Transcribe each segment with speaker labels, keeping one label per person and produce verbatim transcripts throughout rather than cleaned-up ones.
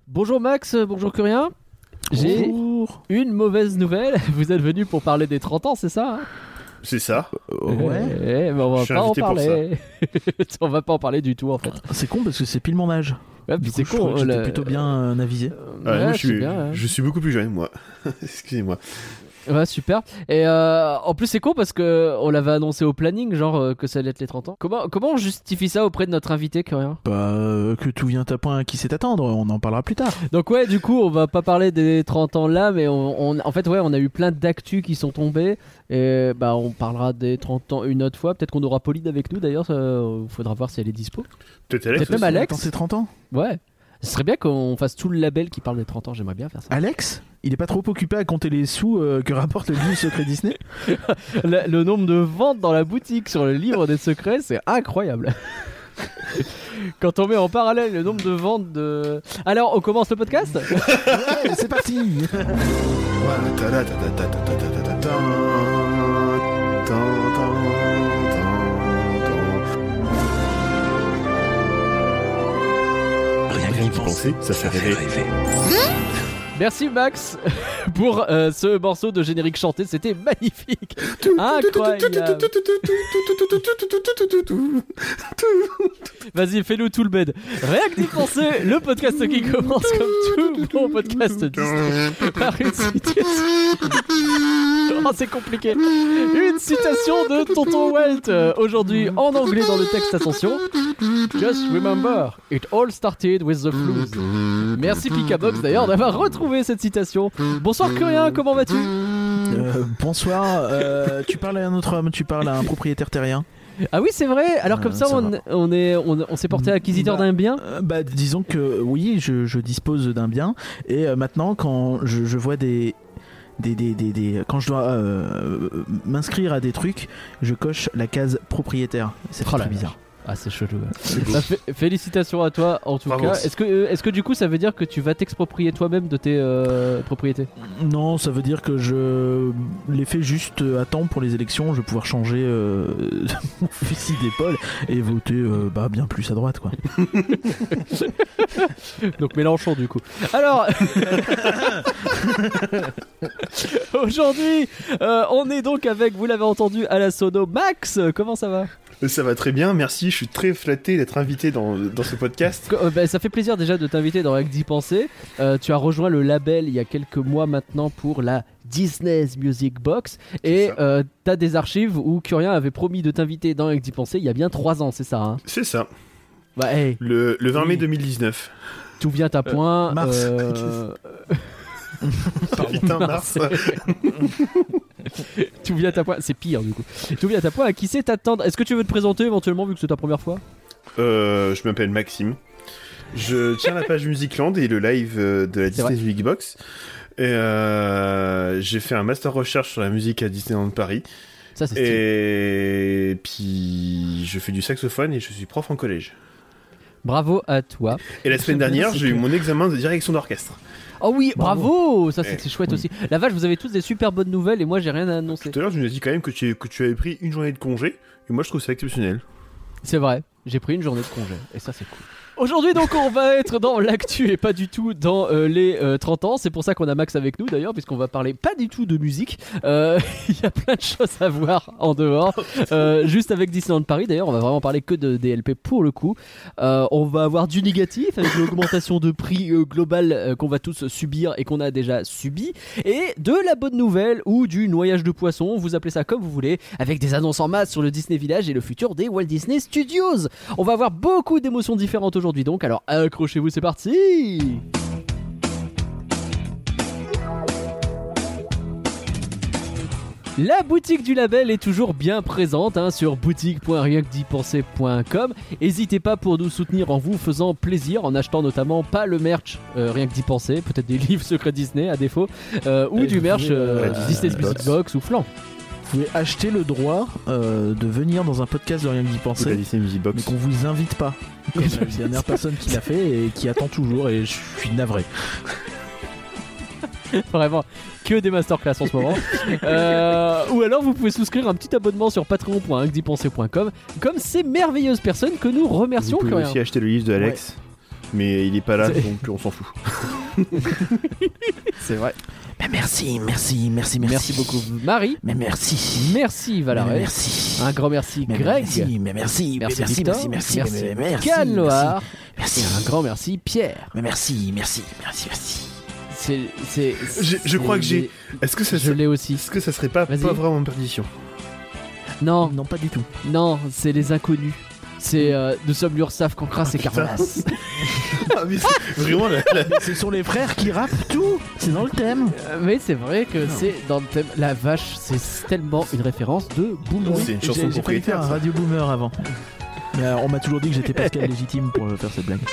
Speaker 1: Bonjour Max, bonjour Curien. J'ai
Speaker 2: Bonjour.
Speaker 1: une mauvaise nouvelle. Vous êtes venu pour parler des trente ans, c'est ça hein?
Speaker 3: C'est ça.
Speaker 2: Euh, ouais.
Speaker 1: Eh, mais on va
Speaker 3: Je suis
Speaker 1: pas en
Speaker 3: invité pour
Speaker 1: parler. On va pas en parler du tout en fait.
Speaker 2: C'est con parce que c'est pile mon âge.
Speaker 1: Ouais,
Speaker 2: Du
Speaker 1: puis
Speaker 2: coup,
Speaker 1: c'est
Speaker 2: je trouvais
Speaker 1: con.
Speaker 2: que j'étais
Speaker 1: la-
Speaker 2: plutôt bien euh, avisé.
Speaker 1: Euh,
Speaker 3: Ouais,
Speaker 1: ouais,
Speaker 3: moi, je
Speaker 1: c'est
Speaker 3: suis,
Speaker 1: bien, hein.
Speaker 3: je suis beaucoup plus jeune, moi. Excusez-moi.
Speaker 1: Ouais, super. Et euh, en plus, c'est con parce que on l'avait annoncé au planning, genre euh, que ça allait être les trente ans. Comment, comment on justifie ça auprès de notre invité, Curien?
Speaker 2: Bah, euh, que tout vient à point à qui sait attendre, on en parlera plus tard.
Speaker 1: Donc ouais, du coup, on va pas parler des trente ans là, mais on, on- en fait, ouais, on a eu plein d'actu qui sont tombés. Et bah, on parlera des trente ans une autre fois. Peut-être qu'on aura Pauline avec nous d'ailleurs. Il faudra voir si elle est dispo.
Speaker 3: Peut-être Alex.
Speaker 1: Peut-être même
Speaker 3: aussi.
Speaker 1: Alex.
Speaker 2: Attends, c'est trente ans.
Speaker 1: Ouais. Ce serait bien qu'on fasse tout le label qui parle des trente ans. J'aimerais bien faire ça.
Speaker 2: Alex, il est pas trop occupé à compter les sous euh, que rapporte le livre Secret Disney.
Speaker 1: Le, le nombre de ventes dans la boutique sur le livre des secrets, c'est incroyable. Quand on met en parallèle le nombre de ventes de... Alors, on commence le podcast?
Speaker 2: Ouais, c'est parti.
Speaker 3: Rien qu'y penser, ça fait rêver.
Speaker 1: Merci Max pour euh, ce morceau de générique chanté, c'était magnifique. Incroyable. Vas-y, fais-nous tout le bed. Rien que d'y penser, le podcast qui commence comme tout bon podcast Disney par une citation. Oh, c'est compliqué. Une citation de Tonton Walt. euh, Aujourd'hui en anglais dans le texte, attention. Just remember, it all started with the flu. Merci Pikabox d'ailleurs d'avoir retrouvé cette citation. Bonsoir Curien, comment vas-tu?
Speaker 2: Euh, bonsoir. euh, tu parles à un autre homme, tu parles à un propriétaire terrien.
Speaker 1: Ah oui, c'est vrai. Alors comme
Speaker 2: Euh,
Speaker 1: ça,
Speaker 2: ça
Speaker 1: on,
Speaker 2: va.
Speaker 1: on est, on, on s'est porté acquisiteur
Speaker 2: Bah,
Speaker 1: d'un bien.
Speaker 2: Euh, bah, disons que oui, je, je dispose d'un bien et euh, maintenant quand je, je vois des Des, des, des, des- quand je dois euh, m'inscrire à des trucs, je coche la case propriétaire. C'est
Speaker 1: Oh la
Speaker 2: très bizarre.
Speaker 1: Ah, c'est chelou. ouais. Bah, fé- félicitations à toi en tout
Speaker 3: Bravo.
Speaker 1: cas. Est-ce que, euh, est-ce que du coup, ça veut dire que tu vas t'exproprier toi-même de tes euh, propriétés?
Speaker 2: Non, ça veut dire que je les fais juste à temps pour les élections. Je vais pouvoir changer euh, mon fusil d'épaule et voter euh, bah, bien plus à droite, quoi.
Speaker 1: Donc Mélenchon du coup. Alors aujourd'hui, euh, on est donc avec, vous l'avez entendu à la sono, Max. Comment ça va?
Speaker 3: Ça va très bien, merci. Je suis très flatté d'être invité dans, dans ce podcast.
Speaker 1: Co- euh, bah, ça fait plaisir déjà de t'inviter dans Rien que d'y penser. Euh, tu as rejoint le label il y a quelques mois maintenant pour la Disney's Music Box et
Speaker 3: ça.
Speaker 1: euh, t'as des archives où Curien avait promis de t'inviter dans Rien que d'y penser il y a bien trois ans, c'est ça hein?
Speaker 3: C'est ça.
Speaker 1: Bah hey,
Speaker 3: Le, le vingt mai
Speaker 1: Oui.
Speaker 3: deux mille dix-neuf.
Speaker 1: tout vient à point.
Speaker 2: mars.
Speaker 1: euh,
Speaker 3: Putain, mars.
Speaker 1: tout vient à point. C'est pire du coup. Tout vient à point. À qui c'est t'attendre? Est-ce que tu veux te présenter éventuellement vu que c'est ta première fois?
Speaker 3: Euh, je m'appelle Maxime. Je tiens la page Musicland et le live euh, de la
Speaker 1: C'est vrai.
Speaker 3: Disney Music Box. Et euh, j'ai fait un master recherche sur la musique à Disneyland Paris.
Speaker 1: Ça c'est stylé.
Speaker 3: Et puis je fais du saxophone et je suis prof en collège.
Speaker 1: Bravo à toi.
Speaker 3: Et la semaine dernière,
Speaker 1: C'est
Speaker 3: j'ai eu
Speaker 1: que-
Speaker 3: mon examen de direction d'orchestre.
Speaker 1: Oh oui, bravo,
Speaker 2: Bravo.
Speaker 1: ça c'était
Speaker 3: Eh,
Speaker 1: chouette
Speaker 2: oui.
Speaker 1: aussi. La vache, vous avez tous des super bonnes nouvelles et moi j'ai rien à annoncer.
Speaker 3: Tout à l'heure, tu nous as dit quand même que tu, que tu avais pris une journée de congé. Et moi, je trouve ça exceptionnel.
Speaker 1: C'est vrai, j'ai pris une journée de congé et ça c'est cool. Aujourd'hui donc on va être dans l'actu et pas du tout dans euh, les euh, trente ans. C'est pour ça qu'on a Max avec nous d'ailleurs puisqu'on va parler pas du tout de musique. Euh, Il y a plein de choses à voir en dehors. Euh, juste avec Disneyland Paris d'ailleurs on va vraiment parler que de D L P pour le coup. Euh, on va avoir du négatif avec l'augmentation de prix euh, globale euh, qu'on va tous subir et qu'on a déjà subi. Et de la bonne nouvelle ou du noyage de poisson, vous appelez ça comme vous voulez, avec des annonces en masse sur le Disney Village et le futur des Walt Disney Studios. On va avoir beaucoup d'émotions différentes aujourd'hui donc, alors accrochez-vous, c'est parti! La boutique du label est toujours bien présente hein, sur boutique point rien que d'y penser point com. N'hésitez pas pour nous soutenir en vous faisant plaisir, en achetant notamment pas le merch euh, Rien que d'y penser, peut-être des livres secrets Disney à défaut, euh, ou
Speaker 2: Et
Speaker 1: du
Speaker 2: vous
Speaker 1: merch
Speaker 2: pouvez,
Speaker 1: euh,
Speaker 2: euh,
Speaker 1: Disney's
Speaker 3: Box.
Speaker 1: Music Box ou Flan.
Speaker 2: Vous pouvez acheter le droit euh, de venir dans un podcast de Rien que d'y
Speaker 3: Donc, la
Speaker 2: penser,
Speaker 3: Disney Music
Speaker 2: mais
Speaker 3: Box.
Speaker 2: qu'on vous invite pas. Comme la dernière personne qui l'a fait et qui attend toujours, et je suis navré.
Speaker 1: Vraiment, que des masterclass en ce moment. Euh, ou alors vous pouvez souscrire un petit abonnement sur patreon point rien que d'y penser point com comme ces merveilleuses personnes que nous
Speaker 3: Vous
Speaker 1: remercions.
Speaker 3: pouvez
Speaker 1: Curien.
Speaker 3: aussi acheter le livre de Alex. Mais il est pas là,
Speaker 1: C'est-
Speaker 3: donc on s'en fout.
Speaker 1: C'est vrai.
Speaker 2: Mais merci, merci, merci, merci.
Speaker 1: Merci beaucoup, Marie.
Speaker 2: Mais merci.
Speaker 1: Merci, Valérie.
Speaker 2: Mais merci.
Speaker 1: Un grand merci,
Speaker 2: Mais
Speaker 1: Greg.
Speaker 2: Merci, mais merci,
Speaker 1: Merci,
Speaker 2: mais merci,
Speaker 1: Victor.
Speaker 2: merci, merci,
Speaker 1: Merci,
Speaker 2: mais merci,
Speaker 1: Can Loire.
Speaker 2: merci,
Speaker 1: Et un grand merci, Pierre.
Speaker 2: mais merci, merci, merci, merci.
Speaker 1: C'est, c'est,
Speaker 3: J'ai- je
Speaker 1: c'est-
Speaker 3: crois que j'ai- Est-ce que ça,
Speaker 1: Je l'ai aussi.
Speaker 3: est-ce que ça serait pas,
Speaker 1: Vas-y.
Speaker 3: pas vraiment une perdition?
Speaker 1: Non,
Speaker 2: Non, pas du tout.
Speaker 1: non, c'est les inconnus. C'est euh, nous sommes l'Ursaf, Cancras et
Speaker 3: putain.
Speaker 1: Carvalas.
Speaker 3: Ah, mais c'est vraiment la, la-
Speaker 2: Ce sont les frères qui rappent tout. C'est dans le thème.
Speaker 1: Euh, Mais c'est vrai que c'est dans le thème. La vache, c'est tellement une référence de Boulon.
Speaker 3: C'est une chanson
Speaker 2: J'ai- J'ai failli faire
Speaker 3: propriétaire.
Speaker 2: un
Speaker 3: ça.
Speaker 2: radio boomer avant. Mais euh, on m'a toujours dit que j'étais Pascal légitime pour euh, faire cette blague.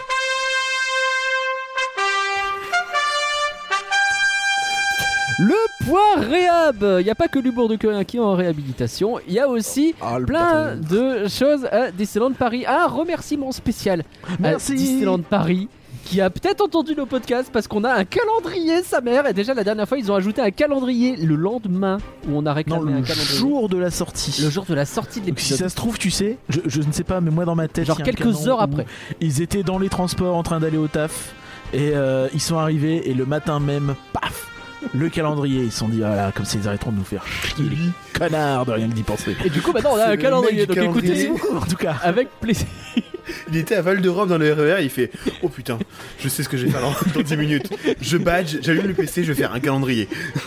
Speaker 1: Le point réhab. Il n'y a pas que l'humour de Curien qui est en réhabilitation. Il y a aussi
Speaker 2: Ah, le
Speaker 1: plein
Speaker 2: patron.
Speaker 1: de choses à Disneyland Paris. Un remerciement spécial
Speaker 2: Merci.
Speaker 1: à Disneyland Paris qui a peut-être entendu nos podcasts parce qu'on a un calendrier, sa mère. Et déjà la dernière fois, ils ont ajouté un calendrier le lendemain où on a
Speaker 2: Non,
Speaker 1: réclamé un
Speaker 2: le
Speaker 1: calendrier.
Speaker 2: jour de la sortie.
Speaker 1: Le jour de la sortie de
Speaker 2: Donc, si
Speaker 1: l'épisode.
Speaker 2: ça se trouve, tu sais, je, je ne sais pas, mais moi dans ma tête,
Speaker 1: Genre
Speaker 2: il y a un
Speaker 1: quelques
Speaker 2: canon
Speaker 1: heures
Speaker 2: où
Speaker 1: après.
Speaker 2: Ils étaient dans les transports en train d'aller au taf et euh, ils sont arrivés et le matin même, paf, le calendrier. Ils se sont dit, voilà, comme ça ils arrêteront de nous faire chier, les connards, de rien que d'y penser.
Speaker 1: Et du coup, maintenant on a
Speaker 3: C'est
Speaker 1: un
Speaker 3: le
Speaker 1: calendrier.
Speaker 3: mec du
Speaker 1: Donc écoutez,
Speaker 3: calendrier.
Speaker 2: En tout cas,
Speaker 1: avec plaisir.
Speaker 3: Il était à Val de Rome dans le R E R et il fait oh putain, je sais ce que je vais faire dans, dans dix minutes. Je badge, j'allume le P C, je vais faire un calendrier.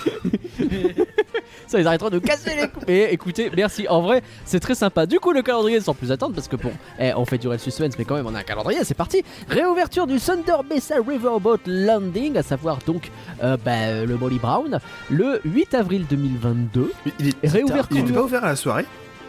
Speaker 1: Ça, ils arrêteront de casser les coups. Mais écoutez, merci. En vrai, c'est très sympa. Du coup, le calendrier, sans plus attendre, parce que bon, eh, on fait durer le suspense, mais quand même, on a un calendrier. C'est parti. Réouverture du Thunder Mesa Riverboat Landing, à savoir donc euh, bah, le Molly Brown, le huit avril deux mille vingt-deux.
Speaker 3: Mais il, est,
Speaker 1: Réouverture.
Speaker 3: il était pas ouvert à la soirée?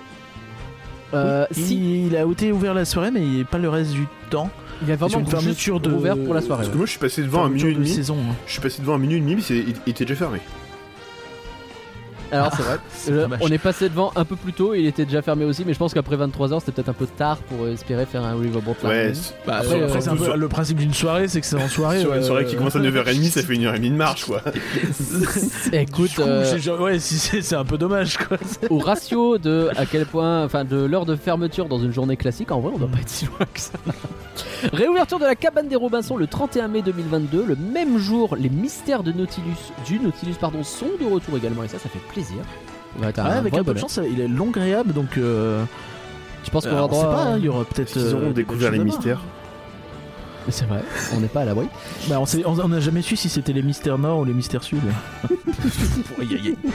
Speaker 1: Euh,
Speaker 2: oui,
Speaker 1: si,
Speaker 2: il a été ouvert la soirée, mais pas le reste du temps.
Speaker 1: il y a
Speaker 2: sur
Speaker 1: vraiment
Speaker 2: une fermeture de-
Speaker 1: ouvert pour la soirée.
Speaker 3: Parce que
Speaker 1: ouais.
Speaker 3: moi je suis passé devant un
Speaker 2: Fermeture
Speaker 3: minuit et
Speaker 2: de
Speaker 3: demi.
Speaker 2: saison. hein.
Speaker 3: Je suis passé devant un minuit et demi, mais c'est- il, il était déjà fermé.
Speaker 1: Alors, c'est vrai.
Speaker 2: C'est
Speaker 1: Euh,
Speaker 2: dommage.
Speaker 1: on est passé devant un peu plus tôt, il était déjà fermé aussi, mais je pense qu'après vingt-trois heures, c'était peut-être un peu tard pour euh, espérer faire un Riverboat
Speaker 3: Ouais.
Speaker 1: Landing.
Speaker 3: c'est-
Speaker 2: Bah,
Speaker 1: Après,
Speaker 2: après,
Speaker 1: euh,
Speaker 2: c'est un peu- le principe d'une soirée, c'est que c'est en soirée.
Speaker 3: Sur une soirée
Speaker 2: euh,
Speaker 3: qui commence à neuf heures trente, ça fait une heure et demie de marche quoi.
Speaker 1: Écoute,
Speaker 2: Du coup,
Speaker 1: euh,
Speaker 2: j'ai genre- ouais, si, c'est c'est un peu dommage quoi.
Speaker 1: au ratio de à quel point, enfin de l'heure de fermeture dans une journée classique, en vrai on doit pas être si loin que ça. Réouverture de la cabane des Robinson le trente et un mai deux mille vingt-deux, le même jour les mystères de Nautilus, du Nautilus pardon, sont de retour également et ça ça fait plaisir. On va être
Speaker 2: Ouais,
Speaker 1: un
Speaker 2: avec
Speaker 1: vrai
Speaker 2: un peu de
Speaker 1: bonheur.
Speaker 2: chance, il est long agréable donc. Euh,
Speaker 1: Je pense qu'on
Speaker 2: euh,
Speaker 1: aura
Speaker 2: on sait
Speaker 1: droit.
Speaker 2: pas,
Speaker 1: à-
Speaker 2: hein, il y aura peut-être.
Speaker 3: Ils auront
Speaker 2: euh,
Speaker 3: découvert les
Speaker 2: des choses à
Speaker 3: mystères.
Speaker 1: Mais c'est vrai, on n'est pas à l'abri.
Speaker 2: voir. Bah, on sait- on on n'a jamais su si c'était les mystères nord ou les mystères sud. Aïe, aïe, aïe.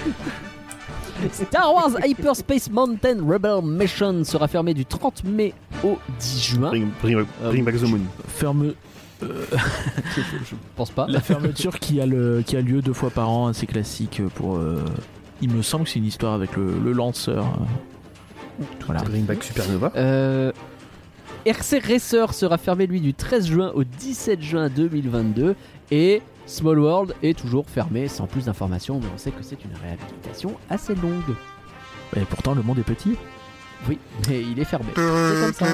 Speaker 1: Star Wars Hyperspace Mountain Rebel Mission sera fermé du trente mai au dix juin.
Speaker 3: Bring, bring- bring back the moon.
Speaker 2: Ferme.
Speaker 1: Je, je pense pas.
Speaker 2: La fermeture qui a, le, qui a lieu deux fois par an, assez classique pour. euh, il me semble que c'est une histoire avec le, le lanceur. euh. Voilà.
Speaker 3: Bring back Supernova.
Speaker 1: Euh, R C Racer sera fermé lui du treize juin au dix-sept juin deux mille vingt-deux et Small World est toujours fermé sans plus d'informations, mais on sait que c'est une réhabilitation assez longue.
Speaker 2: Et pourtant, le monde est petit.
Speaker 1: Oui, mais il est fermé. C'est comme ça.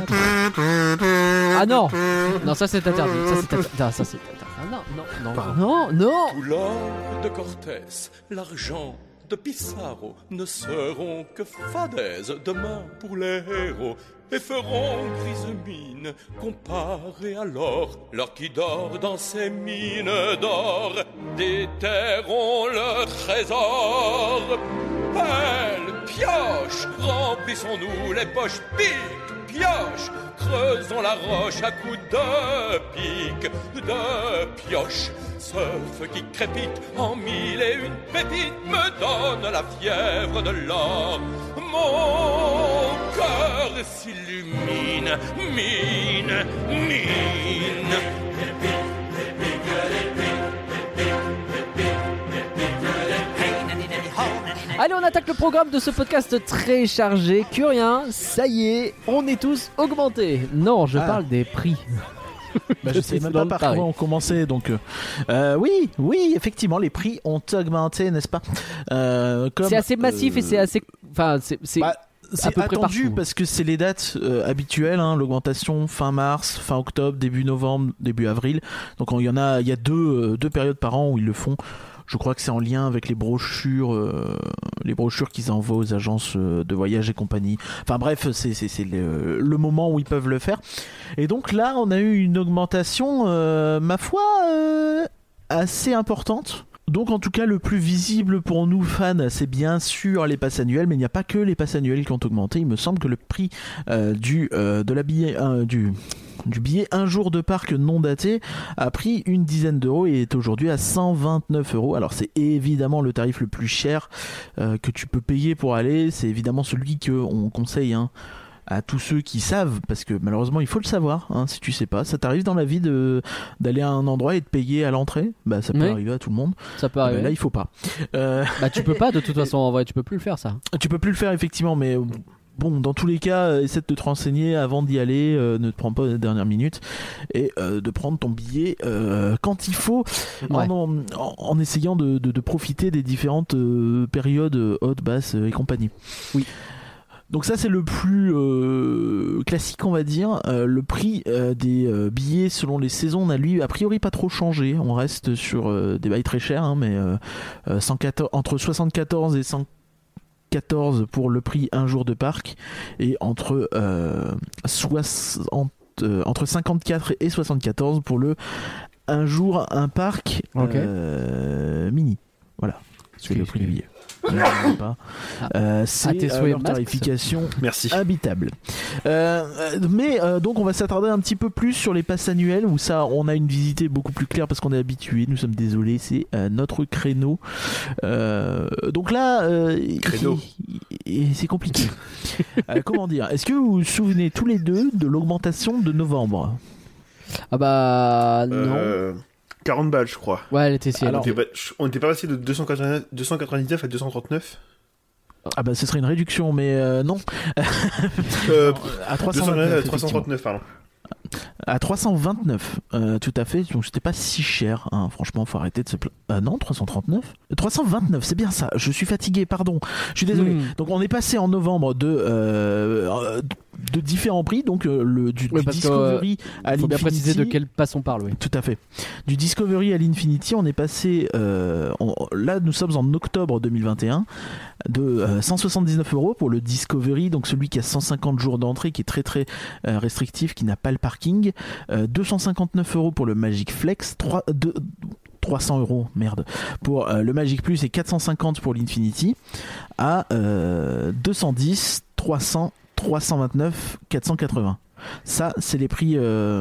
Speaker 1: Ah non, non ça c'est interdit. Ça c'est interdit. Ah, ça, c'est interdit. Ah, non, non, non,
Speaker 3: Pardon.
Speaker 1: non, non.
Speaker 4: Tout l'or de Cortés, l'argent de Pissarro ne seront que fadaises demain pour les héros et feront grise mine comparé à l'or. L'or qui dort dans ces mines d'or déterront le trésor. Pelle, pioche, remplissons-nous les poches, pique, pioche, creusons la roche à coups de pique, de pioche. Ce feu qui crépite en mille et une pépites me donne la fièvre de l'or. Mon cœur s'illumine, mine, mine.
Speaker 1: Allez, on attaque le programme de ce podcast très chargé. Curien, ça y est, on est tous augmentés. Non, je
Speaker 2: Ah.
Speaker 1: parle des prix.
Speaker 2: Bah, je sais même pas par quoi on commençait donc euh, euh, oui oui effectivement les prix ont augmenté n'est-ce pas euh, comme,
Speaker 1: C'est assez massif
Speaker 2: euh,
Speaker 1: et c'est assez. Enfin, c'est. c'est-
Speaker 2: bah, c'est
Speaker 1: peu près
Speaker 2: attendu
Speaker 1: partout.
Speaker 2: parce que c'est les dates euh, habituelles hein, l'augmentation fin mars fin octobre début novembre début avril donc il y en a il y a deux euh, deux périodes par an où ils le font Je crois que c'est en lien avec les brochures, euh, les brochures qu'ils envoient aux agences euh, de voyage et compagnie. Enfin bref, c'est, c'est, c'est le, le moment où ils peuvent le faire. Et donc là, on a eu une augmentation, euh, ma foi, euh, assez importante. Donc en tout cas, le plus visible pour nous fans, c'est bien sûr les passes annuelles, mais il n'y a pas que les passes annuelles qui ont augmenté. Il me semble que le prix euh, du euh, de la billet euh, du du billet un jour de parc non daté a pris une dizaine d'euros et est aujourd'hui à cent vingt-neuf euros. Alors c'est évidemment le tarif le plus cher euh, que tu peux payer pour aller. C'est évidemment celui que on conseille, hein, à tous ceux qui savent, parce que malheureusement il faut le savoir, hein, si tu sais pas, ça t'arrive dans la vie de d'aller à un endroit et de payer à l'entrée, bah ça peut oui. arriver à tout le monde.
Speaker 1: Ça peut arriver.
Speaker 2: Bah, là il faut pas. Euh...
Speaker 1: Bah tu peux pas de toute façon en vrai, tu peux plus le faire ça.
Speaker 2: Tu peux plus le faire effectivement, mais bon, dans tous les cas, euh, essaie de te renseigner avant d'y aller, euh, ne te prends pas à la dernière minute et euh, de prendre ton billet euh, quand il faut, ouais. en, en, en essayant de, de, de profiter des différentes euh, périodes hautes, basses et compagnie.
Speaker 1: Oui.
Speaker 2: Donc ça c'est le plus euh, classique, on va dire. Euh, le prix euh, des euh, billets selon les saisons n'a lui a priori pas trop changé. On reste sur euh, des bails très chers, hein, mais euh, cent quatorze, entre soixante-quatorze et cent quatorze pour le prix un jour de parc, et entre euh, soixante, euh, entre cinquante-quatre et soixante-quatorze pour le un jour un parc
Speaker 1: okay.
Speaker 2: euh, mini. Voilà, c'est le prix du billet. Pas. Euh, c'est
Speaker 1: ah,
Speaker 2: euh, leur tarification
Speaker 3: Merci.
Speaker 2: habitable. Euh, mais euh, donc on va s'attarder un petit peu plus sur les passes annuelles, où ça on a une visite beaucoup plus claire parce qu'on est habitué. Nous sommes désolés, c'est euh, notre créneau. Euh, donc là, euh,
Speaker 3: créneau.
Speaker 2: Et c'est compliqué. euh, comment dire ? Est-ce que vous vous souvenez tous les deux de l'augmentation de novembre ?
Speaker 1: Ah bah non.
Speaker 3: Euh... quarante balles, je crois.
Speaker 1: Ouais, elle était si.
Speaker 3: Alors, on était pas passé de deux cent quatre-vingt-dix-neuf à deux cent trente-neuf.
Speaker 2: Ah bah ce serait une réduction, mais euh, non.
Speaker 3: euh,
Speaker 2: à trois cent vingt-neuf,
Speaker 3: deux cent, trois cent trente-neuf, pardon.
Speaker 2: À trois cent vingt-neuf, euh, tout à fait. Donc c'était pas si cher, hein. Franchement, faut arrêter de se plaindre. Ah non, trois cent trente-neuf trois cent vingt-neuf, c'est bien ça. Je suis fatigué, pardon. Je suis désolé. Mmh. Donc on est passé en novembre de euh, de différents prix, donc euh, le du,
Speaker 1: oui,
Speaker 2: du Discovery
Speaker 1: que, euh,
Speaker 2: à l'Infinity.
Speaker 1: Faut bien préciser de quel pass on parle, oui.
Speaker 2: Tout à fait. Du Discovery à l'Infinity, on est passé. Euh, on, là, nous sommes en octobre deux mille vingt et un, de euh, cent soixante-dix-neuf euros pour le Discovery, donc celui qui a cent cinquante jours d'entrée, qui est très très euh, restrictif, qui n'a pas le parking. Euh, deux cent cinquante-neuf euros pour le Magic Flex. trois, deux, trois cents euros, merde, pour euh, le Magic Plus et quatre cent cinquante pour l'Infinity, à euh, deux cent dix, trois cents, trois cent vingt-neuf, quatre cent quatre-vingts. Ça, c'est les prix, euh,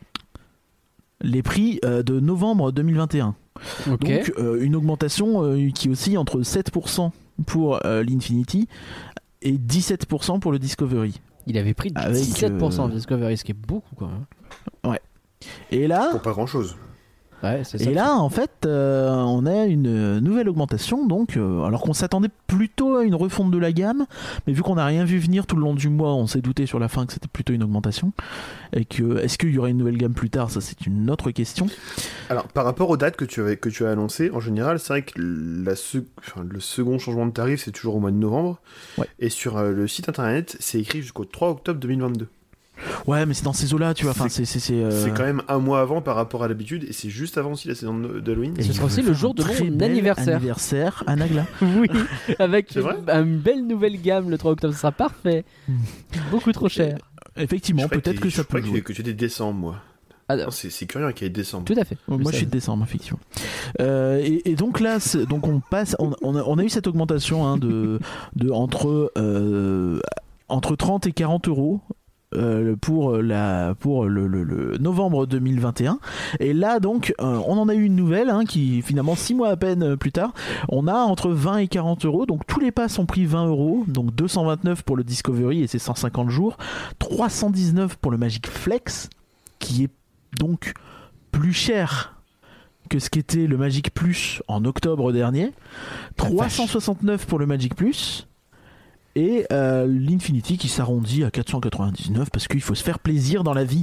Speaker 2: les prix euh, de novembre deux mille vingt et un. Okay. Donc, euh, une augmentation euh, qui oscille entre sept pour cent pour euh, l'Infinity et dix-sept pour cent pour le Discovery.
Speaker 1: Il avait pris dix-sept pour cent de euh... Discovery, ce qui est beaucoup quand même.
Speaker 2: Ouais. Et là.
Speaker 3: Pour pas grand chose.
Speaker 1: Ouais, c'est ça.
Speaker 2: Et là, en fait, euh, on a une nouvelle augmentation, donc, euh, alors qu'on s'attendait plutôt à une refonte de la gamme, mais vu qu'on n'a rien vu venir tout le long du mois, on s'est douté sur la fin que c'était plutôt une augmentation. Et que, est-ce qu'il y aurait une nouvelle gamme plus tard ? Ça, c'est une autre question.
Speaker 3: Alors, par rapport aux dates que tu, avais, que tu as annoncées, en général, c'est vrai que la se... enfin, le second changement de tarif, c'est toujours au mois de novembre.
Speaker 2: Ouais.
Speaker 3: Et sur euh, le site internet, c'est écrit jusqu'au trois octobre deux mille vingt-deux.
Speaker 2: Ouais, mais c'est dans ces eaux-là, tu vois. Enfin, c'est, c'est, c'est, euh...
Speaker 3: c'est quand même un mois avant par rapport à l'habitude, et c'est juste avant aussi la saison d'Halloween.
Speaker 1: Et ce sera aussi le jour de mon anniversaire.
Speaker 2: Anniversaire à Nagla.
Speaker 1: Oui, avec une, une belle nouvelle gamme le trois octobre, ça sera parfait. Beaucoup trop cher.
Speaker 2: Et, effectivement, peut-être que, que ça peut.
Speaker 3: Je crois que tu étais décembre, moi. Ah, non, c'est, c'est curieux qu'il y ait décembre.
Speaker 1: Tout à fait.
Speaker 2: Ouais, moi, je suis de décembre, effectivement. Euh, et, et donc là, donc on passe, on, on, a, on a eu cette augmentation hein, de, de entre euh, entre trente et quarante euros. Euh, pour la pour le, le, le novembre deux mille vingt et un, et là donc euh, on en a eu une nouvelle hein, qui finalement six mois à peine plus tard, on a entre vingt et quarante euros, donc tous les passes ont pris vingt euros, donc deux cent vingt-neuf pour le Discovery et c'est cent cinquante jours, trois cent dix-neuf pour le Magic Flex qui est donc plus cher que ce qu'était le Magic Plus en octobre dernier, trois cent soixante-neuf pour le Magic Plus. Et euh, l'Infinity qui s'arrondit à quatre cent quatre-vingt-dix-neuf parce qu'il faut se faire plaisir dans la vie.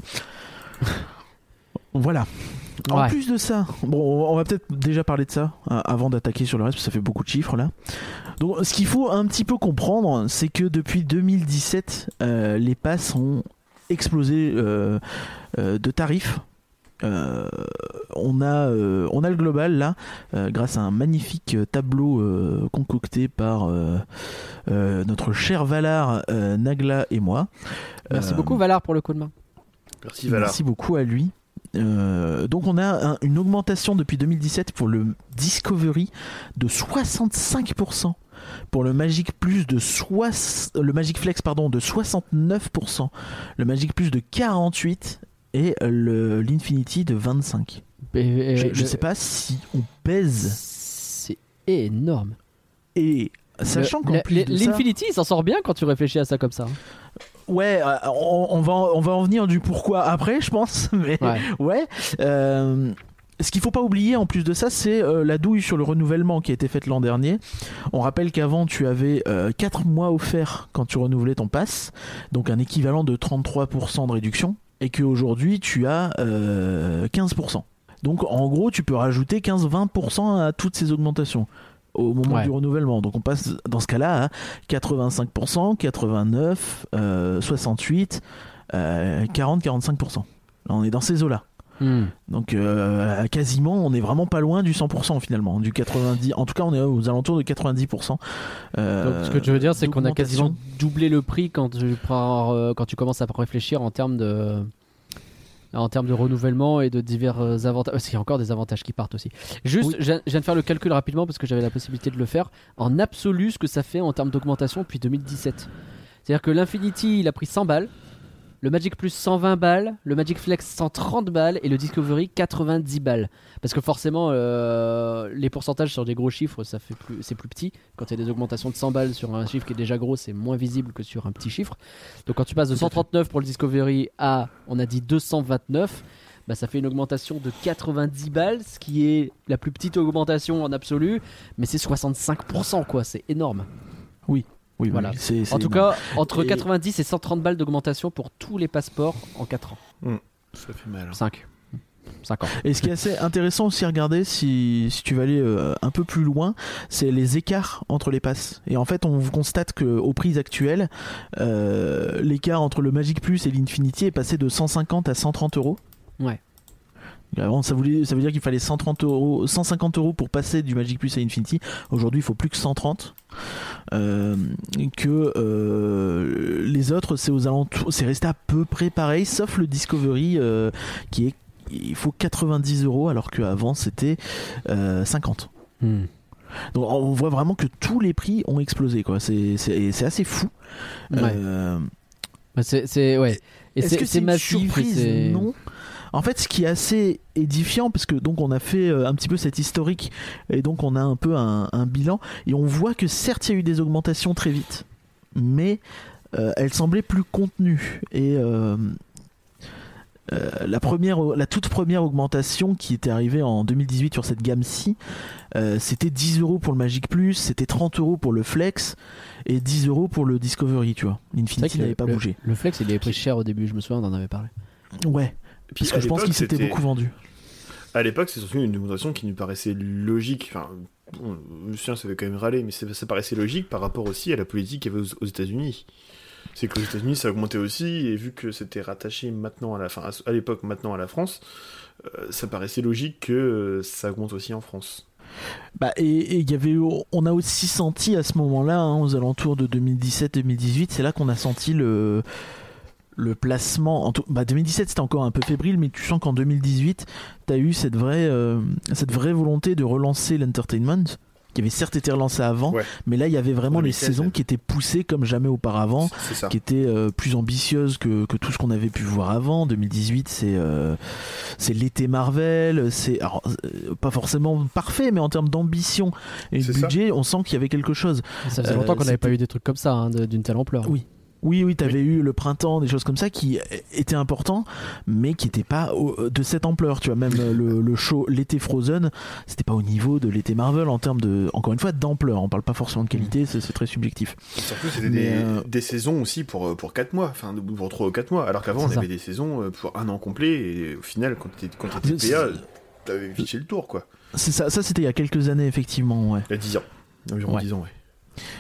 Speaker 2: Voilà. En ouais. plus de ça, bon, on va peut-être déjà parler de ça hein, avant d'attaquer sur le reste parce que ça fait beaucoup de chiffres là. Donc, ce qu'il faut un petit peu comprendre, c'est que depuis deux mille dix-sept, euh, les passes ont explosé euh, euh, de tarifs. Euh, on a euh, on a le global là euh, grâce à un magnifique tableau euh, concocté par euh, euh, notre cher Valar, euh, Nagla et moi.
Speaker 1: Merci
Speaker 2: Euh,
Speaker 1: beaucoup Valar pour le coup de main.
Speaker 3: Merci Valar.
Speaker 2: Merci beaucoup à lui. Euh, donc on a un- une augmentation depuis deux mille dix-sept pour le Discovery de soixante-cinq pour cent, pour le Magic Plus de soix... le Magic Flex pardon de soixante-neuf pour cent, le Magic Plus de quarante-huit et le l'Infinity de vingt-cinq.
Speaker 1: Et- et
Speaker 2: Je,
Speaker 1: le-
Speaker 2: je sais pas si on pèse,
Speaker 1: C'est énorme.
Speaker 2: et sachant
Speaker 1: Le-
Speaker 2: qu'en
Speaker 1: le-
Speaker 2: plus de ça,
Speaker 1: L'Infinity, il s'en sort bien quand tu réfléchis à ça comme ça.
Speaker 2: ouais, euh, on, on va en- on va en venir du pourquoi après, je pense, mais
Speaker 1: Ouais.
Speaker 2: ouais. euh, Ce qu'il faut pas oublier en plus de ça, c'est euh, la douille sur le renouvellement qui a été faite l'an dernier. On rappelle qu'avant tu avais euh, quatre mois offerts quand tu renouvelais ton pass, donc un équivalent de trente-trois pour cent de réduction, et qu'aujourd'hui tu as euh, quinze pour cent. Donc en gros tu peux rajouter quinze à vingt pour cent à toutes ces augmentations au moment
Speaker 1: Ouais.
Speaker 2: du renouvellement. Donc on passe dans ce cas-là à quatre-vingt-cinq pour cent, quatre-vingt-neuf, euh, soixante-huit, euh, quarante à quarante-cinq pour cent. Là on est dans ces eaux-là.
Speaker 1: Hmm.
Speaker 2: Donc euh, quasiment, on est vraiment pas loin du cent pour cent finalement, du quatre-vingt-dix. En tout cas, on est aux alentours de quatre-vingt-dix pour cent. Euh,
Speaker 1: Donc, ce que je veux dire, c'est qu'on a
Speaker 2: d'augmentation.
Speaker 1: quasiment doublé le prix quand tu, prends, euh, quand tu commences à réfléchir en termes de, en termes de renouvellement et de divers euh, avantages. Parce qu'il y a encore des avantages qui partent aussi. Juste,
Speaker 2: Oui.
Speaker 1: je viens- je viens de faire le calcul rapidement parce que j'avais la possibilité de le faire. En absolu, ce que ça fait en termes d'augmentation depuis deux mille dix-sept. C'est-à-dire que l'Infinity, il a pris cent balles. Le Magic Plus cent vingt balles, le Magic Flex cent trente balles et le Discovery quatre-vingt-dix balles. Parce que forcément, euh, les pourcentages sur des gros chiffres, ça fait plus, c'est plus petit. Quand il y a des augmentations de cent balles sur un chiffre qui est déjà gros, c'est moins visible que sur un petit chiffre. Donc quand tu passes de cent trente-neuf pour le Discovery à, on a dit deux cent vingt-neuf, bah ça fait une augmentation de quatre-vingt-dix balles, ce qui est la plus petite augmentation en absolu, mais c'est soixante-cinq pour cent quoi, c'est énorme.
Speaker 2: Oui,
Speaker 1: Voilà.
Speaker 2: oui, c'est- c'est
Speaker 1: En tout
Speaker 2: énorme.
Speaker 1: cas, entre
Speaker 2: Et-
Speaker 1: quatre-vingt-dix et cent trente balles d'augmentation pour tous les passeports en quatre ans.
Speaker 3: Ça fait mal.
Speaker 1: cinq. cinq ans.
Speaker 2: Et ce qui est assez intéressant aussi à regarder, si, si tu vas aller euh, un peu plus loin, c'est les écarts entre les passes. Et en fait, on constate qu'au prix actuel, euh, l'écart entre le Magic Plus et l'Infinity est passé de cent cinquante à cent trente euros.
Speaker 1: Ouais.
Speaker 2: Avant, ça, voulait, ça veut dire qu'il fallait cent trente euros, cent cinquante euros pour passer du Magic Plus à Infinity. Aujourd'hui, il faut plus que cent trente. Euh, que euh, les autres, c'est aux alentours, c'est resté à peu près pareil, sauf le Discovery euh, qui est, il faut quatre-vingt-dix euros alors qu'avant c'était euh, cinquante.
Speaker 1: Hmm.
Speaker 2: Donc on voit vraiment que tous les prix ont explosé, quoi. C'est, c'est, c'est assez fou.
Speaker 1: Ouais.
Speaker 2: Euh,
Speaker 1: Bah, c'est, c'est- ouais. Et
Speaker 2: Est-ce
Speaker 1: c'est,
Speaker 2: que
Speaker 1: c'est
Speaker 2: c'est une
Speaker 1: massif.
Speaker 2: surprise?
Speaker 1: c'est-
Speaker 2: Non. En fait, ce qui est assez édifiant, parce que donc on a fait euh, un petit peu cet historique, et donc on a un peu un, un bilan, et on voit que certes il y a eu des augmentations très vite, mais euh, elles semblaient plus contenues. Et euh, euh, la première, la toute première augmentation qui était arrivée en deux mille dix-huit sur cette gamme-ci, euh, c'était dix euros pour le Magic Plus, c'était trente euros pour le Flex et dix euros pour le Discovery, tu vois.
Speaker 1: C'est vrai
Speaker 2: L'Infinity
Speaker 1: que
Speaker 2: n'avait
Speaker 1: le,
Speaker 2: pas
Speaker 1: le-
Speaker 2: bougé.
Speaker 1: le Flex, il avait pris cher au début, je me souviens, on en avait parlé.
Speaker 2: Ouais.
Speaker 3: Puis
Speaker 2: Parce que
Speaker 3: à
Speaker 2: je pense
Speaker 3: l'époque,
Speaker 2: qu'il s'était
Speaker 3: c'était-
Speaker 2: beaucoup vendu.
Speaker 3: À l'époque, c'est surtout une augmentation qui nous paraissait logique. Enfin, bon, je me souviens, ça avait quand même râlé, mais ça, ça paraissait logique par rapport aussi à la politique qu'il y avait aux, aux États-Unis. C'est qu'aux États-Unis, ça augmentait aussi, et vu que c'était rattaché maintenant à la, fin, à l'époque maintenant à la France, euh, ça paraissait logique que euh, ça augmente aussi en France.
Speaker 2: Bah, et et il y avait, on a aussi senti à ce moment-là, hein, aux alentours de deux mille dix-sept deux mille dix-huit, c'est là qu'on a senti le, le placement. En tout, bah deux mille dix-sept c'était encore un peu fébrile, mais tu sens qu'en deux mille dix-huit, tu as eu cette vraie, euh, cette vraie volonté de relancer l'entertainment, qui avait certes été relancé avant,
Speaker 3: Ouais.
Speaker 2: mais là il y avait vraiment
Speaker 3: En
Speaker 2: les
Speaker 3: deux mille seize,
Speaker 2: saisons
Speaker 3: ouais.
Speaker 2: qui étaient poussées comme jamais auparavant,
Speaker 3: C'est ça.
Speaker 2: qui étaient euh, plus ambitieuses que, que tout ce qu'on avait pu voir avant. deux mille dix-huit, c'est euh, c'est l'été Marvel, c'est alors, euh, pas forcément parfait, mais en termes d'ambition et de
Speaker 3: C'est ça.
Speaker 2: budget, on sent qu'il y avait quelque chose.
Speaker 1: Ça faisait
Speaker 2: Euh,
Speaker 1: longtemps qu'on n'avait pas
Speaker 2: c'était-
Speaker 1: eu des trucs comme ça, hein, de- d'une telle ampleur.
Speaker 2: Oui. Oui, oui, t'avais eu le printemps, des choses comme ça qui étaient importants, mais qui n'étaient pas au- de cette ampleur. Tu vois, même euh, le, le show l'été Frozen, c'était pas au niveau de l'été Marvel en termes de, encore une fois, d'ampleur. On parle pas forcément de qualité, c'est, c'est très subjectif.
Speaker 3: Et surtout, c'était
Speaker 2: Mais,
Speaker 3: des,
Speaker 2: euh,
Speaker 3: des saisons aussi pour, pour quatre mois, enfin pour trois ou quatre mois, alors qu'avant
Speaker 1: C'est
Speaker 3: on
Speaker 1: ça.
Speaker 3: avait des saisons euh, pour un an complet, et au final, quand t'étais, quand t'étais
Speaker 2: C'est-
Speaker 3: P A, t'avais fiché le tour, quoi.
Speaker 2: C'est ça, ça c'était il y a quelques années effectivement. Ouais.
Speaker 3: Il y a dix ans, environ
Speaker 2: Ouais.
Speaker 3: dix ans, ouais.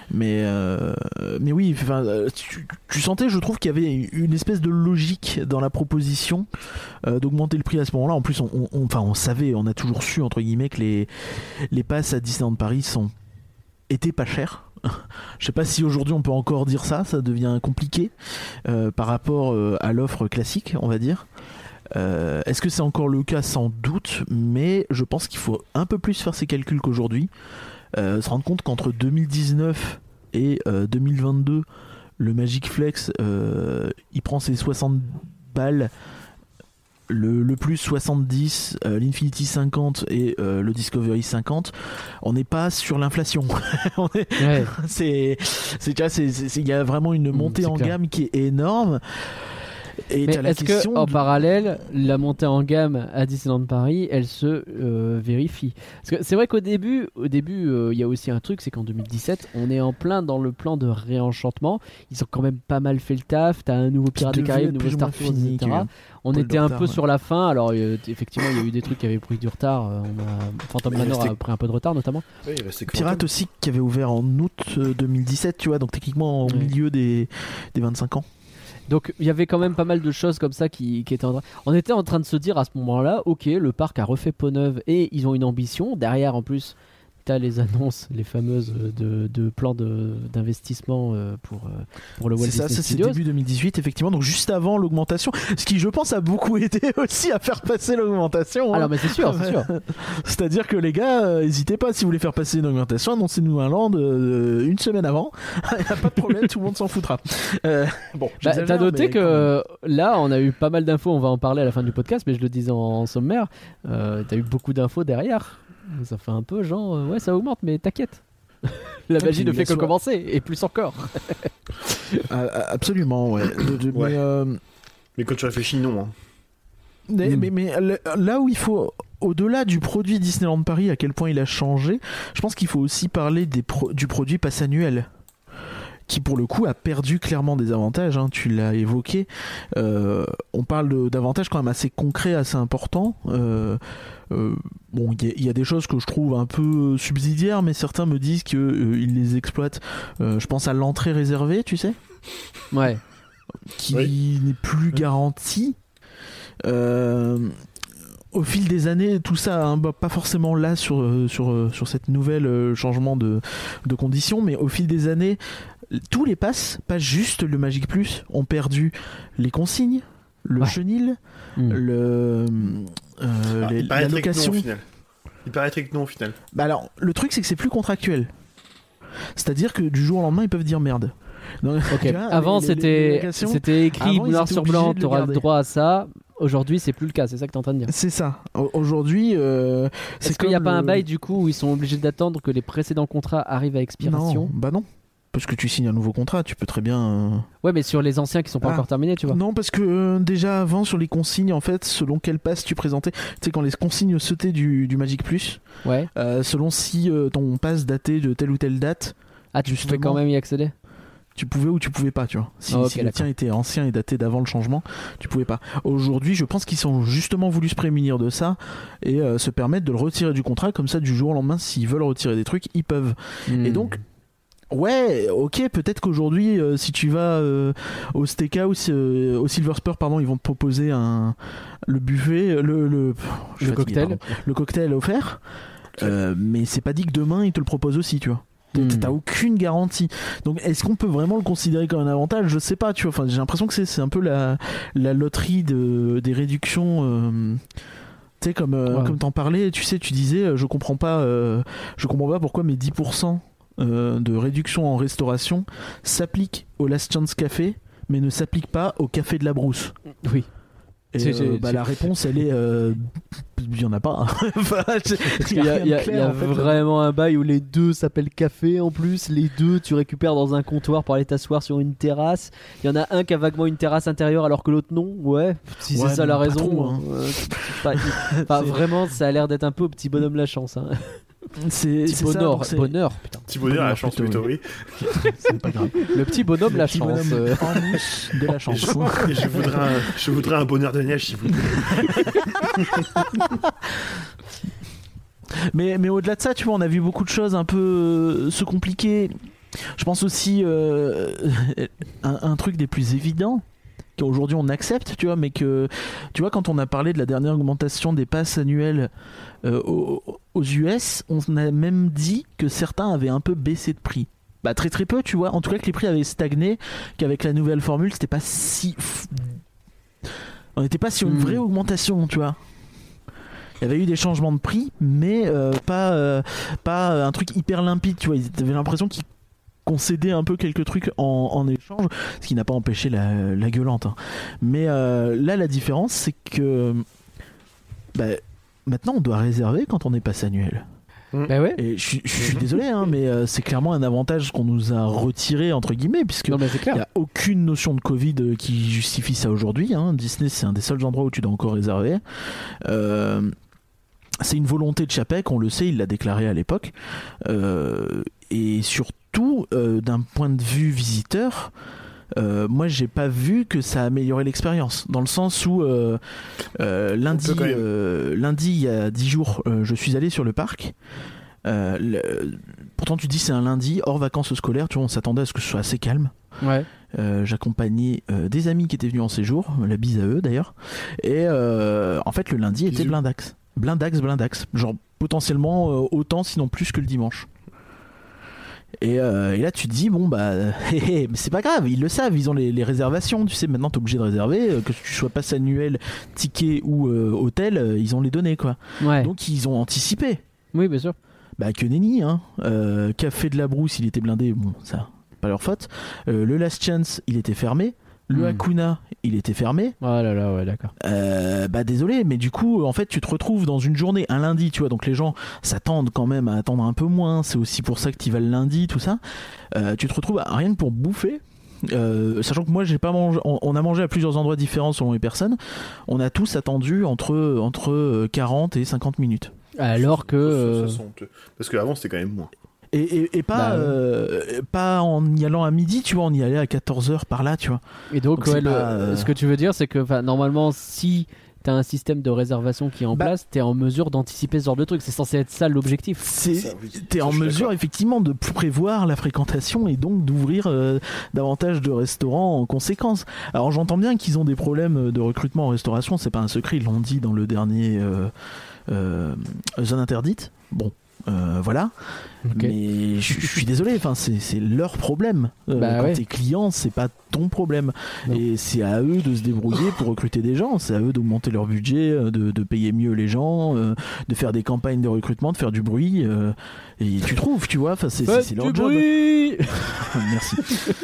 Speaker 2: Mais, euh, mais oui, enfin, tu, tu sentais, je trouve, qu'il y avait une espèce de logique dans la proposition euh, d'augmenter le prix à ce moment-là. En plus, on, on, enfin, on savait, on a toujours su, entre guillemets, que les, les passes à Disneyland Paris sont, étaient pas chères. Je sais pas si aujourd'hui on peut encore dire ça, ça devient compliqué euh, par rapport euh, à l'offre classique, on va dire. Euh, est-ce que c'est encore le cas? Sans doute, mais je pense qu'il faut un peu plus faire ses calculs qu'aujourd'hui. Euh, se rendre compte qu'entre deux mille dix-neuf et euh, deux mille vingt-deux, le Magic Flex, euh, il prend ses soixante balles. Le, le plus soixante-dix, euh, l'Infinity cinquante et euh, le Discovery cinquante, on n'est pas sur l'inflation. on est,
Speaker 1: ouais.
Speaker 2: c'est, c'est, tu vois, c'est, c'est, il y a vraiment une montée mmh, en clair. gamme qui est énorme. Et
Speaker 1: mais est-ce que en de... parallèle, la montée en gamme à Disneyland Paris, elle se euh, vérifie? Parce que c'est vrai qu'au début, au début, il euh, y a aussi un truc, c'est qu'en deux mille dix-sept, on est en plein dans le plan de réenchantement. Ils ont quand même pas mal fait le taf. T'as un nouveau Pirates des Caraïbes, nouveau Star Tours, et cetera. On Paul était un retard, peu ouais. sur la fin. Alors euh, effectivement, il y a eu des trucs qui avaient pris du retard. Euh, on a... Phantom oui, Manor restait... a pris un peu de retard, notamment.
Speaker 3: Oui,
Speaker 2: Pirates aussi, qui avait ouvert en août euh, deux mille dix-sept, tu vois, donc techniquement au oui. milieu des, des vingt-cinq ans.
Speaker 1: Donc il y avait quand même pas mal de choses comme ça qui, qui étaient en train... On était en train de se dire à ce moment-là, ok, le parc a refait peau neuve et ils ont une ambition. Derrière, en plus, t'as les annonces, les fameuses de, de plans de, d'investissement pour, pour le Walt Disney
Speaker 2: ça, ça,
Speaker 1: Studios.
Speaker 2: C'est début deux mille dix-huit, effectivement, donc juste avant l'augmentation. Ce qui, je pense, a beaucoup aidé aussi à faire passer l'augmentation.
Speaker 1: Ah
Speaker 2: hein.
Speaker 1: non, mais c'est sûr, c'est sûr.
Speaker 2: C'est-à-dire que les gars, n'hésitez euh, pas, si vous voulez faire passer une augmentation, annoncez-nous un land euh, une semaine avant. Il n'y a pas de problème, tout le monde s'en foutra. Euh, bon,
Speaker 1: bah, t'as noté que là, on a eu pas mal d'infos, on va en parler à la fin du podcast, mais je le disais en, en sommaire, euh, t'as eu beaucoup d'infos derrière. Ça fait un peu genre, euh, ouais, ça augmente, mais t'inquiète. La magie ne fait que soit... commencer, et plus encore.
Speaker 2: euh, absolument, ouais. De, de,
Speaker 3: ouais.
Speaker 2: Mais, euh...
Speaker 3: mais quand tu réfléchis, non. Hein.
Speaker 2: Mais, mm. mais, mais là où il faut, au-delà du produit Disneyland Paris, à quel point il a changé, je pense qu'il faut aussi parler des pro- du produit pass annuel, qui pour le coup a perdu clairement des avantages, hein, tu l'as évoqué. Euh, on parle de, d'avantages quand même assez concrets, assez importants. Euh, euh, bon, il y, y a des choses que je trouve un peu subsidiaires, mais certains me disent qu'ils euh, les exploitent. Euh, je pense à l'entrée réservée, tu sais,
Speaker 1: ouais,
Speaker 2: qui
Speaker 3: oui.
Speaker 2: n'est plus garantie. Euh, au fil des années, tout ça, hein, bah, pas forcément là sur, sur, sur cette nouvelle euh, changement de, de conditions, mais au fil des années, tous les passes, pas juste le Magic Plus, ont perdu les consignes, le ouais. chenil, mmh. le, euh,
Speaker 3: ah,
Speaker 2: les, la location.
Speaker 3: Non, au final. Il paraîtrait que non au final.
Speaker 2: Bah alors, le truc c'est que c'est plus contractuel. C'est-à-dire que du jour au lendemain, ils peuvent dire merde.
Speaker 1: Donc, okay. vois, Avant, les, c'était, les c'était écrit Avant, noir sur blanc, tu auras le droit à ça. Aujourd'hui, c'est plus le cas, c'est ça que tu es en train de dire.
Speaker 2: C'est ça. Aujourd'hui, euh,
Speaker 1: c'est Est-ce qu'il n'y a le... pas un bail du coup où ils sont obligés d'attendre que les précédents contrats arrivent à expiration?
Speaker 2: Non, bah non. Parce que tu signes un nouveau contrat, tu peux très bien. Euh...
Speaker 1: Ouais, mais sur les anciens qui sont pas ah. encore terminés, tu vois.
Speaker 2: Non, parce que euh, déjà avant, sur les consignes, en fait, selon quel pass tu présentais, tu sais, quand les consignes sautaient du, du Magic Plus,
Speaker 1: ouais.
Speaker 2: euh, selon si euh, ton pass datait de telle ou telle date.
Speaker 1: Ah, tu pouvais quand même y accéder?
Speaker 2: Tu pouvais ou tu pouvais pas, tu vois. Si,
Speaker 1: oh, okay,
Speaker 2: si le tien était ancien et daté d'avant le changement, tu pouvais pas. Aujourd'hui, je pense qu'ils ont justement voulu se prémunir de ça et euh, se permettre de le retirer du contrat, comme ça, du jour au lendemain, s'ils veulent retirer des trucs, ils peuvent. Mmh. Et donc. Ouais, ok, peut-être qu'aujourd'hui, euh, si tu vas euh, au Steakhouse, euh, au Silver Spur, pardon, ils vont te proposer un, le buffet, le, le,
Speaker 1: le cocktail,
Speaker 2: pardon, le cocktail offert, euh, mais c'est pas dit que demain ils te le proposent aussi, tu vois. Mmh. T'as aucune garantie. Donc, est-ce qu'on peut vraiment le considérer comme un avantage? Je sais pas, tu vois. Enfin, j'ai l'impression que c'est, c'est un peu la, la loterie de, des réductions. Euh, tu sais, comme, euh, ouais. comme t'en parlais, tu sais, tu disais, je comprends pas, euh, je comprends pas pourquoi mes dix pour cent Euh, de réduction en restauration s'applique au Last Chance Café mais ne s'applique pas au Café de la Brousse.
Speaker 1: Oui.
Speaker 2: Et c'est, euh, bah, la réponse elle est euh, il y en a pas. Enfin,
Speaker 1: il y a, y a, clair, y a en fait, vraiment là. Un bail où les deux s'appellent café en plus, les deux tu récupères dans un comptoir pour aller t'asseoir sur une terrasse. Il y en a un qui a vaguement une terrasse intérieure alors que l'autre non. Ouais, si ouais, c'est ça la raison. Trop, hein. euh, pas, pas, vraiment, ça a l'air d'être un peu au petit bonhomme la chance. Hein.
Speaker 2: C'est,
Speaker 1: petit
Speaker 2: c'est
Speaker 1: bonheur,
Speaker 2: ça,
Speaker 1: bonheur, putain.
Speaker 3: Petit bonheur, la chance plutôt, oui.
Speaker 2: C'est pas grave.
Speaker 1: Le petit bonhomme,
Speaker 2: le
Speaker 1: la
Speaker 2: petit
Speaker 1: chance.
Speaker 2: Bonhomme en mousse de la chance.
Speaker 3: Et je, et je, voudrais un, je voudrais un bonheur de neige, s'il vous plaît.
Speaker 2: mais, mais au-delà de ça, tu vois, on a vu beaucoup de choses un peu euh, se compliquer Je pense aussi euh, un, un truc des plus évidents qu'aujourd'hui on accepte, tu vois, mais que tu vois quand on a parlé de la dernière augmentation des passes annuelles euh, aux, aux U S, on a même dit que certains avaient un peu baissé de prix. Bah très très peu, tu vois. En tout cas que les prix avaient stagné, qu'avec la nouvelle formule, c'était pas si, on n'était pas sur une vraie augmentation, tu vois. Il y avait eu des changements de prix, mais euh, pas euh, pas un truc hyper limpide, tu vois. Ils avaient l'impression qu'ils concéder un peu quelques trucs en, en échange, ce qui n'a pas empêché la, la gueulante. Hein. Mais euh, là, la différence, c'est que bah, maintenant, on doit réserver quand on est pass annuel.
Speaker 1: Mmh. Bah ouais.
Speaker 2: Et je suis, je suis désolé, hein, mais euh, c'est clairement un avantage qu'on nous a retiré, entre guillemets, puisque il n'y a aucune notion de Covid qui justifie ça aujourd'hui. Hein. Disney, c'est un des seuls endroits où tu dois encore réserver. Euh, c'est une volonté de Chapek, on le sait, il l'a déclaré à l'époque. Euh, et surtout, Tout, euh, d'un point de vue visiteur, euh, moi j'ai pas vu que ça a amélioré l'expérience, dans le sens où euh, euh, lundi, euh, lundi il y a dix jours, euh, je suis allé sur le parc. Euh, le, pourtant tu dis c'est un lundi hors vacances scolaires, tu vois, on s'attendait à ce que ce soit assez calme.
Speaker 1: Ouais.
Speaker 2: Euh, j'accompagnais euh, des amis qui étaient venus en séjour, la bise à eux d'ailleurs, et euh, en fait le lundi était blindax, blindax, blindax, genre potentiellement euh, autant sinon plus que le dimanche. Et, euh, et là tu te dis bon bah hé, hé, mais c'est pas grave, ils le savent, ils ont les, les réservations, tu sais, maintenant t'es obligé de réserver, euh, que tu sois passe annuel, ticket ou euh, hôtel, euh, ils ont les données quoi.
Speaker 1: Ouais.
Speaker 2: Donc ils ont anticipé.
Speaker 1: Oui bien sûr.
Speaker 2: Bah que nenni hein. Euh, Café de la Brousse il était blindé, bon ça pas leur faute. Euh, le Last Chance il était fermé. Le mmh. Hakuna, il était fermé.
Speaker 1: Oh là là, ouais, d'accord.
Speaker 2: Euh, bah désolé, mais du coup, en fait, tu te retrouves dans une journée, un lundi, tu vois, donc les gens s'attendent quand même à attendre un peu moins. C'est aussi pour ça que tu y vas le lundi, tout ça. Euh, tu te retrouves à rien que pour bouffer. Euh, sachant que moi, j'ai pas mangé. On, on a mangé à plusieurs endroits différents selon les personnes. On a tous attendu entre entre quarante et cinquante minutes.
Speaker 1: Alors que euh...
Speaker 3: parce qu'avant c'était quand même moins.
Speaker 2: Et, et, et pas, bah, euh, pas en y allant à midi, tu vois, on y allait à quatorze heures par là, tu vois.
Speaker 1: Et donc, donc ouais, le,
Speaker 2: pas, euh...
Speaker 1: ce que tu veux dire, c'est que normalement, si t'as un système de réservation qui est en bah, place, t'es en mesure d'anticiper ce genre de truc. C'est censé être ça l'objectif.
Speaker 2: C'est, ça, oui, t'es en mesure, effectivement, de prévoir la fréquentation et donc d'ouvrir euh, davantage de restaurants en conséquence. Alors, j'entends bien qu'ils ont des problèmes de recrutement en restauration, c'est pas un secret, ils l'ont dit dans le dernier euh, euh, Zone Interdite. Bon. Euh, voilà, okay. Mais je, je suis désolé, enfin c'est, c'est leur problème. Euh,
Speaker 1: bah
Speaker 2: quand
Speaker 1: ouais.
Speaker 2: t'es client, c'est pas ton problème. Non. Et c'est à eux de se débrouiller pour recruter des gens. C'est à eux d'augmenter leur budget, de, de payer mieux les gens, euh, de faire des campagnes de recrutement, de faire du bruit. Euh, et tu trouves, tu vois, enfin c'est, c'est, c'est leur job.
Speaker 1: Bruit
Speaker 2: Merci.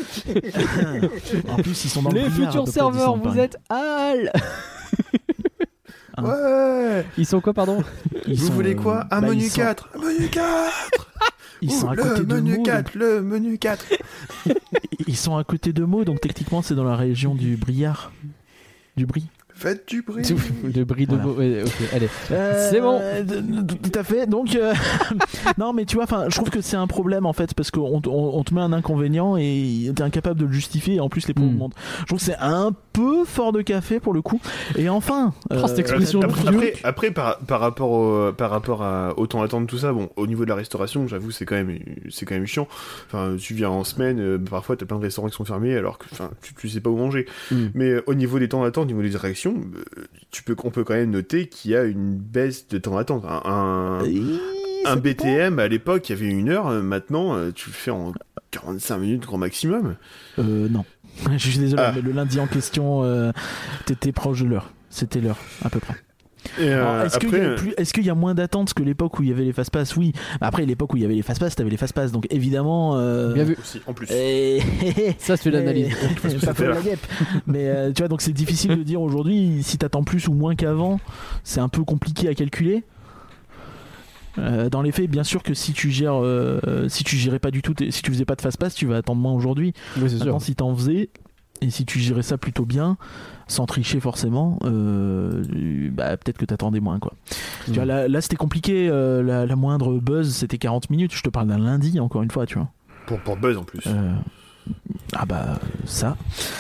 Speaker 2: En plus, ils sont dans
Speaker 1: les
Speaker 2: le
Speaker 1: futurs serveurs. Vous êtes Al.
Speaker 3: Hein. Ouais.
Speaker 1: Ils sont quoi, pardon?
Speaker 3: Ils Vous sont, voulez quoi? Un bah, menu sont... quatre. Un menu quatre.
Speaker 2: Ils Ouh, sont à
Speaker 3: le
Speaker 2: côté de
Speaker 3: menu
Speaker 2: Meaux,
Speaker 3: quatre,
Speaker 2: donc...
Speaker 3: le menu quatre.
Speaker 2: Ils sont à côté de Meaux, donc techniquement c'est dans la région du Briard. Du Brie.
Speaker 3: Faites du bruit.
Speaker 1: Le bris de Meaux. Ouais, ok, allez.
Speaker 2: Euh,
Speaker 1: c'est bon.
Speaker 2: Tout à fait. Donc, euh... non, mais tu vois, enfin, je trouve que c'est un problème en fait, parce qu'on on, on te met un inconvénient et t'es incapable de le justifier. Et en plus, les pauvres mm. monde. Je trouve que c'est un peu fort de café pour le coup. Et enfin,
Speaker 1: euh, oh, cette expression.
Speaker 3: Après, après, après par, par rapport au, par rapport à au temps d'attente tout ça, bon, au niveau de la restauration, j'avoue, c'est quand même, c'est quand même chiant. Enfin, tu viens en semaine, euh, parfois t'as plein de restaurants qui sont fermés, alors que, enfin, tu, tu sais pas où manger. Mm. Mais euh, au niveau des temps d'attente, au niveau des réactions. Tu peux, on peut quand même noter qu'il y a une baisse de temps d'attente. Un, un, oui, un B T M à l'époque, il y avait une heure. Maintenant, tu le fais en quarante-cinq minutes grand maximum.
Speaker 2: Euh, non. Je suis désolé, ah. mais le lundi en question, euh, t'étais proche de l'heure. C'était l'heure, à peu près.
Speaker 3: Et euh,
Speaker 2: Alors, est-ce,
Speaker 3: après,
Speaker 2: qu'il y a plus, est-ce qu'il y a moins d'attente que l'époque où il y avait les fast-pass? Oui. Après, l'époque où il y avait les fast-pass, t'avais les fast-pass. Donc évidemment. Euh...
Speaker 1: Bien vu.
Speaker 3: Aussi, en plus.
Speaker 2: Et...
Speaker 1: Ça, c'est l'analyse.
Speaker 2: Pas faux la guêpe. Mais euh, tu vois, donc c'est difficile de dire aujourd'hui si t'attends plus ou moins qu'avant. C'est un peu compliqué à calculer. Euh, dans les faits, bien sûr que si tu gères, euh, si tu gérais pas du tout, si tu faisais pas de fast-pass, tu vas attendre moins aujourd'hui.
Speaker 1: Oui, c'est
Speaker 2: Maintenant,
Speaker 1: sûr.
Speaker 2: si t'en faisais. Et si tu gérais ça plutôt bien, sans tricher forcément, euh, bah, peut-être que t'attendais moins, quoi. Mmh. Tu vois, là, là c'était compliqué, euh, la, la moindre buzz c'était quarante minutes, je te parle d'un lundi encore une fois, tu vois.
Speaker 3: Pour, pour buzz en plus.
Speaker 2: Euh, Ah bah ça.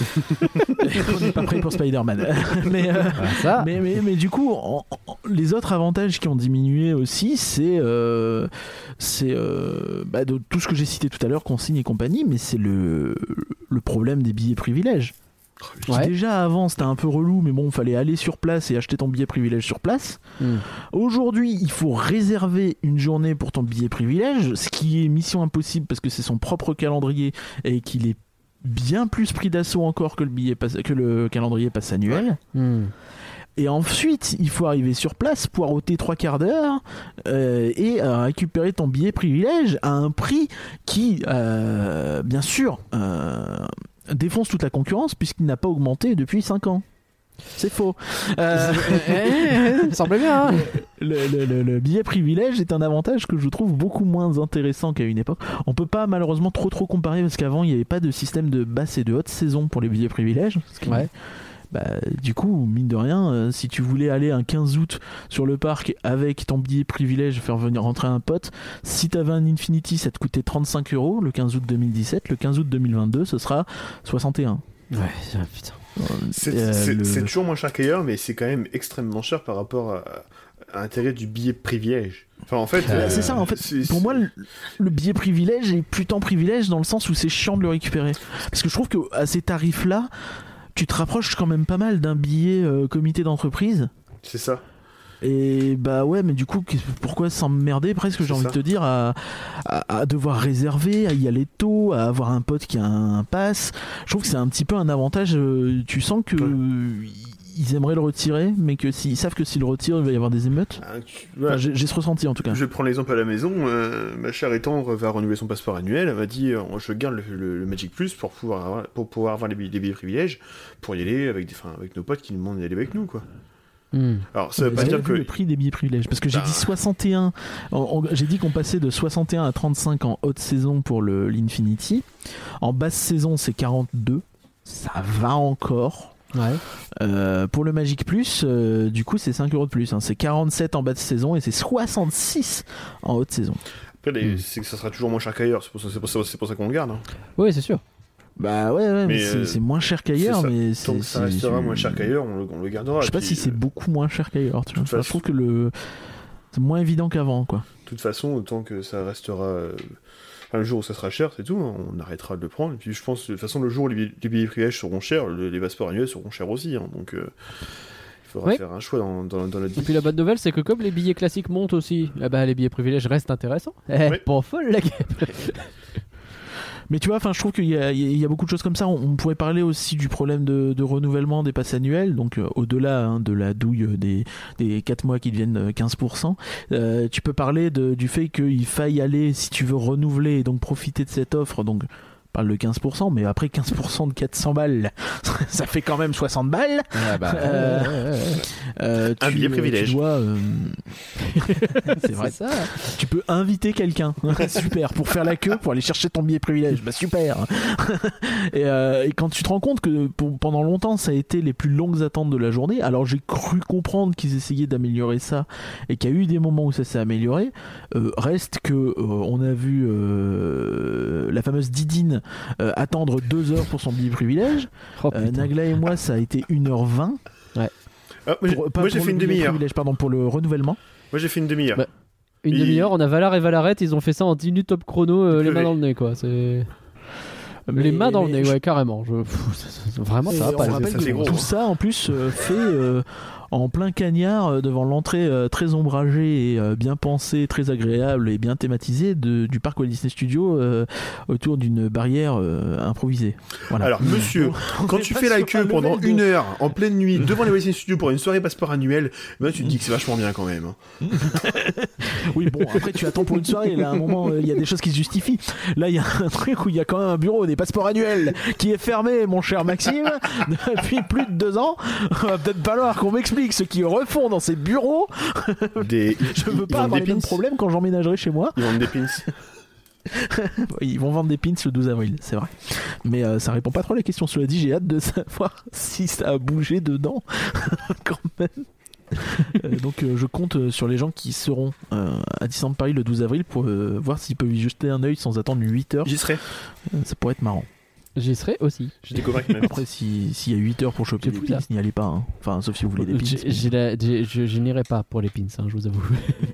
Speaker 2: On n'est pas prêt pour Spider-Man. mais, euh,
Speaker 1: Voilà, ça.
Speaker 2: mais, mais, mais du coup, en, en, les autres avantages qui ont diminué aussi, c'est, euh, c'est euh, bah, de tout ce que j'ai cité tout à l'heure, consigne et compagnie, mais c'est le, le problème des billets privilèges.
Speaker 1: Ouais.
Speaker 2: Déjà avant c'était un peu relou, mais bon, fallait aller sur place et acheter ton billet privilège sur place.
Speaker 1: Mm.
Speaker 2: Aujourd'hui, il faut réserver une journée pour ton billet privilège, ce qui est mission impossible parce que c'est son propre calendrier et qu'il est bien plus pris d'assaut encore que le billet passe, que le calendrier passe annuel.
Speaker 1: Mm.
Speaker 2: Et ensuite, il faut arriver sur place, poireauter trois quarts d'heure euh, et euh, récupérer ton billet privilège à un prix qui, euh, bien sûr, euh, défonce toute la concurrence puisqu'il n'a pas augmenté depuis cinq ans. C'est faux. Euh,
Speaker 1: Ça semblait bien. Hein.
Speaker 2: le, le, le, le billet privilège est un avantage que je trouve beaucoup moins intéressant qu'à une époque. On peut pas malheureusement trop trop comparer parce qu'avant il n'y avait pas de système de basse et de haute saison pour les billets privilèges. Ce qui,
Speaker 1: Ouais.
Speaker 2: bah, du coup, mine de rien, euh, si tu voulais aller un quinze août sur le parc avec ton billet privilège, faire venir rentrer un pote, si t'avais un Infinity, ça te coûtait trente-cinq euros le quinze août deux mille dix-sept. Le quinze août deux mille vingt-deux, ce sera soixante et un.
Speaker 1: Ouais, putain.
Speaker 3: C'est
Speaker 2: Euh,
Speaker 3: c'est-
Speaker 2: le-
Speaker 3: c'est toujours moins cher qu'ailleurs, mais c'est quand même extrêmement cher par rapport à, à l'intérêt du billet privilège. Enfin, en fait,
Speaker 1: Euh,
Speaker 2: Bah, c'est ça, en fait.
Speaker 3: c'est-
Speaker 2: Pour moi, le, le billet privilège est plus tant privilège dans le sens où c'est chiant de le récupérer. Parce que je trouve qu'à ces tarifs-là, tu te rapproches quand même pas mal d'un billet euh, comité d'entreprise.
Speaker 3: c'est ça.
Speaker 2: Et bah ouais, mais du coup, qu'est- pourquoi s'emmerder presque, j'ai
Speaker 3: C'est
Speaker 2: envie
Speaker 3: ça.
Speaker 2: de te dire, à, à, à devoir réserver, à y aller tôt, à avoir un pote qui a un pass. Je trouve que c'est un petit peu un avantage. euh, tu sens que
Speaker 3: Ouais.
Speaker 2: euh, ils aimeraient le retirer, mais que s'ils savent que s'ils le retirent, il va y avoir des émeutes.
Speaker 3: Ah, tu-
Speaker 2: Enfin,
Speaker 3: ouais.
Speaker 2: j'ai, j'ai ce ressenti en tout cas.
Speaker 3: Je prends l'exemple à la maison, euh, ma chère étant va renouveler son passeport annuel, elle m'a dit euh, je garde le, le- le Magic Plus pour pouvoir avoir, pour pouvoir avoir les billets, les billets privilèges, pour y aller avec, des, enfin, avec nos potes qui nous demandent d'y aller avec nous, quoi.
Speaker 1: Mm.
Speaker 3: Alors ça veut
Speaker 2: Vous
Speaker 3: pas
Speaker 2: avez
Speaker 3: dire
Speaker 2: vu
Speaker 3: que...
Speaker 2: le prix des billets privilèges, parce que j'ai
Speaker 3: Bah.
Speaker 2: dit soixante et un, on- on- j'ai dit qu'on passait de soixante et un à trente-cinq en haute saison pour le, l'Infinity. En basse saison, c'est quarante-deux. Ça va encore.
Speaker 1: Ouais.
Speaker 2: Euh, pour le Magic Plus, euh, du coup, c'est cinq euros de plus. Hein. C'est quarante-sept en basse saison et c'est soixante-six en haute saison.
Speaker 3: Après, les-
Speaker 1: Mm.
Speaker 3: c'est que ça sera toujours moins cher qu'ailleurs, c'est pour ça, c'est pour ça, c'est pour ça qu'on le garde. Hein.
Speaker 1: Oui, c'est sûr.
Speaker 2: Bah ouais, ouais, mais,
Speaker 3: Mais,
Speaker 2: c'est,
Speaker 3: euh,
Speaker 2: c'est moins cher qu'ailleurs.
Speaker 3: c'est ça.
Speaker 2: Mais
Speaker 3: Tant
Speaker 2: c'est,
Speaker 3: que ça
Speaker 2: c'est-
Speaker 3: restera
Speaker 2: c'est-
Speaker 3: moins cher qu'ailleurs, on le, on le gardera.
Speaker 2: Je sais pas
Speaker 3: Puis,
Speaker 2: si c'est
Speaker 3: euh,
Speaker 2: beaucoup moins cher qu'ailleurs. Tu vois.
Speaker 3: toute
Speaker 2: Enfin, je
Speaker 3: façon-
Speaker 2: trouve que le c'est moins évident qu'avant, quoi.
Speaker 3: De toute façon, autant que ça restera... euh, enfin, le jour où ça sera cher, c'est tout, hein, on arrêtera de le prendre. Et puis je pense, de toute façon, le jour où les billets, les billets privilèges seront chers, le- les passeports annuels seront chers aussi. Hein, donc euh, il faudra
Speaker 1: Oui.
Speaker 3: faire un choix dans, dans, dans la
Speaker 1: Et
Speaker 3: vie.
Speaker 1: puis la bonne nouvelle, c'est que comme les billets classiques montent aussi, eh ben, les billets privilèges restent intéressants. Eh,
Speaker 3: Oui.
Speaker 1: pas folle la gueule.
Speaker 2: Mais tu vois, enfin, je trouve qu'il y a, il y a beaucoup de choses comme ça. On, on pourrait parler aussi du problème de, de renouvellement des passes annuelles, donc euh, au-delà hein, de la douille des, des quatre mois qui deviennent euh, quinze pour cent. Euh, tu peux parler de, du fait qu'il faille aller, si tu veux renouveler et donc profiter de cette offre, donc on parle de quinze pour cent, mais après quinze pour cent de quatre cents balles, ça fait quand même soixante balles.
Speaker 1: Ah bah,
Speaker 2: Euh,
Speaker 1: ouais, ouais, ouais.
Speaker 2: Euh,
Speaker 3: Un
Speaker 2: tu-
Speaker 3: billet
Speaker 2: euh,
Speaker 3: privilège.
Speaker 2: Tu dois, euh, c'est vrai.
Speaker 1: ça.
Speaker 2: Tu peux inviter quelqu'un, super, pour faire la queue, pour aller chercher ton billet privilège, bah super. et, euh, et quand tu te rends compte que pour- pendant longtemps ça a été les plus longues attentes de la journée, alors j'ai cru comprendre qu'ils essayaient d'améliorer ça et qu'il y a eu des moments où ça s'est amélioré. Euh, reste que euh, on a vu euh, la fameuse Didine euh, attendre deux heures pour son billet privilège.
Speaker 1: Oh,
Speaker 2: Euh,
Speaker 1: putain.
Speaker 2: Nagla et moi ça a été une heure vingt.
Speaker 3: Ah, moi, j'ai-
Speaker 2: Pour- pas
Speaker 3: moi, j'ai
Speaker 2: pour
Speaker 3: fait
Speaker 2: le
Speaker 3: une
Speaker 2: billet
Speaker 3: demi-heure.
Speaker 2: privilège, pardon, pour le renouvellement.
Speaker 3: Moi j'ai fait une demi-heure.
Speaker 1: Bah, Une
Speaker 3: Il-
Speaker 1: demi-heure, on a Valar et Valaret, ils ont fait ça en dix minutes top chrono, euh, les
Speaker 3: Crevé.
Speaker 1: mains dans le nez quoi. C'est...
Speaker 2: Mais-
Speaker 1: les mains dans le
Speaker 2: mais
Speaker 1: nez,
Speaker 2: je-
Speaker 1: ouais, carrément. Je... Pff, ça- ça- vraiment,
Speaker 2: Et
Speaker 1: ça va
Speaker 2: on
Speaker 1: pas. là.
Speaker 2: rappelle
Speaker 3: ça
Speaker 2: que
Speaker 3: fait gros,
Speaker 2: tout
Speaker 3: hein.
Speaker 2: ça en plus euh, fait euh, en plein cagnard euh, devant l'entrée euh, très ombragée et euh, bien pensée, très agréable et bien thématisée de, du parc Walt Disney Studios euh, autour d'une barrière euh, improvisée. Voilà.
Speaker 3: Alors monsieur,
Speaker 2: On
Speaker 3: quand
Speaker 2: est
Speaker 3: tu
Speaker 2: pas
Speaker 3: fais la
Speaker 2: sur
Speaker 3: queue
Speaker 2: un
Speaker 3: pendant
Speaker 2: level de-
Speaker 3: une heure en pleine nuit devant les Walt Disney Studios pour une soirée passeport annuel, ben tu te dis que c'est vachement bien quand même. hein.
Speaker 2: Oui, bon, après tu attends pour une soirée, là à un moment euh, il y a des choses qui se justifient. Là il y a un truc où il y a quand même un bureau des passeports annuels qui est fermé, mon cher Maxime, depuis plus de deux ans. Va peut-être falloir qu'on m'explique ce qu'ils refont dans ces bureaux.
Speaker 3: Des,
Speaker 2: Je veux
Speaker 3: ils
Speaker 2: pas
Speaker 3: vendent
Speaker 2: avoir
Speaker 3: des
Speaker 2: les mêmes
Speaker 3: pins.
Speaker 2: problèmes quand j'emménagerai chez moi.
Speaker 3: Ils vendent des pins.
Speaker 2: Ils vont vendre des pins le douze avril, c'est vrai. Mais euh, ça répond pas trop à la question. Cela dit, j'ai hâte de savoir si ça a bougé dedans quand même. Euh, donc euh, je compte euh, sur les gens qui seront euh, à Disneyland Paris le douze avril pour euh, voir s'ils peuvent y jeter un œil sans attendre huit heures.
Speaker 3: J'y serai.
Speaker 2: Euh, ça pourrait être marrant.
Speaker 1: J'y serai aussi.
Speaker 3: J'étais convaincu même.
Speaker 2: Après, s'il si y a huit heures pour choper
Speaker 1: C'est
Speaker 2: les
Speaker 1: fou,
Speaker 2: pins,
Speaker 1: ça.
Speaker 2: n'y allez pas. Hein. Enfin, sauf si vous voulez des pins.
Speaker 1: J'ai- j'ai la- j'ai- je je n'irai pas pour les pins, hein, je vous avoue.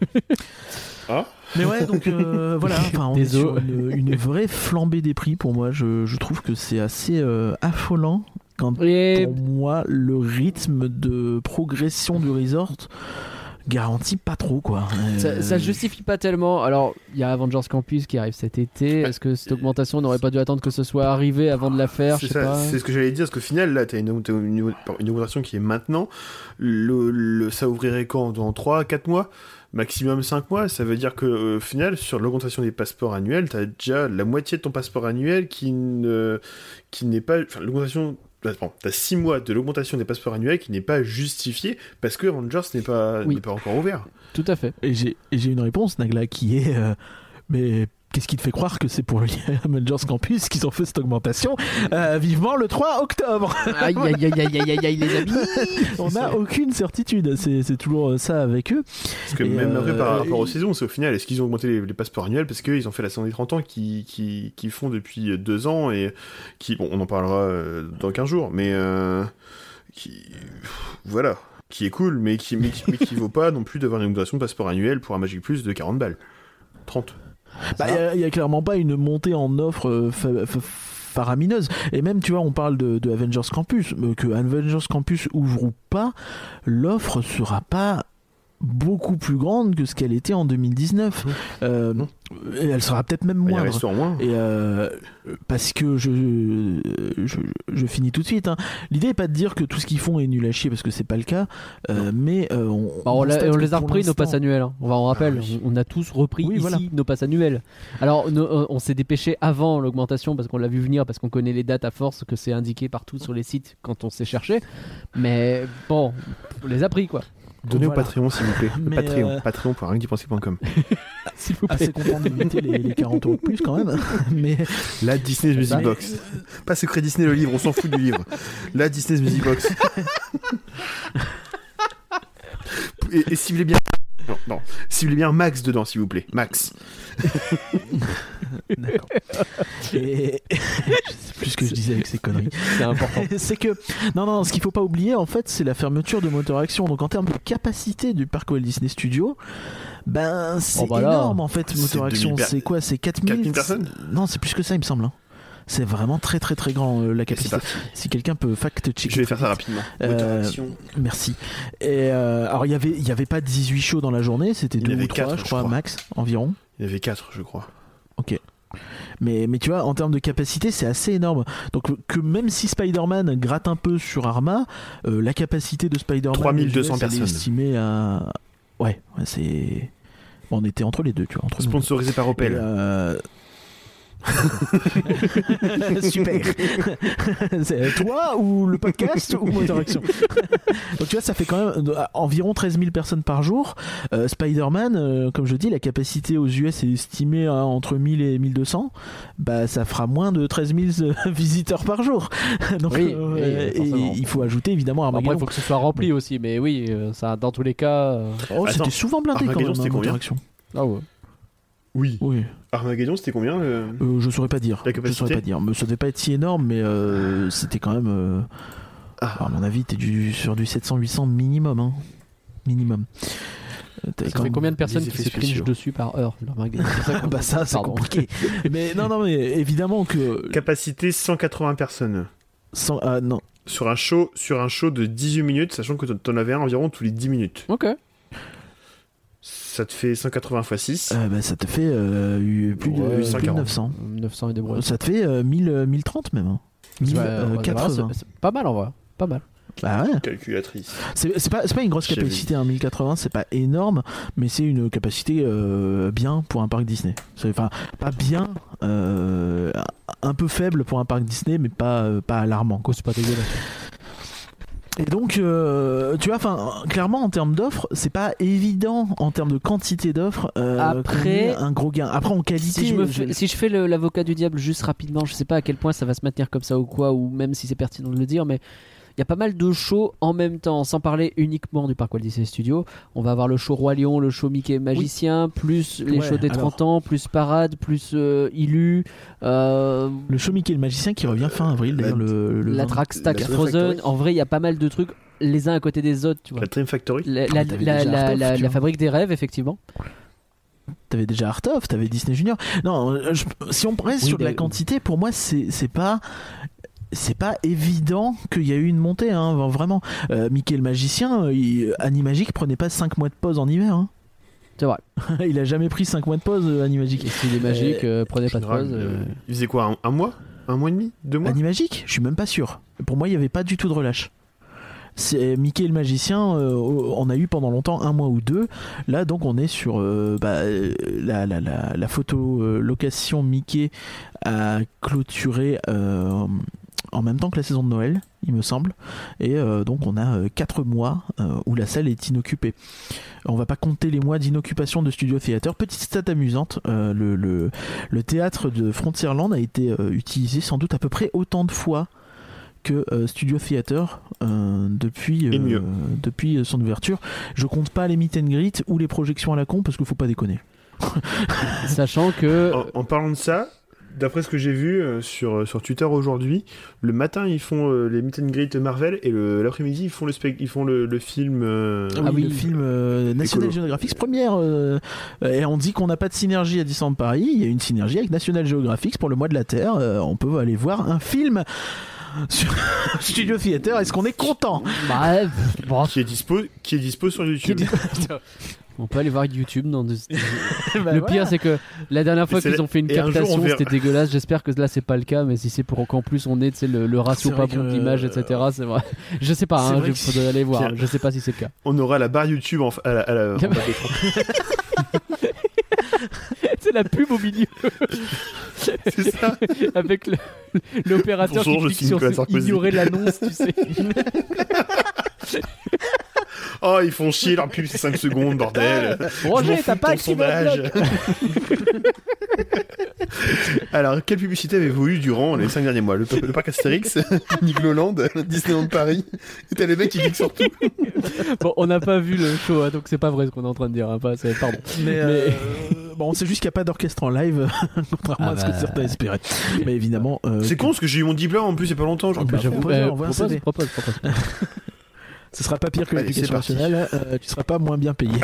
Speaker 3: Ah
Speaker 2: Mais ouais, donc euh, voilà, enfin, on est
Speaker 1: Désolé.
Speaker 2: sur une, une vraie flambée des prix pour moi. Je, je trouve que c'est assez euh, affolant quand
Speaker 1: Et
Speaker 2: pour moi le rythme de progression du resort garantit pas trop quoi.
Speaker 1: ça,
Speaker 2: Euh,
Speaker 1: ça justifie pas tellement. Alors, il y a Avengers Campus qui arrive cet été. Est-ce que cette augmentation n'aurait pas dû attendre que ce soit arrivé avant de la faire? Je
Speaker 3: C'est
Speaker 1: sais
Speaker 3: ça,
Speaker 1: pas.
Speaker 3: c'est ce que j'allais dire, parce qu'au final, là, t'as une, t'as une, une augmentation qui est maintenant. Le, le- ça ouvrirait quand? Dans trois à quatre mois? Maximum cinq mois? Ça veut dire que, au final, sur l'augmentation des passeports annuels, t'as déjà la moitié de ton passeport annuel qui ne, qui n'est pas, enfin, l'augmentation, attends, t'as six mois de l'augmentation des passeports annuels qui n'est pas justifiée parce que Rangers n'est pas,
Speaker 1: Oui.
Speaker 3: n'est pas encore ouvert.
Speaker 1: Tout à fait.
Speaker 2: Et j'ai et j'ai une réponse, Nagla, qui est euh, mais qu'est-ce qui te fait croire que c'est pour le Avengers Campus qu'ils ont fait cette augmentation? Euh, Vivement le trois octobre.
Speaker 1: Aïe, aïe, aïe, aïe, aïe, aïe, aïe, les amis.
Speaker 2: On n'a aucune certitude. C'est c'est toujours ça avec eux.
Speaker 3: Parce que
Speaker 2: Et
Speaker 3: même
Speaker 2: euh,
Speaker 3: après, par rapport
Speaker 2: et-
Speaker 3: aux saisons, c'est au final, est-ce qu'ils ont augmenté les, les passeports annuels parce qu'ils ont fait la saison des trente ans qui, qui, qui font depuis deux ans et qui, bon, on en parlera euh, dans quinze jours, mais euh, qui, voilà, qui est cool, mais qui, mais, qui, mais qui vaut pas non plus d'avoir une augmentation de passeport annuel pour un Magic Plus de quarante balles. trente.
Speaker 2: Bah, il y, a clairement pas une montée en offre euh, fa- fa- faramineuse. Et même, tu vois, on parle de, de Avengers Campus, euh, que Avengers Campus ouvre ou pas, l'offre sera pas beaucoup plus grande que ce qu'elle était en deux mille dix-neuf. Euh,
Speaker 3: Non.
Speaker 2: et elle sera peut-être même
Speaker 3: Il y a un
Speaker 2: moindre.
Speaker 3: restaurant moins.
Speaker 2: Et euh, parce que je, je, je finis tout de suite. Hein. L'idée est pas de dire que tout ce qu'ils font est nul à chier parce que c'est pas le cas, euh, mais euh, on,
Speaker 1: Bah, on, l'a-
Speaker 2: constate
Speaker 1: on
Speaker 2: que
Speaker 1: les a
Speaker 2: pour
Speaker 1: repris nos
Speaker 2: l'instant-
Speaker 1: passes annuelles. hein. On va en rappelle.
Speaker 3: Ah oui.
Speaker 1: On a tous repris
Speaker 2: Oui,
Speaker 1: ici
Speaker 2: voilà.
Speaker 1: nos passes annuelles. Alors, no- on on s'est dépêché avant l'augmentation parce qu'on l'a vu venir, parce qu'on connaît les dates à force que c'est indiqué partout sur les sites quand on s'est cherché. Mais bon, on les a pris quoi.
Speaker 3: Donnez
Speaker 2: Voilà.
Speaker 3: au Patreon, s'il vous plaît.
Speaker 2: Mais,
Speaker 3: Patreon,
Speaker 2: euh,
Speaker 3: patreon point rien que d'y penser point com.
Speaker 1: S'il vous plaît.
Speaker 2: Assez content d'éviter les, les quarante euros de plus quand même. Mais
Speaker 3: La Disney's Music
Speaker 2: Mais-
Speaker 3: Box. Pas Secret Disney le livre, on s'en fout du livre. La Disney's Music Box. et, et ciblez bien. Non, non. Ciblez bien Max dedans, s'il vous plaît. Max.
Speaker 2: d'accord. Et je sais plus ce que je disais avec ces conneries.
Speaker 1: C'est important.
Speaker 2: C'est que non non, ce qu'il faut pas oublier en fait, c'est la fermeture de Motor Action. Donc en termes de capacité du parc Walt Disney Studios, ben c'est
Speaker 1: Oh, bah là.
Speaker 2: énorme en fait.
Speaker 3: C'est
Speaker 2: Motor Action,
Speaker 3: deux mille
Speaker 2: c'est quoi? C'est quatre
Speaker 3: quatre
Speaker 2: mille
Speaker 3: mille personnes.
Speaker 2: Non, c'est plus que ça, il me semble. hein. C'est vraiment très très très grand euh, la
Speaker 3: Et c'est
Speaker 2: capacité.
Speaker 3: parti.
Speaker 2: Si quelqu'un peut fact-checker.
Speaker 3: Je vais faire ça rapidement.
Speaker 2: Euh,
Speaker 3: Motor Action.
Speaker 2: Merci. Et euh, alors il y avait il y avait pas dix-huit shows dans la journée, c'était
Speaker 3: Il y
Speaker 2: deux
Speaker 3: en
Speaker 2: ou
Speaker 3: avait
Speaker 2: trois,
Speaker 3: quatre,
Speaker 2: je
Speaker 3: je
Speaker 2: crois,
Speaker 3: crois.
Speaker 2: max environ.
Speaker 3: Il y avait quatre, je crois.
Speaker 2: Mais, mais tu vois, en termes de capacité, c'est assez énorme. Donc, que même si Spider-Man gratte un peu sur Arma, euh, la capacité de Spider-Man
Speaker 3: trois mille deux cents
Speaker 2: aux U S, elle est
Speaker 3: personnes.
Speaker 2: estimée à. Ouais, ouais, c'est. Bon, on était entre les deux, tu vois. Entre nous.
Speaker 3: Sponsorisé par
Speaker 2: Et,
Speaker 3: Opel.
Speaker 2: euh, Super. C'est toi ou le podcast ou Motor Action. Donc tu vois, ça fait quand même euh, environ treize mille personnes par jour. Euh, Spider-Man, euh, comme je dis, la capacité aux U S est estimée à entre mille et mille deux cents. Bah, ça fera moins de treize mille euh, visiteurs par jour. Donc,
Speaker 1: Oui,
Speaker 2: euh,
Speaker 1: oui,
Speaker 2: et
Speaker 1: forcément.
Speaker 2: il faut ajouter évidemment
Speaker 1: Après, il
Speaker 2: Armageddon.
Speaker 1: faut que ce soit rempli aussi. Mais oui, euh, ça, dans tous les cas. euh,
Speaker 2: Oh,
Speaker 3: Attends,
Speaker 2: c'était souvent blindé quand
Speaker 3: Armageddon,
Speaker 2: même.
Speaker 3: c'était
Speaker 2: hein,
Speaker 3: combien
Speaker 2: Motor Action.
Speaker 1: Ah ouais.
Speaker 3: Oui.
Speaker 2: Oui.
Speaker 3: Armageddon, c'était combien le...
Speaker 2: Euh, je saurais pas dire.
Speaker 3: La
Speaker 2: je
Speaker 3: capacité
Speaker 2: saurais pas dire. Mais ça devait pas être si énorme, mais euh, c'était quand même. euh,
Speaker 3: Ah.
Speaker 2: À mon avis, t'es du, sur du sept cents à huit cents minimum. Hein. Minimum. Euh, t'avais
Speaker 1: Ça
Speaker 2: quand
Speaker 1: fait
Speaker 2: même
Speaker 1: combien de
Speaker 2: des
Speaker 1: personnes qui
Speaker 2: effets
Speaker 1: se cringent
Speaker 2: spéciaux.
Speaker 1: dessus par heure leur magasin C'est ça qu'on-
Speaker 2: Bah ça, c'est
Speaker 1: Pardon.
Speaker 2: compliqué. Mais non, non, mais évidemment que.
Speaker 3: Capacité cent quatre-vingts personnes.
Speaker 2: Sans, ah, non.
Speaker 3: Sur un show, sur un show de dix-huit minutes, sachant que t'en avais un environ tous les dix minutes.
Speaker 1: Ok.
Speaker 3: Ça te fait cent quatre-vingts fois six.
Speaker 2: Euh, bah, ça te fait euh, plus, de,
Speaker 1: Ouais,
Speaker 2: plus de
Speaker 3: cent quarante.
Speaker 2: neuf cents.
Speaker 1: neuf cents et des brouettes.
Speaker 2: Ça te fait euh, mille, euh, mille trente même. Hein. mille quatre-vingts.
Speaker 1: C'est pas mal en vrai. Pas mal.
Speaker 2: Bah ouais.
Speaker 3: Calculatrice.
Speaker 2: C'est c'est pas, c'est pas une grosse
Speaker 3: J'avais
Speaker 2: capacité, hein, mille quatre-vingts, c'est pas énorme, mais c'est une capacité euh, bien pour un parc Disney. C'est, enfin, pas bien, euh, un peu faible pour un parc Disney, mais pas, euh, pas alarmant.
Speaker 1: Quoi, c'est pas dégueulasse.
Speaker 2: Et donc, euh, tu vois, enfin, clairement, en termes d'offres, c'est pas évident en termes de quantité d'offres. Euh,
Speaker 1: Après-
Speaker 2: qu'on ait un gros gain. Après, en qualité,
Speaker 1: Si je, me
Speaker 2: je-
Speaker 1: fais, si je fais le- l'avocat du diable juste rapidement, je sais pas à quel point ça va se maintenir comme ça ou quoi, ou même si c'est pertinent de le dire, mais il y a pas mal de shows en même temps, sans parler uniquement du parc Walt Disney Studios. On va avoir le show Roi Lion, le show Mickey Magicien, oui. plus les ouais, shows des trente alors... ans, plus Parade, plus euh, Illu. Euh...
Speaker 2: Le show Mickey le Magicien qui revient fin avril, d'ailleurs. Le, le
Speaker 1: la track Stack Frozen. En vrai, il y a pas mal de trucs les uns à côté des autres, tu vois.
Speaker 3: La Dream Factory.
Speaker 1: La, la, la, la, la, la, la fabrique des rêves, effectivement.
Speaker 2: T'avais déjà Art of, t'avais Disney Junior. Non, je, si on reste oui, sur de la quantité, pour moi, c'est, c'est pas... c'est pas évident qu'il y a eu une montée, hein, vraiment. Euh, Mickey le Magicien, il, Animagic prenait pas cinq mois de pause en hiver. Hein.
Speaker 1: C'est vrai.
Speaker 2: Il a jamais pris cinq mois de pause, euh, Animagic.
Speaker 1: Et si les Magic euh, prenaient pas de pause. Euh...
Speaker 3: Il faisait quoi, un, un mois Un mois et demi Deux mois
Speaker 2: Animagic ? Je suis même pas sûr. Pour moi, il y avait pas du tout de relâche. C'est Mickey le Magicien, euh, on a eu pendant longtemps un mois ou deux. Là, donc, on est sur euh, bah, la, la, la, la photo euh, location Mickey a clôturé euh, en même temps que la saison de Noël, il me semble. Et euh, donc, on a euh, quatre mois euh, où la salle est inoccupée. On va pas compter les mois d'inoccupation de Studio Theater. Petite stat amusante, euh, le, le, le théâtre de Frontierland a été euh, utilisé sans doute à peu près autant de fois que euh, Studio Theater euh, depuis, euh, depuis son ouverture. Je compte pas les meet and greet ou les projections à la con parce qu'il faut pas déconner.
Speaker 1: Sachant que...
Speaker 3: En, en parlant de ça, d'après ce que j'ai vu euh, sur, sur Twitter aujourd'hui, le matin ils font euh, les meet and greet Marvel et le, l'après-midi ils font le, spec- ils font le, le film... Euh...
Speaker 2: Ah oui, oui, le film euh, National Geographic première. Euh, et on dit qu'on n'a pas de synergie à Disneyland Paris. Il y a une synergie avec National Geographic pour le mois de la Terre. Euh, on peut aller voir un film... sur Studio Theater, est-ce qu'on est content?
Speaker 1: Bah, bon.
Speaker 3: qui est dispo, qui est dispo sur YouTube.
Speaker 1: On peut aller voir YouTube dans des...
Speaker 2: bah
Speaker 1: le
Speaker 2: voilà.
Speaker 1: pire c'est que la dernière fois qu'ils
Speaker 3: la...
Speaker 1: ont fait une
Speaker 3: et
Speaker 1: captation
Speaker 3: verra...
Speaker 1: c'était dégueulasse. J'espère que là c'est pas le cas, mais si c'est pour qu'en plus on ait le, le ratio pas bon d'image, et cetera. C'est vrai. Je sais pas, hein, il faudrait aller voir. Je sais pas si c'est le cas.
Speaker 3: On aura la barre YouTube en, à la, à la, en bas d'écran.
Speaker 1: C'est la pub au milieu.
Speaker 3: C'est ça.
Speaker 1: Avec le, l'opérateur
Speaker 3: Bonjour,
Speaker 1: qui clique sur ce, ignorer l'annonce, tu sais.
Speaker 3: Oh, ils font chier leur pub, c'est cinq secondes, bordel.
Speaker 1: Roger, t'as pas activé le bloc.
Speaker 3: Alors, quelle publicité avez-vous eu durant les cinq derniers mois? Le, le parc Astérix, Nigloland, Disneyland Paris. Et t'as les mecs qui cliquent sur tout.
Speaker 1: Bon, on n'a pas vu le show, hein, donc c'est pas vrai ce qu'on est en train de dire. Hein, pas, c'est, pardon.
Speaker 2: Mais, Mais... Euh, bon, on sait juste qu'il n'y a pas d'orchestre en live, contrairement ah bah... à ce que certains espéraient. Mais évidemment. Euh,
Speaker 3: c'est que... con parce que j'ai eu mon diplôme en plus il y a pas longtemps. Genre,
Speaker 2: bah, je propose,
Speaker 1: euh,
Speaker 2: on voit
Speaker 1: propose, un propose, propose, propose.
Speaker 2: Ce sera pas pire que
Speaker 3: Allez,
Speaker 2: l'éducation nationale, euh, tu seras pas moins bien payé.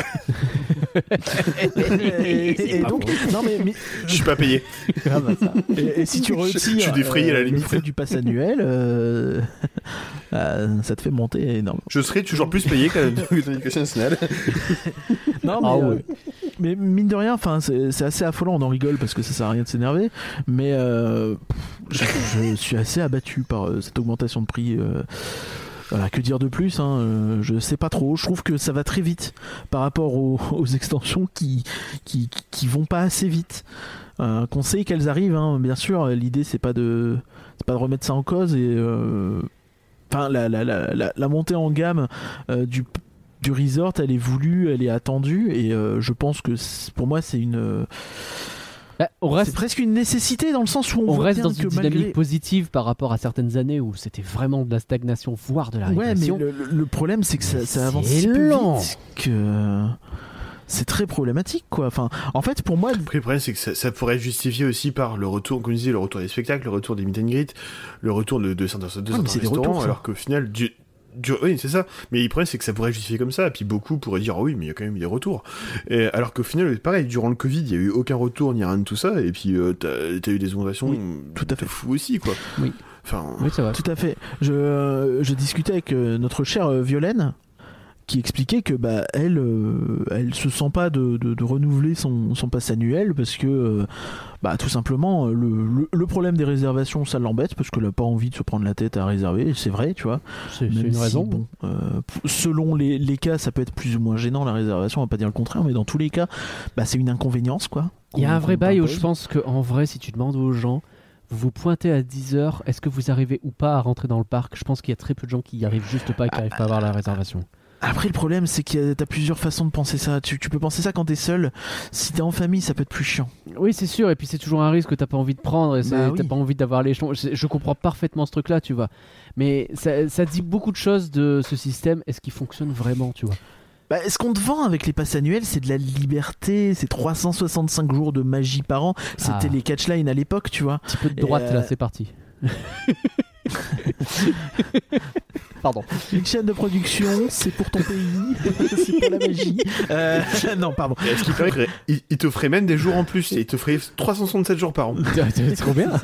Speaker 2: et, et, et donc, non mais, mais
Speaker 3: je suis pas payé.
Speaker 2: Ah bah ça. Et, et si tu retires
Speaker 3: je, je suis défrayé
Speaker 2: euh,
Speaker 3: à la limite.
Speaker 2: le prix du pass annuel, euh, euh, ça te fait monter énorme.
Speaker 3: Je serai toujours plus payé que l'éducation nationale.
Speaker 2: Non mais, ah, ouais. euh, mais mine de rien, enfin c'est, c'est assez affolant. On en rigole parce que ça sert à rien de s'énerver, mais euh, je, je suis assez abattu par euh, cette augmentation de prix. Euh, Voilà, que dire de plus, hein, euh, je sais pas trop. Je trouve que ça va très vite par rapport aux, aux extensions qui, qui, qui vont pas assez vite. Euh, qu'on sait qu'elles arrivent, hein, bien sûr. L'idée c'est pas de c'est pas de remettre ça en cause et enfin euh, la, la, la, la, la montée en gamme euh, du du resort, elle est voulue, elle est attendue et euh, je pense que pour moi c'est une euh,
Speaker 1: Bah, on reste...
Speaker 2: C'est presque une nécessité dans le sens où on,
Speaker 1: on
Speaker 2: voit
Speaker 1: reste
Speaker 2: bien
Speaker 1: dans
Speaker 2: que
Speaker 1: une dynamique
Speaker 2: malgré...
Speaker 1: positive par rapport à certaines années où c'était vraiment de la stagnation, voire de la
Speaker 2: Ouais,
Speaker 1: régression.
Speaker 2: mais le, le problème c'est que ça, ça avance
Speaker 1: c'est
Speaker 2: si peu
Speaker 1: lent.
Speaker 2: vite que c'est très problématique, quoi. Enfin, en fait, pour moi,
Speaker 3: après, le problème c'est que ça, ça pourrait être justifié aussi par le retour, comme je disais, le retour des spectacles, le retour des meet and greet, le retour de, de certains, de
Speaker 2: ouais,
Speaker 3: certains restaurants, retours, alors qu'au final, du... Du... oui c'est ça, mais le problème c'est que ça pourrait justifier comme ça, et puis beaucoup pourraient dire oh, oui mais il y a quand même eu des retours, et alors qu'au final pareil, durant le Covid il y a eu aucun retour ni rien de tout ça, et puis euh, t'as, t'as eu des inondations
Speaker 2: oui, tout à fait
Speaker 3: fou aussi quoi.
Speaker 1: Oui,
Speaker 3: enfin,
Speaker 1: oui c'est vrai.
Speaker 2: Tout à fait. Je, euh, je discutais avec euh, notre chère euh, Violaine qui expliquait que bah elle euh, elle se sent pas de, de, de renouveler son, son pass annuel parce que euh, bah tout simplement le, le, le problème des réservations ça l'embête parce qu'elle a pas envie de se prendre la tête à réserver, c'est vrai, tu vois,
Speaker 1: c'est, c'est une si, raison
Speaker 2: bon, euh, selon les, les cas ça peut être plus ou moins gênant la réservation, on va pas dire le contraire, mais dans tous les cas bah c'est une inconvénience quoi.
Speaker 1: Il y a un vrai bail où je pense qu'en vrai si tu demandes aux gens vous vous pointez à dix heures, est-ce que vous arrivez ou pas à rentrer dans le parc, je pense qu'il y a très peu de gens qui y arrivent juste pas et qui n'arrivent pas à avoir la réservation.
Speaker 2: Après, le problème, c'est que t'as plusieurs façons de penser ça. Tu, tu peux penser ça quand t'es seul. Si t'es en famille, ça peut être plus chiant.
Speaker 1: Oui, c'est sûr. Et puis, c'est toujours un risque que t'as pas envie de prendre. Et
Speaker 2: Bah oui.
Speaker 1: t'as pas envie d'avoir l'échelon. Je, je comprends parfaitement ce truc-là, tu vois. Mais ça, ça dit beaucoup de choses de ce système. Est-ce qu'il fonctionne vraiment, tu vois?
Speaker 2: Bah, ce qu'on te vend avec les passes annuelles, c'est de la liberté, c'est trois cent soixante-cinq jours de magie par an. C'était
Speaker 1: Ah.
Speaker 2: les catchlines à l'époque, tu vois.
Speaker 1: Un petit peu de droite,
Speaker 2: Et, euh,
Speaker 1: là, c'est parti. Pardon.
Speaker 2: Une chaîne de production, c'est pour ton pays, c'est pour la magie. Euh, non, pardon.
Speaker 3: Et à ce qui paraît, il, il t'offrait même des jours en plus. Il t'offrait trois cent soixante-sept jours par an.
Speaker 1: C'est trop bien.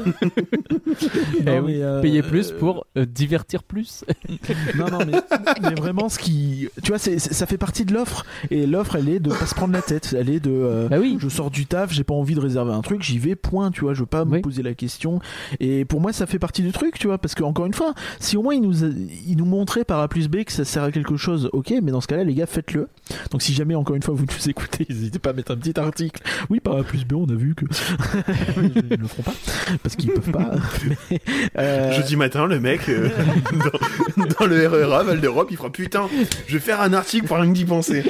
Speaker 1: Eh
Speaker 2: Non,
Speaker 1: oui,
Speaker 2: mais, euh,
Speaker 1: payer plus
Speaker 2: euh,
Speaker 1: pour euh, divertir plus.
Speaker 2: Non, non, mais, mais vraiment, ce qui. Tu vois, c'est, c'est- ça fait partie de l'offre. Et l'offre, elle est de pas se prendre la tête. Elle est de. euh,
Speaker 1: Bah oui.
Speaker 2: Je sors du taf, j'ai pas envie de réserver un truc, j'y vais, point, tu vois. Je veux pas me
Speaker 1: Oui.
Speaker 2: poser la question. Et pour moi, ça fait partie du truc, tu vois. Parce que, encore une fois, si au moins ils nous, a- ils nous montraient par A plus B que ça sert à quelque chose, ok, mais dans ce cas-là, les gars, faites-le. Donc, si jamais, encore une fois, vous nous écoutez, n'hésitez pas à mettre un petit article. Oui, par A plus B, on a vu que. Ils ne le feront pas. Parce qu'ils peuvent pas. Mais, euh,
Speaker 3: Jeudi matin, le mec, euh, dans, dans le R E R A, Val d'Europe, il fera putain, je vais faire un article pour rien que d'y penser.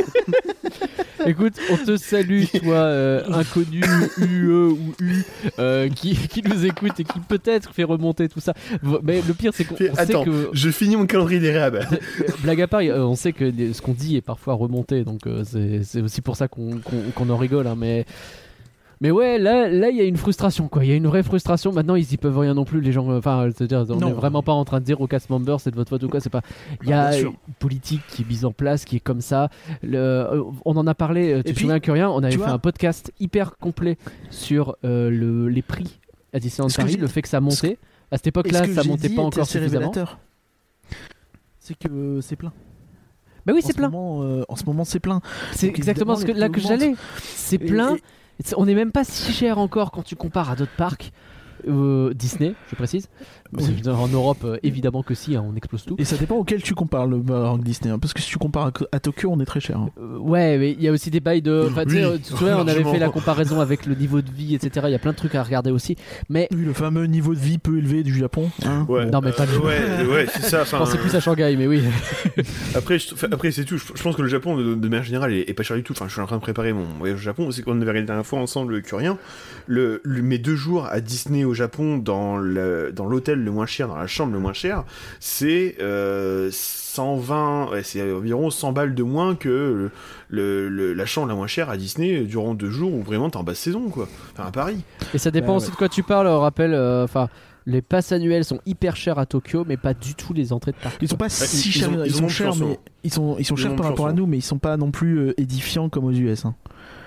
Speaker 1: Écoute, on te salue, toi, euh, inconnu, U E ou U, euh, qui, qui nous écoute et qui peut-être fait remonter tout ça. Mais le pire, c'est qu'on on
Speaker 3: Attends,
Speaker 1: sait que.
Speaker 3: je finis mon calendrier des réhab.
Speaker 1: Euh, Blague à part, euh, on sait que les- ce qu'on dit est parfois remonté, donc euh, c'est c'est aussi pour ça qu'on qu'on- qu'on en rigole. Hein, mais, mais ouais, là, là, il y a une frustration, quoi. Il y a une vraie frustration. Maintenant, ils y peuvent rien non plus, les gens. Enfin, c'est-à-dire, on
Speaker 2: Non.
Speaker 1: n'est vraiment pas en train de dire au cast member c'est de votre faute ou quoi. C'est pas. Il y
Speaker 2: Ah,
Speaker 1: a
Speaker 2: bien sûr.
Speaker 1: une politique qui est mise en place, qui est comme ça. Le, euh, on en a parlé. euh, Tu
Speaker 2: Et
Speaker 1: te
Speaker 2: puis,
Speaker 1: souviens que rien On avait
Speaker 2: tu
Speaker 1: fait
Speaker 2: vois-
Speaker 1: un podcast hyper complet sur euh, le, les prix à Disneyland
Speaker 2: Ce que
Speaker 1: Paris,
Speaker 2: j'ai-
Speaker 1: le fait que ça montait. À cette
Speaker 2: et
Speaker 1: époque-là,
Speaker 2: ce que
Speaker 1: ça
Speaker 2: j'ai
Speaker 1: montait
Speaker 2: dit
Speaker 1: pas
Speaker 2: était
Speaker 1: encore
Speaker 2: assez
Speaker 1: suffisamment.
Speaker 2: révélateur. C'est que c'est plein.
Speaker 1: Bah oui,
Speaker 2: En
Speaker 1: c'est
Speaker 2: ce
Speaker 1: plein.
Speaker 2: moment, euh, en ce moment, c'est plein.
Speaker 1: C'est
Speaker 2: Donc,
Speaker 1: exactement ce que,
Speaker 2: évidemment,
Speaker 1: là
Speaker 2: les
Speaker 1: que
Speaker 2: prix
Speaker 1: j'allais. C'est
Speaker 2: Et-
Speaker 1: plein.
Speaker 2: et-
Speaker 1: C'est- On n'est même pas si cher encore quand tu compares à d'autres parcs. Euh, Disney, je précise.
Speaker 2: Oui.
Speaker 1: En Europe, euh, évidemment que si, hein, on explose tout.
Speaker 2: Et ça dépend auquel tu compares le parc Disney. hein, Parce que si tu compares à, à Tokyo, on est très cher. hein.
Speaker 1: Euh, ouais, mais il y a aussi des bails de. Enfin, tu sais,
Speaker 3: Oui,
Speaker 1: euh, tu te souviens, on avait
Speaker 3: largement.
Speaker 1: fait la comparaison avec le niveau de vie, et cetera. Il y a plein de trucs à regarder aussi. Mais
Speaker 2: Oui, le fameux niveau de vie peu élevé du Japon. hein.
Speaker 3: Ouais,
Speaker 1: Non, mais pas
Speaker 3: euh,
Speaker 1: du-
Speaker 3: ouais, ouais, c'est ça.
Speaker 1: je
Speaker 3: enfin,
Speaker 1: pensais plus à Shanghai, mais oui.
Speaker 3: Après, je- enfin, après c'est tout. Je, je pense que le Japon, de, de manière générale, est, est pas cher du tout. Enfin, je suis en train de préparer mon voyage au Japon. C'est qu'on avait regardé la dernière fois ensemble le Curien. Le, le- mes deux jours à Disney au Japon, dans le, dans l'hôtel le moins cher, dans la chambre le moins cher, c'est euh, cent vingt, ouais, c'est environ cent balles de moins que le, le- la chambre la moins chère à Disney durant deux jours où vraiment t'es en basse saison, quoi. Enfin, à Paris.
Speaker 1: Et ça dépend
Speaker 2: Bah,
Speaker 1: aussi
Speaker 2: ouais.
Speaker 1: de quoi tu parles. Rappelle, euh, enfin. Les passes annuelles sont hyper chères à Tokyo, mais pas du tout les entrées de parc.
Speaker 2: Ils sont pas si
Speaker 3: ils
Speaker 2: chers.
Speaker 3: ont-
Speaker 2: Ils,
Speaker 3: ils ont
Speaker 2: sont
Speaker 3: de
Speaker 2: chers,
Speaker 3: chance,
Speaker 2: mais
Speaker 3: hein.
Speaker 2: ils sont ils sont
Speaker 3: Ils
Speaker 2: chers
Speaker 3: ont
Speaker 2: par
Speaker 3: de
Speaker 2: rapport
Speaker 3: chance,
Speaker 2: à nous, mais ils sont pas non plus euh, édifiants comme aux U S. hein.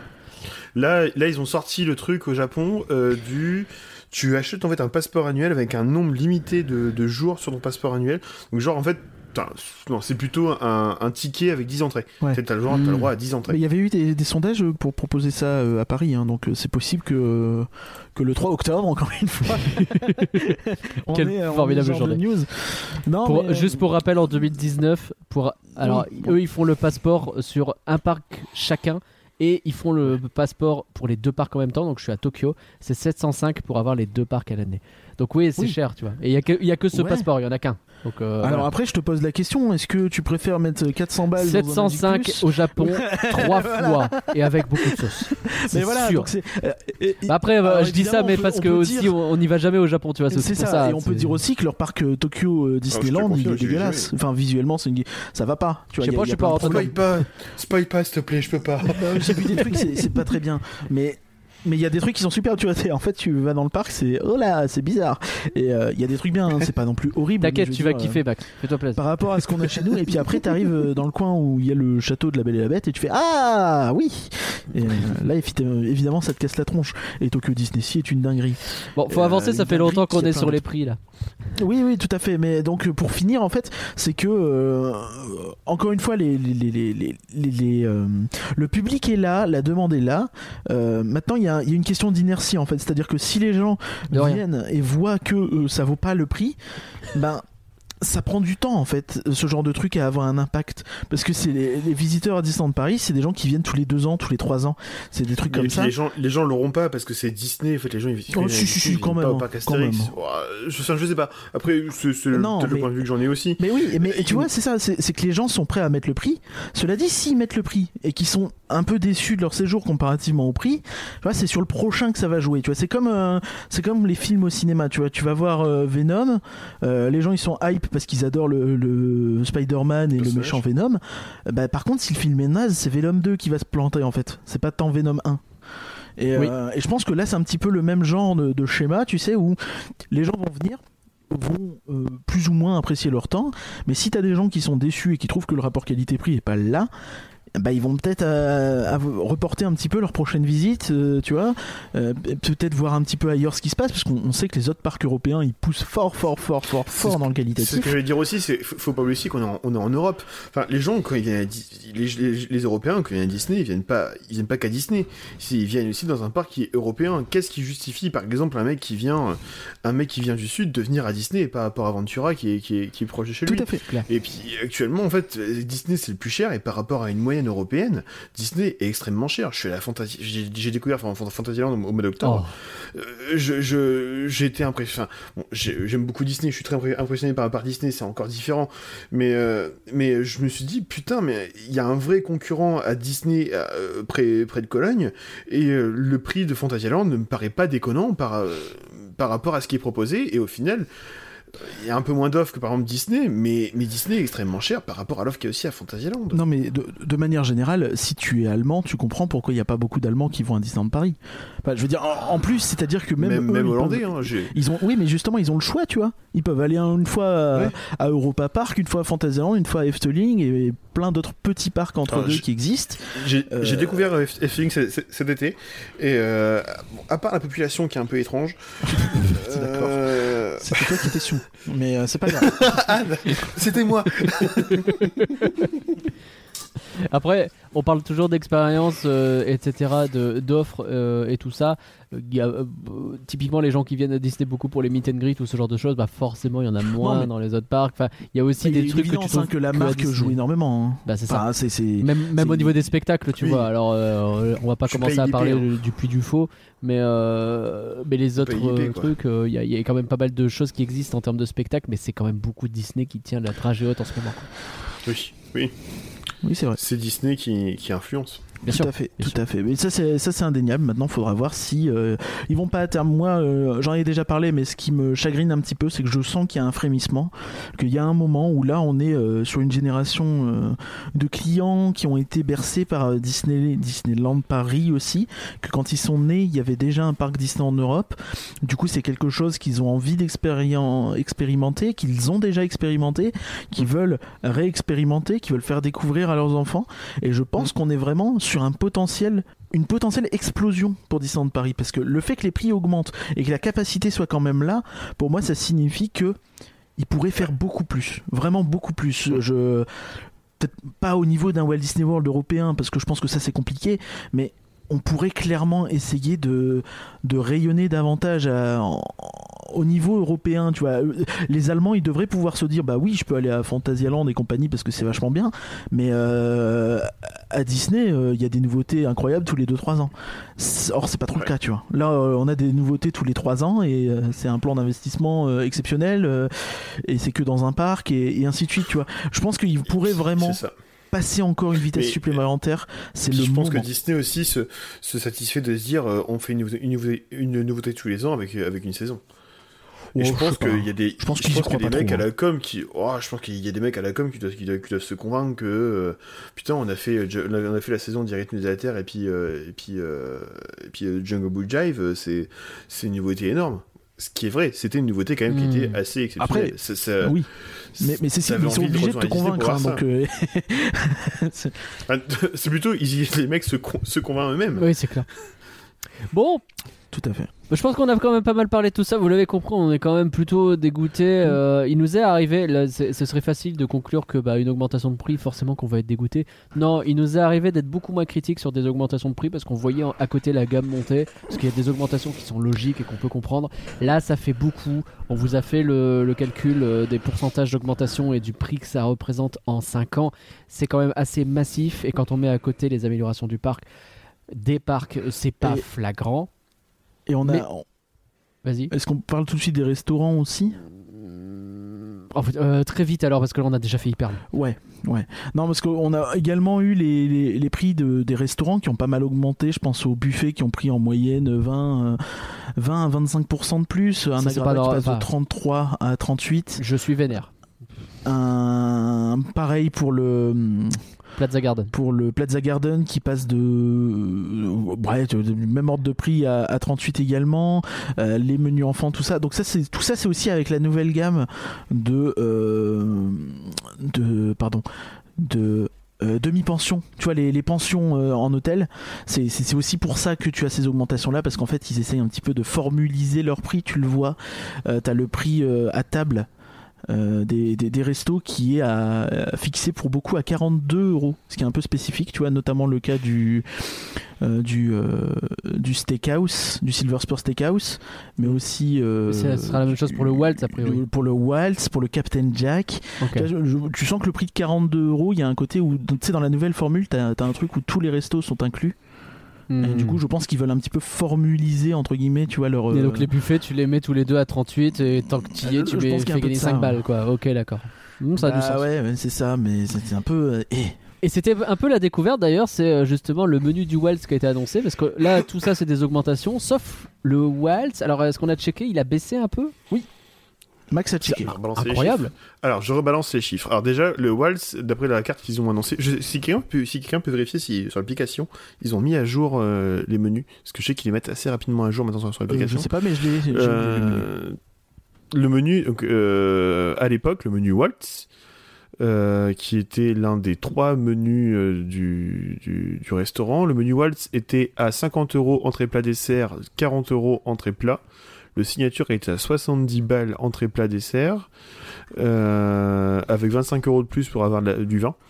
Speaker 3: Là, là, ils ont sorti le truc au Japon euh, du. Tu achètes en fait un passeport annuel avec un nombre limité de, de jours sur ton passeport annuel. Donc, genre, en fait, t'as- non, c'est plutôt un, un ticket avec dix entrées.
Speaker 2: Ouais.
Speaker 3: Tu sais, T'as le, genre- t'as
Speaker 1: Mm.
Speaker 3: le droit à dix
Speaker 2: Mais
Speaker 3: entrées.
Speaker 2: il y avait eu des, des sondages pour proposer ça euh, à Paris, hein, donc euh, c'est possible que, que le trois octobre, encore une fois. on
Speaker 1: Quelle
Speaker 2: est, euh, on est
Speaker 1: formidable
Speaker 2: genre de
Speaker 1: journée.
Speaker 2: news. Non,
Speaker 1: Pour-
Speaker 2: mais, euh,
Speaker 1: juste pour rappel, en deux mille dix-neuf, pour, alors
Speaker 2: Oui,
Speaker 1: eux ils font le passeport sur un parc chacun et ils font le passeport pour les deux parcs en même temps. Donc je suis à Tokyo, c'est sept cent cinq pour avoir les deux parcs à l'année. Donc oui, c'est
Speaker 2: Oui.
Speaker 1: cher, tu vois. Et il y a que, il y a que ce
Speaker 2: Ouais.
Speaker 1: passeport, il y en a qu'un. Donc euh,
Speaker 2: Alors
Speaker 1: voilà.
Speaker 2: après, je te pose la question, est-ce que tu préfères mettre quatre cents balles
Speaker 1: sept
Speaker 2: dans un
Speaker 1: cent
Speaker 2: Magic
Speaker 1: cinq
Speaker 2: Plus
Speaker 1: au Japon, trois fois et avec beaucoup de sauce.
Speaker 2: Mais
Speaker 1: C'est
Speaker 2: voilà,
Speaker 1: sûr.
Speaker 2: donc c'est. euh, et- et-
Speaker 1: Bah après,
Speaker 2: alors,
Speaker 1: euh, je dis ça,
Speaker 2: évidemment,
Speaker 1: mais
Speaker 2: on peut-
Speaker 1: parce
Speaker 2: on
Speaker 1: que
Speaker 2: peut
Speaker 1: aussi
Speaker 2: dire-
Speaker 1: on on n'y va jamais au Japon, tu vois.
Speaker 2: C'est
Speaker 1: aussi
Speaker 2: ça,
Speaker 1: pour ça.
Speaker 2: et on peut
Speaker 1: c'est-
Speaker 2: dire aussi que leur parc euh, Tokyo euh, Disneyland,
Speaker 3: confirme,
Speaker 2: il est
Speaker 3: j'y vais
Speaker 2: dégueulasse. Enfin, visuellement, c'est une... ça va pas. Tu vois,
Speaker 1: Je sais
Speaker 2: il y a-
Speaker 1: pas,
Speaker 2: il y
Speaker 1: je
Speaker 2: a
Speaker 1: suis pas
Speaker 2: plein de
Speaker 1: rentré
Speaker 2: problèmes.
Speaker 3: Spoil pas, spoil pas, s'il te plaît, je peux pas.
Speaker 2: Euh, J'ai vu des trucs, c'est c'est pas très bien. Mais mais il y a des trucs qui sont super. Tu vois, t'es- en fait, tu vas dans le parc, c'est oh là, c'est bizarre. Et euh, il y a des trucs bien. hein, c'est pas non plus horrible. mais
Speaker 1: T'inquiète,
Speaker 2: je veux
Speaker 1: tu vas
Speaker 2: dire,
Speaker 1: kiffer, Max. Fais-toi
Speaker 2: euh,
Speaker 1: plaisir.
Speaker 2: Par rapport à ce qu'on a chez nous, et puis après t'arrives euh, dans le coin où il y a le château de la Belle et la Bête, et tu fais ah oui. Et euh, là, évi- évidemment, ça te casse la tronche. Et Tokyo Disney Sea est une dinguerie.
Speaker 1: Bon, faut
Speaker 2: euh,
Speaker 1: avancer, ça
Speaker 2: une
Speaker 1: fait longtemps
Speaker 2: dinguerie
Speaker 1: qu'on
Speaker 2: qui a
Speaker 1: est
Speaker 2: plein
Speaker 1: sur
Speaker 2: de-
Speaker 1: les prix là.
Speaker 2: Oui, oui, tout à fait. Mais donc, pour finir, en fait, c'est que, euh, encore une fois, les, les, les, les, les, les- les, euh, le public est là, la demande est là. Euh, maintenant, il y a, il y a une question d'inertie, en fait. C'est-à-dire que si les gens
Speaker 1: De rien.
Speaker 2: viennent et voient que euh, ça vaut pas le prix, ben. ça prend du temps en fait, ce genre de truc à avoir un impact, parce que c'est les, les visiteurs à Disneyland Paris, c'est des gens qui viennent tous les deux ans, tous les trois ans, c'est des trucs
Speaker 3: mais
Speaker 2: comme ça.
Speaker 3: Les gens, les gens l'auront pas parce que c'est Disney. En fait, les gens ils, ils,
Speaker 2: oh,
Speaker 3: ils,
Speaker 2: si, si, si,
Speaker 3: ils
Speaker 2: quand
Speaker 3: viennent
Speaker 2: même,
Speaker 3: pas au parc
Speaker 2: quand
Speaker 3: Astérix.
Speaker 2: même.
Speaker 3: Oh, je, enfin, je sais pas. Après, c'est, c'est
Speaker 2: Non,
Speaker 3: peut-être
Speaker 2: mais...
Speaker 3: le point de vue que j'en ai aussi.
Speaker 2: Mais oui, mais tu vois, c'est ça, c'est, c'est que les gens sont prêts à mettre le prix. Cela dit, s'ils mettent le prix et qu'ils sont un peu déçus de leur séjour comparativement au prix, tu vois, c'est sur le prochain que ça va jouer. Tu vois, c'est comme, euh, c'est comme les films au cinéma. Tu vois, tu vas voir euh, Venom, euh, les gens ils sont hype parce qu'ils adorent le, le Spider-Man et le, le méchant Venom. Bah, par contre, si le film est naze, c'est Venom deux qui va se planter en fait. C'est pas tant Venom un. Et, oui. euh, et je pense que là, c'est un petit peu le même genre de, de schéma, tu sais, où les gens vont venir. vont euh, plus ou moins apprécier leur temps, mais si t'as des gens qui sont déçus et qui trouvent que le rapport qualité-prix est pas là, bah ils vont peut-être euh, reporter un petit peu leur prochaine visite, euh, tu vois, euh, peut-être voir un petit peu ailleurs ce qui se passe, parce qu'on on sait que les autres parcs européens ils poussent fort fort fort fort fort
Speaker 3: c'est
Speaker 2: dans le qualitatif.
Speaker 3: C'est ce que je vais dire aussi, c'est faut, faut pas oublier aussi qu'on est en, on est en Europe. Enfin, les gens quand ils viennent à, les, les, les Européens quand ils viennent à Disney, ils viennent pas ils viennent pas qu'à Disney. Ils viennent aussi dans un parc qui est européen. Qu'est-ce qui justifie par exemple un mec qui vient un mec qui vient du sud de venir à Disney et pas à Port Aventura qui est qui est qui est proche de chez lui.
Speaker 2: Tout à fait, clair.
Speaker 3: Et puis actuellement en fait Disney c'est le plus cher et par rapport à une moyenne européenne, Disney est extrêmement cher. Je suis à la Fantasy, j'ai, j'ai découvert Fantasyland au, au mois d'octobre. Oh. Euh, je, je, j'ai été impressionné. Enfin, bon, j'ai, j'aime beaucoup Disney. Je suis très impressionné par, par Disney. C'est encore différent. Mais, euh, mais je me suis dit, putain, mais il y a un vrai concurrent à Disney euh, près, près de Cologne. Et euh, le prix de Fantasyland ne me paraît pas déconnant par, euh, par rapport à ce qui est proposé. Et au final, il y a un peu moins d'offres que par exemple Disney, mais, mais Disney est extrêmement cher par rapport à l'offre qu'il y a aussi à Fantasyland.
Speaker 2: Non, mais de, de manière générale, si tu es allemand, tu comprends pourquoi il n'y a pas beaucoup d'Allemands qui vont à Disneyland Paris. Enfin, je veux dire, en, en plus, c'est-à-dire que même,
Speaker 3: même,
Speaker 2: eux,
Speaker 3: même
Speaker 2: ils
Speaker 3: hollandais,
Speaker 2: peuvent,
Speaker 3: hein, j'ai...
Speaker 2: ils ont, oui, mais justement, ils ont le choix, tu vois. Ils peuvent aller une fois à, ouais. à Europa Park, une fois à Fantasyland, une fois à Efteling et plein d'autres petits parcs entre Alors, deux qui existent.
Speaker 3: J'ai,
Speaker 2: euh...
Speaker 3: j'ai découvert Efteling cet été et euh, bon, à part la population qui est un peu étrange.
Speaker 2: C'est d'accord. Euh... C'était toi qui étais sous, mais euh, c'est pas grave.
Speaker 3: C'était moi.
Speaker 1: Après, on parle toujours d'expérience, euh, et cetera, de, d'offres euh, et tout ça. Il y a, euh, typiquement, les gens qui viennent à Disney beaucoup pour les meet and greet ou ce genre de choses, bah forcément, il y en a moins non, dans les autres parcs. Enfin, il y a aussi bah, des trucs que tu trouves
Speaker 2: hein, que la marque que joue énormément. Hein.
Speaker 1: Bah, c'est
Speaker 2: enfin,
Speaker 1: ça.
Speaker 2: C'est, c'est,
Speaker 1: même même
Speaker 2: c'est...
Speaker 1: au niveau des spectacles, tu oui. vois. Alors, euh, on va pas
Speaker 3: tu
Speaker 1: commencer à parler
Speaker 3: hein.
Speaker 1: du Puy du Faux, mais euh, mais les autres euh, trucs, il euh, y, y a quand même pas mal de choses qui existent en termes de spectacles, mais c'est quand même beaucoup de Disney qui tient la dragée haute en ce moment. Quoi.
Speaker 3: Oui, oui.
Speaker 2: Oui, c'est vrai.
Speaker 3: C'est Disney qui, qui influence.
Speaker 2: Bien tout sûr, à fait, tout sûr. à fait. Mais ça c'est ça c'est indéniable. Maintenant, il faudra voir si euh, ils vont pas à terme. Moi, euh, j'en ai déjà parlé, mais ce qui me chagrine un petit peu, c'est que je sens qu'il y a un frémissement, qu'il y a un moment où là, on est euh, sur une génération euh, de clients qui ont été bercés par euh, Disney, Disneyland Paris aussi. Que quand ils sont nés, il y avait déjà un parc Disney en Europe. Du coup, c'est quelque chose qu'ils ont envie d'expérimenter, qu'ils ont déjà expérimenté, qu'ils veulent réexpérimenter, qu'ils veulent faire découvrir à leurs enfants. Et je pense qu'on est vraiment sur un potentiel, une potentielle explosion pour Disneyland Paris, parce que le fait que les prix augmentent et que la capacité soit quand même là, pour moi ça signifie que ils pourraient faire beaucoup plus, vraiment beaucoup plus. Je peut-être pas au niveau d'un Walt Disney World européen, parce que je pense que ça c'est compliqué, mais on pourrait clairement essayer de, de rayonner davantage à, en, au niveau européen, tu vois. Les Allemands, ils devraient pouvoir se dire, bah oui, je peux aller à Fantasyland et compagnie parce que c'est vachement bien, mais euh, à Disney, il euh, y a des nouveautés incroyables tous les deux trois ans. Or, c'est pas trop ouais. le cas, tu vois. Là, euh, on a des nouveautés tous les trois ans et euh, c'est un plan d'investissement euh, exceptionnel euh, et c'est que dans un parc et, et ainsi de suite, tu vois. Je pense qu'ils pourraient vraiment... C'est ça. Passer encore une vitesse mais, supplémentaire, c'est le
Speaker 3: je
Speaker 2: moment.
Speaker 3: pense que Disney aussi se, se satisfait de se dire euh, on fait une, une, nouveauté, une nouveauté tous les ans avec, avec une saison. Et oh, je pense qu'il y a des,
Speaker 2: je pense
Speaker 3: je pense qu'il y a des mecs
Speaker 2: trop,
Speaker 3: à la com qui, oh, je pense qu'il y a des mecs à la com qui doivent, qui doivent, qui doivent se convaincre que euh, putain on a fait, on a fait la saison du rythme de la Terre et puis euh, et puis euh, et puis euh, Jungle Book Jive, c'est c'est une nouveauté énorme. Ce qui est vrai, c'était une nouveauté quand même qui mmh. était assez exceptionnelle.
Speaker 2: Après,
Speaker 3: c'est, ça,
Speaker 2: oui, mais, mais c'est si, ils sont obligés de te convaincre. Hein, donc euh...
Speaker 3: c'est... c'est plutôt, ils, les mecs se, con, se convainquent eux-mêmes.
Speaker 1: Oui, c'est clair. Bon,
Speaker 2: tout à fait.
Speaker 1: Je pense qu'on a quand même pas mal parlé de tout ça, vous l'avez compris, on est quand même plutôt dégoûté. Euh, il nous est arrivé, là, c'est, ce serait facile de conclure que bah, une augmentation de prix, forcément qu'on va être dégoûté. Non, il nous est arrivé d'être beaucoup moins critique sur des augmentations de prix parce qu'on voyait à côté la gamme monter, parce qu'il y a des augmentations qui sont logiques et qu'on peut comprendre. Là, ça fait beaucoup. On vous a fait le, le calcul des pourcentages d'augmentation et du prix que ça représente en cinq ans. C'est quand même assez massif et quand on met à côté les améliorations du parc, des parcs, c'est pas
Speaker 2: et...
Speaker 1: flagrant.
Speaker 2: Et on a.
Speaker 1: Mais... Vas-y.
Speaker 2: Est-ce qu'on parle tout de suite des restaurants aussi ?
Speaker 1: En fait, euh, très vite alors, parce que là on a déjà fait hyper long.
Speaker 2: Ouais, ouais. Non, parce qu'on a également eu les, les, les prix de, des restaurants qui ont pas mal augmenté. Je pense aux buffets qui ont pris en moyenne vingt, vingt à vingt-cinq pour cent de plus. Un agrava qui passe de trente-trois à trente-huit.
Speaker 1: Je suis vénère.
Speaker 2: Un pareil pour le.
Speaker 1: Plaza Garden.
Speaker 2: Pour le Plaza Garden qui passe de ouais, du même ordre de prix à, à trente-huit également, euh, les menus enfants, tout ça. Donc ça c'est tout ça c'est aussi avec la nouvelle gamme de euh, de pardon de Euh, demi-pension, tu vois les, les pensions euh, en hôtel, c'est, c'est, c'est aussi pour ça que tu as ces augmentations là, parce qu'en fait ils essayent un petit peu de formuliser leur prix, tu le vois, euh, t'as le prix euh, à table Euh, des, des, des restos qui est à, à fixé pour beaucoup à quarante-deux euros, ce qui est un peu spécifique, tu vois, notamment le cas du euh, du euh, du steakhouse, du Silver Spur Steakhouse, mais aussi euh,
Speaker 1: ce sera la même chose pour le Waltz a priori.
Speaker 2: Le, pour le Waltz, pour le Captain Jack.
Speaker 1: Okay.
Speaker 2: Tu, je, tu sens que le prix de quarante-deux euros, il y a un côté où, tu sais, dans la nouvelle formule, t'as, t'as un truc où tous les restos sont inclus. Mmh. Et du coup, je pense qu'ils veulent un petit peu formuliser entre guillemets, tu vois leur.
Speaker 1: Et donc les buffets, tu les mets tous les deux à trente-huit et tant que tu y es, tu mets, fais gagner cinq balles, quoi. Ok, d'accord. Mmh, ça
Speaker 2: bah,
Speaker 1: a du sens.
Speaker 2: Ouais, ouais, c'est ça, mais c'est un peu. Euh, eh.
Speaker 1: Et c'était un peu la découverte d'ailleurs, c'est justement le menu du Waltz qui a été annoncé, parce que là, tout ça, c'est des augmentations, sauf le Waltz. Alors, est-ce qu'on a checké ? Il a baissé un peu ? Oui.
Speaker 2: Max a checké.
Speaker 1: Incroyable.
Speaker 3: Alors, je rebalance les chiffres. Alors déjà, le Waltz, d'après la carte qu'ils ont annoncée, je, si, quelqu'un peut, si quelqu'un peut vérifier si sur l'application, ils ont mis à jour euh, les menus, parce que je sais qu'ils les mettent assez rapidement à jour maintenant sur l'application.
Speaker 2: Euh, je sais pas, mais je l'ai. Je
Speaker 3: euh, le menu, donc, euh, à l'époque, le menu Waltz, euh, qui était l'un des trois menus euh, du, du, du restaurant. Le menu Waltz était à cinquante euros entrée plat dessert, quarante euros entrée plat. Le signature était à soixante-dix balles entrée plat dessert, euh, avec vingt-cinq euros de plus pour avoir de la, du vin.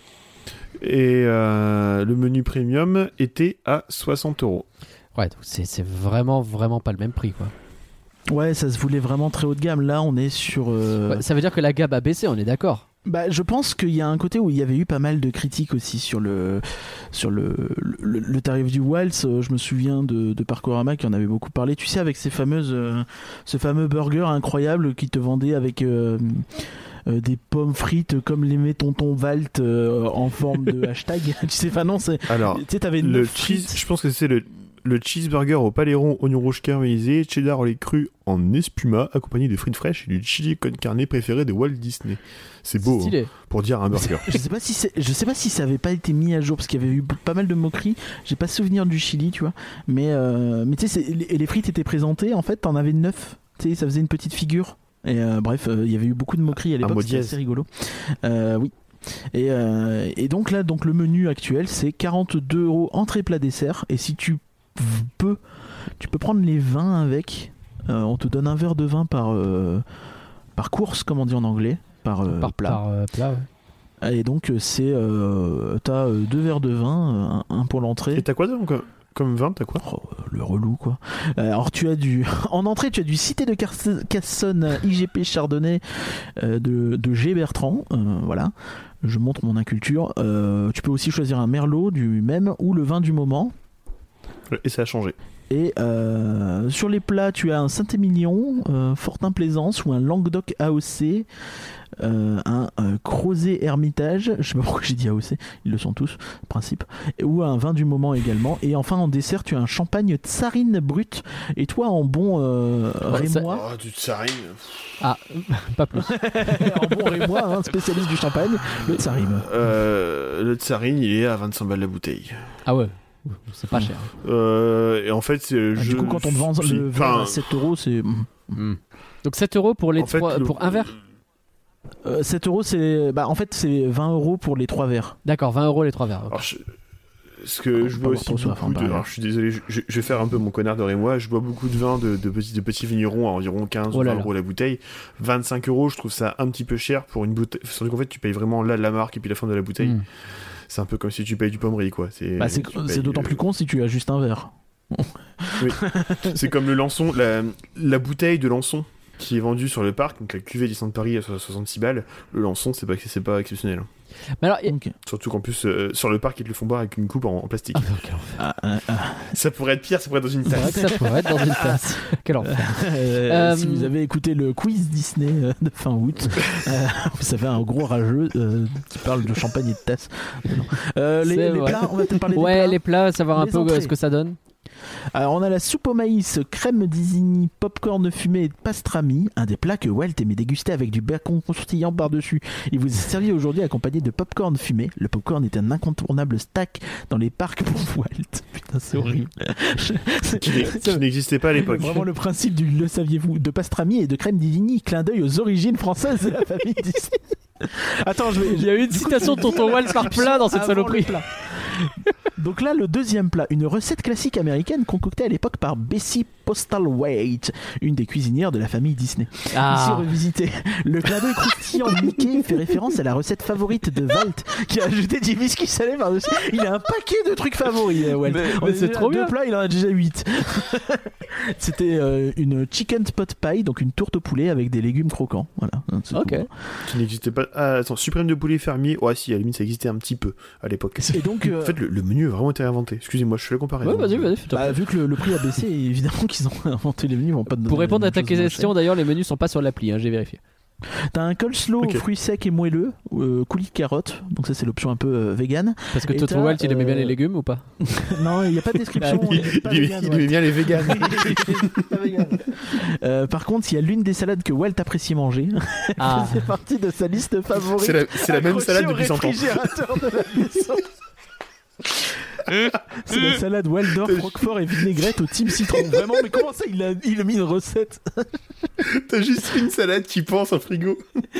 Speaker 3: Et euh, le menu premium était à soixante euros.
Speaker 1: Ouais, donc c'est, c'est vraiment, vraiment pas le même prix, quoi.
Speaker 2: Ouais, ça se voulait vraiment très haut de gamme. Là, on est sur. Euh...
Speaker 1: Ouais, ça veut dire que la gamme a baissé, on est d'accord.
Speaker 2: Bah, je pense qu'il y a un côté où il y avait eu pas mal de critiques aussi sur le sur le, le, le tarif du Waltz. Je me souviens de, de Parkorama qui en avait beaucoup parlé. Tu sais, avec ces fameuses euh, ce fameux burger incroyable qui te vendait avec euh, euh, des pommes frites comme l'aimait tonton Walt euh, en forme de hashtag. Tu sais, enfin non, c'est.
Speaker 3: Alors,
Speaker 2: tu sais, t'avais
Speaker 3: le cheese. Je pense que c'est le le cheeseburger au paléron oignon rouge caramélisé, cheddar au lait cru en espuma, accompagné de frites fraîches et du chili con carne préféré de Walt Disney. C'est beau, hein, pour dire un burger.
Speaker 2: je sais pas si c'est, je sais pas si ça avait pas été mis à jour parce qu'il y avait eu pas mal de moqueries. J'ai pas souvenir du chili, tu vois. Mais euh, mais tu sais, les, les frites étaient présentées. En fait, t'en avais neuf. Tu sais, ça faisait une petite figure. Et euh, bref, il euh, y avait eu beaucoup de moqueries à l'époque. C'était assez rigolo. Euh, oui. Et, euh, et donc là, donc le menu actuel, c'est quarante-deux euros entrée plat dessert. Et si tu peux, tu peux prendre les vins avec. Euh, on te donne un verre de vin par euh, par course, comme on dit en anglais, par, euh,
Speaker 1: par
Speaker 2: plat.
Speaker 1: Par euh, plat, ouais.
Speaker 2: Et donc c'est, euh, t'as deux verres de vin, un, un pour l'entrée.
Speaker 3: Et t'as quoi donc comme vin, t'as quoi ?
Speaker 2: Oh, le relou, quoi. Alors tu as du, en entrée tu as du Cité de Cassonne I G P Chardonnay euh, de de G Bertrand, euh, voilà. Je montre mon inculture. Euh, tu peux aussi choisir un Merlot du même ou le vin du moment.
Speaker 3: Et ça a changé.
Speaker 2: Et euh, sur les plats, tu as un Saint-Émilion, euh, Fortin-Plaisance ou un Languedoc A O C, euh, un euh, Crozet Hermitage, je sais pas pourquoi j'ai dit A O C, ils le sont tous, principe, ou un vin du moment également. Et enfin en dessert, tu as un champagne Tsarine brut. Et toi, en bon euh, rémois.
Speaker 3: Oh, du Tsarine.
Speaker 1: Ah, pas plus.
Speaker 2: En bon rémois, hein, spécialiste du champagne, le Tsarine.
Speaker 3: Euh, le Tsarine, il est à vingt-cinq balles la bouteille.
Speaker 1: Ah ouais. C'est pas cher.
Speaker 3: Euh, et en fait, c'est.
Speaker 2: Ah,
Speaker 3: je...
Speaker 2: Du coup, quand on te vend le verre à sept euros, c'est.
Speaker 1: Mm. Donc sept euros pour les
Speaker 3: en fait,
Speaker 1: trois,
Speaker 3: le...
Speaker 1: pour un verre.
Speaker 2: Euh, sept euros, c'est. Bah, en fait, c'est vingt euros pour les trois verres.
Speaker 1: D'accord, vingt euros les trois verres.
Speaker 3: Alors, je... ce que je
Speaker 2: Pas
Speaker 3: vois aussi
Speaker 2: trop soif,
Speaker 3: beaucoup
Speaker 2: hein,
Speaker 3: de...
Speaker 2: par
Speaker 3: Alors, je suis désolé, je, je- je vais faire un peu mon connard de Rémois. Je bois beaucoup de vin de, de, petits, de petits vignerons à environ quinze
Speaker 1: Oh
Speaker 3: ou
Speaker 1: là
Speaker 3: vingt
Speaker 1: là.
Speaker 3: euros la bouteille. vingt-cinq euros, je trouve ça un petit peu cher pour une bouteille. Surtout qu'en fait, tu payes vraiment là la marque et puis la forme de la bouteille.
Speaker 1: Mm.
Speaker 3: C'est un peu comme si tu payes du pommerie, quoi. C'est,
Speaker 2: Bah, c'est
Speaker 3: tu
Speaker 2: c'est
Speaker 3: payes,
Speaker 2: d'autant
Speaker 3: euh,
Speaker 2: plus con si tu as juste un verre.
Speaker 3: C'est comme le Lançon, la, la bouteille de Lançon qui est vendue sur le parc, donc la cuvée du centre de Paris à soixante-six balles. Le Lançon, c'est pas, c'est pas exceptionnel. hein.
Speaker 1: Mais alors, y-
Speaker 2: Ok.
Speaker 3: Surtout qu'en plus, euh, sur le parc, ils te le font boire avec une coupe en, en plastique.
Speaker 1: Ah, bah, quel enfer.
Speaker 2: Ah, ah, ah.
Speaker 3: Ça pourrait être pire, ça pourrait être dans une
Speaker 1: C'est vrai
Speaker 3: tasse.
Speaker 1: que ça pourrait être dans une tasse. Quel enfer.
Speaker 2: Euh,
Speaker 1: Euh,
Speaker 2: Si vous avez écouté le quiz Disney euh, de fin août, euh, vous savez un gros rageux euh, qui parle de champagne et de tasse. Non. Euh, les
Speaker 1: C'est
Speaker 2: les
Speaker 1: vrai.
Speaker 2: plats, on va peut-être parler des
Speaker 1: Ouais,
Speaker 2: plats.
Speaker 1: les plats, savoir un
Speaker 2: Les
Speaker 1: peu
Speaker 2: entrées.
Speaker 1: ce que ça donne.
Speaker 2: Alors on a la soupe au maïs, crème d'Isigny, popcorn fumé et pastrami, un des plats que Walt aimait déguster avec du bacon croustillant par-dessus. Il vous est servi aujourd'hui accompagné de popcorn fumé. Le popcorn est un incontournable stack dans les parcs pour Walt. Putain, c'est horrible.
Speaker 3: Qui, n'est- qui n'existait pas à l'époque.
Speaker 2: Vraiment le principe du le saviez-vous de pastrami et de crème d'Isigny, clin d'œil aux origines françaises de la famille Disney. Attends, je vais.
Speaker 1: Il y a eu une
Speaker 2: du coup,
Speaker 1: citation de Tonton Walt par plat dans cette
Speaker 2: avant
Speaker 1: saloperie.
Speaker 2: le plat. Donc là, le deuxième plat, une recette classique américaine concoctée à l'époque par Bessie Postlethwaite, une des cuisinières de la famille Disney. Ici
Speaker 1: Ah,
Speaker 2: revisité, le clin d'œil croustillant de Mickey fait référence à la recette favorite de Walt, qui a ajouté du whisky salé par-dessus. Il a un paquet de trucs favoris, euh, Walt.
Speaker 1: Mais-
Speaker 2: On
Speaker 1: mais
Speaker 2: est
Speaker 1: c'est
Speaker 2: déjà
Speaker 1: trop
Speaker 2: à deux
Speaker 1: bien.
Speaker 2: plats, il en a déjà huit. C'était euh, une chicken pot pie, donc une tourte au poulet avec des légumes croquants. Voilà. C'est
Speaker 1: ok.
Speaker 2: tout.
Speaker 3: Qui n'existait pas. Ah, attends, suprême de poulet fermier. Ouais, si, à la limite, ça existait un petit peu à l'époque.
Speaker 2: Et donc, euh,
Speaker 3: En fait, le, le menu a vraiment été inventé. Excusez-moi, je fais la comparaison.
Speaker 1: Ouais, vas-y, vas-y. fais-toi
Speaker 2: bah, vu que le, le prix a baissé, évidemment qu'ils ont inventé les menus, ils vont pas te donner
Speaker 1: Pour répondre
Speaker 2: la
Speaker 1: à ta
Speaker 2: même chose moins
Speaker 1: question,
Speaker 2: chère.
Speaker 1: d'ailleurs, les menus sont pas sur l'appli, hein, j'ai vérifié.
Speaker 2: T'as un coleslaw
Speaker 3: Ok.
Speaker 2: aux fruits secs et moelleux, euh, coulis de carottes, donc ça c'est l'option un peu euh, vegan.
Speaker 1: Parce que
Speaker 2: Et
Speaker 1: Toto
Speaker 2: t'as,
Speaker 1: Walt, il aimait bien
Speaker 2: euh,
Speaker 1: les légumes ou pas?
Speaker 2: Non, il n'y a pas de description.
Speaker 1: Bah,
Speaker 2: il
Speaker 3: Il,
Speaker 2: est pas
Speaker 3: il-
Speaker 2: vegan,
Speaker 3: il
Speaker 2: ouais.
Speaker 3: aimait bien les végans.
Speaker 2: Pas vegan. Euh, par contre, il y a l'une des salades que Walt appréciait manger.
Speaker 1: Ah,
Speaker 2: C'est partie de sa liste favorite.
Speaker 3: C'est la, c'est la même
Speaker 2: accrochée
Speaker 3: salade
Speaker 2: au
Speaker 3: depuis cent ans.
Speaker 2: réfrigérateur de la maison. C'est la salade Waldorf, Roquefort et vinaigrette au type citron. Vraiment, mais comment ça, il a, il a mis une recette?
Speaker 3: T'as juste une salade qui pense en frigo.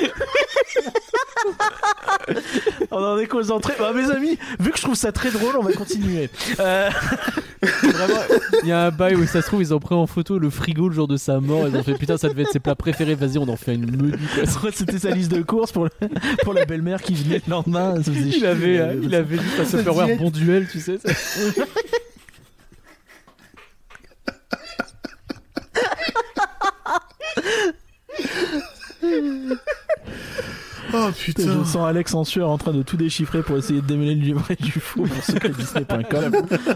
Speaker 2: On en est qu'aux entrées. Bah, mes amis, vu que je trouve ça très drôle, on va continuer. Euh,
Speaker 1: vraiment, il y a un bail où ça se trouve, ils ont pris en photo le frigo le jour de sa mort. Ils ont fait putain, ça devait être ses plats préférés. Vas-y, on en fait une menu. Quoi.
Speaker 2: C'était sa liste de courses pour, le- pour la belle-mère qui venait le lendemain. Ça faisait
Speaker 1: Il
Speaker 2: chier.
Speaker 1: avait, euh, il avait dit à se faire voir
Speaker 3: diète.
Speaker 1: bon duel, tu sais. ça.
Speaker 3: Oh
Speaker 2: Je
Speaker 3: putain.
Speaker 2: sens Alex en sueur en train de tout déchiffrer pour essayer de démêler le vrai du faux pour secret disney point com.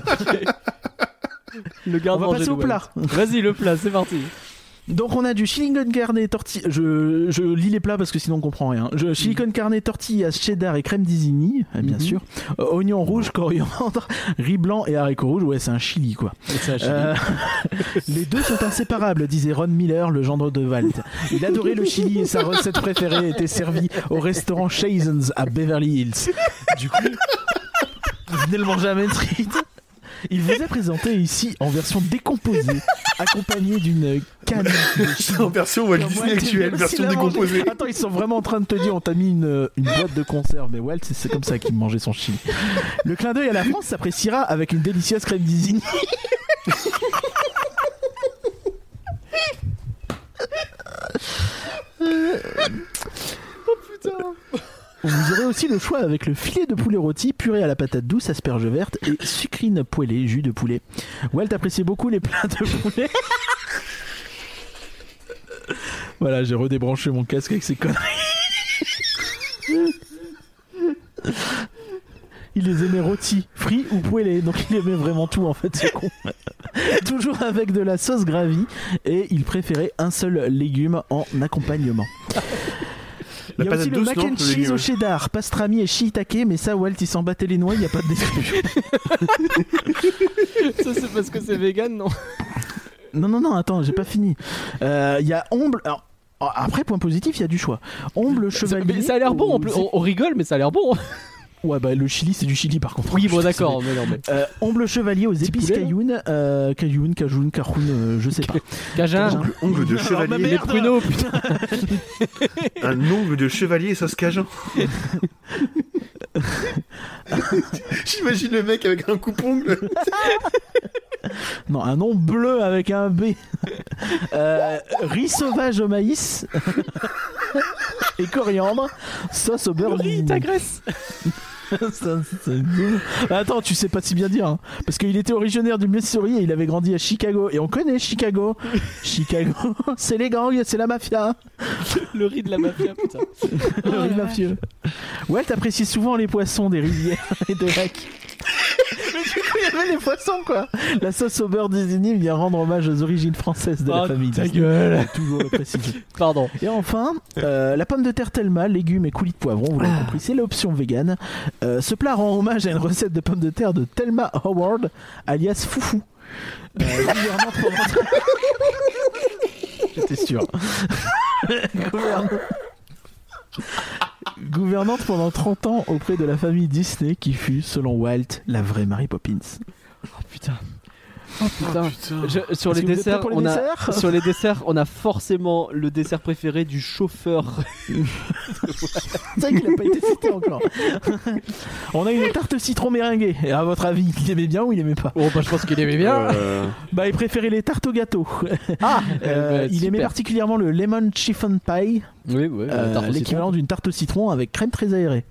Speaker 1: Le
Speaker 2: On
Speaker 1: garde
Speaker 2: va passer au plat.
Speaker 1: Vas-y, le plat, c'est parti.
Speaker 2: Donc on a du chili con carne tortilla. Je, je lis les plats parce que sinon on comprend rien. Je, chili con carne tortilla, cheddar et crème d'Isigny, eh bien
Speaker 1: Mhm.
Speaker 2: sûr. Euh, oignon rouge, coriandre, riz blanc et haricots rouges. Ouais, c'est un chili quoi.
Speaker 1: C'est un chili.
Speaker 2: Euh, les deux sont inséparables, disait Ron Miller, le gendre de Walt. Il adorait le chili et sa recette préférée était servie au restaurant Chazen's à Beverly Hills. Du coup, venez le manger à Main Street. Il vous est présenté ici en version décomposée, accompagné d'une canne de chili.
Speaker 3: En version Walt
Speaker 2: Comme
Speaker 3: Disney
Speaker 2: Walt,
Speaker 3: actuelle,
Speaker 2: il
Speaker 3: version
Speaker 2: l'a mangé.
Speaker 3: décomposée.
Speaker 2: Attends, ils sont vraiment en train de te dire on t'a mis une, une boîte de conserve. Mais Walt, c'est, c'est comme ça qu'il mangeait son chili. Le clin d'œil à la France s'appréciera avec une délicieuse crème d'Isigny. Vous aurez aussi le choix avec le filet de poulet rôti, purée à la patate douce, asperges vertes et sucrine poêlée, jus de poulet. Walt appréciait beaucoup les plats de poulet. Voilà, j'ai redébranché mon casque avec ces conneries. Il les aimait rôtis, frits ou poêlés, donc il aimait vraiment tout en fait, ce con. Toujours avec de la sauce gravy, et il préférait un seul légume en accompagnement.
Speaker 3: La
Speaker 2: Il y a
Speaker 3: patate
Speaker 2: aussi le
Speaker 3: douce,
Speaker 2: mac
Speaker 3: non,
Speaker 2: and
Speaker 3: le
Speaker 2: cheese
Speaker 3: légume.
Speaker 2: au cheddar, pastrami et shiitake, mais ça, Walt, il s'en battait les noix, il n'y a pas de description.
Speaker 1: Ça, c'est parce que c'est vegan, non?
Speaker 2: Non, non, non, attends, j'ai pas fini. Euh, Il y a omble... Alors, après, point positif, il y a du choix. Omble chevalier...
Speaker 1: Mais ça a l'air bon en
Speaker 2: au-
Speaker 1: plus. On, on rigole, mais ça a l'air bon.
Speaker 2: Ouais, bah le chili, c'est du chili par contre.
Speaker 1: Oui,
Speaker 2: Je
Speaker 1: bon,
Speaker 2: suis
Speaker 1: d'accord.
Speaker 2: désolé.
Speaker 1: Mais non, mais.
Speaker 2: Euh, omble chevalier aux épices
Speaker 1: poulet, là
Speaker 2: cailloun, euh, cailloun, cajoun, caroun, euh, je sais pas.
Speaker 1: Cajun.
Speaker 2: Cajun.
Speaker 3: Ongle de
Speaker 2: Alors, ma
Speaker 3: chevalier.
Speaker 1: Les
Speaker 2: merde.
Speaker 1: pruneaux, putain.
Speaker 3: Un ongle de chevalier sauce cajun. J'imagine le mec avec un coupe-ongle.
Speaker 2: Non, un nom bleu avec un B. Euh, riz sauvage au maïs et coriandre, sauce au beurre.
Speaker 1: Le riz t'agresse.
Speaker 2: Ça, c'est... Attends, tu sais pas si bien dire, hein, parce qu'il était originaire du Missouri et il avait grandi à Chicago. Et on connaît Chicago. Chicago, c'est les gangs, c'est la mafia.
Speaker 1: Le riz de la mafia, putain.
Speaker 2: Le
Speaker 1: Oh,
Speaker 2: riz
Speaker 1: la
Speaker 2: mafieux. Walt appréciait souvent les poissons des rivières et de lacs. Mais du coup, il y avait les poissons, quoi. La sauce au beurre Disney vient rendre hommage aux origines françaises de la
Speaker 1: Oh,
Speaker 2: famille
Speaker 1: ta
Speaker 2: Disney.
Speaker 1: gueule.
Speaker 2: Toujours le préciser.
Speaker 1: Pardon.
Speaker 2: Et enfin, euh, la pomme de terre Thelma, légumes et coulis de poivron, vous l'avez compris, c'est l'option vegan. Euh, ce plat rend hommage à une recette de pommes de terre de Thelma Howard, alias Foufou. Euh, gouvernante pendant... J'étais sûr. Gouvernante... Gouvernante pendant trente ans auprès de la famille Disney qui fut, selon Walt, la vraie Mary Poppins.
Speaker 1: Oh putain. Oh putain.
Speaker 3: Oh, putain.
Speaker 1: Je- sur,
Speaker 2: Est-ce
Speaker 1: les
Speaker 2: que vous êtes
Speaker 1: desserts,
Speaker 2: prêts pour les
Speaker 1: on
Speaker 2: desserts
Speaker 1: a, sur les desserts, on a forcément le dessert préféré du chauffeur.
Speaker 2: C'est vrai qu'il n'a pas été cité encore. On a une tarte citron meringuée. Et à votre avis, il aimait bien ou il aimait pas?
Speaker 1: Oh bah je pense qu'il aimait bien.
Speaker 3: Euh,
Speaker 2: Bah, il préférait les tartes au gâteau.
Speaker 1: Ah
Speaker 2: Euh, il aimait particulièrement le lemon chiffon pie,
Speaker 1: Oui, oui.
Speaker 2: euh,
Speaker 1: tarte au
Speaker 2: l'équivalent
Speaker 1: citron.
Speaker 2: d'une tarte au citron avec crème très aérée.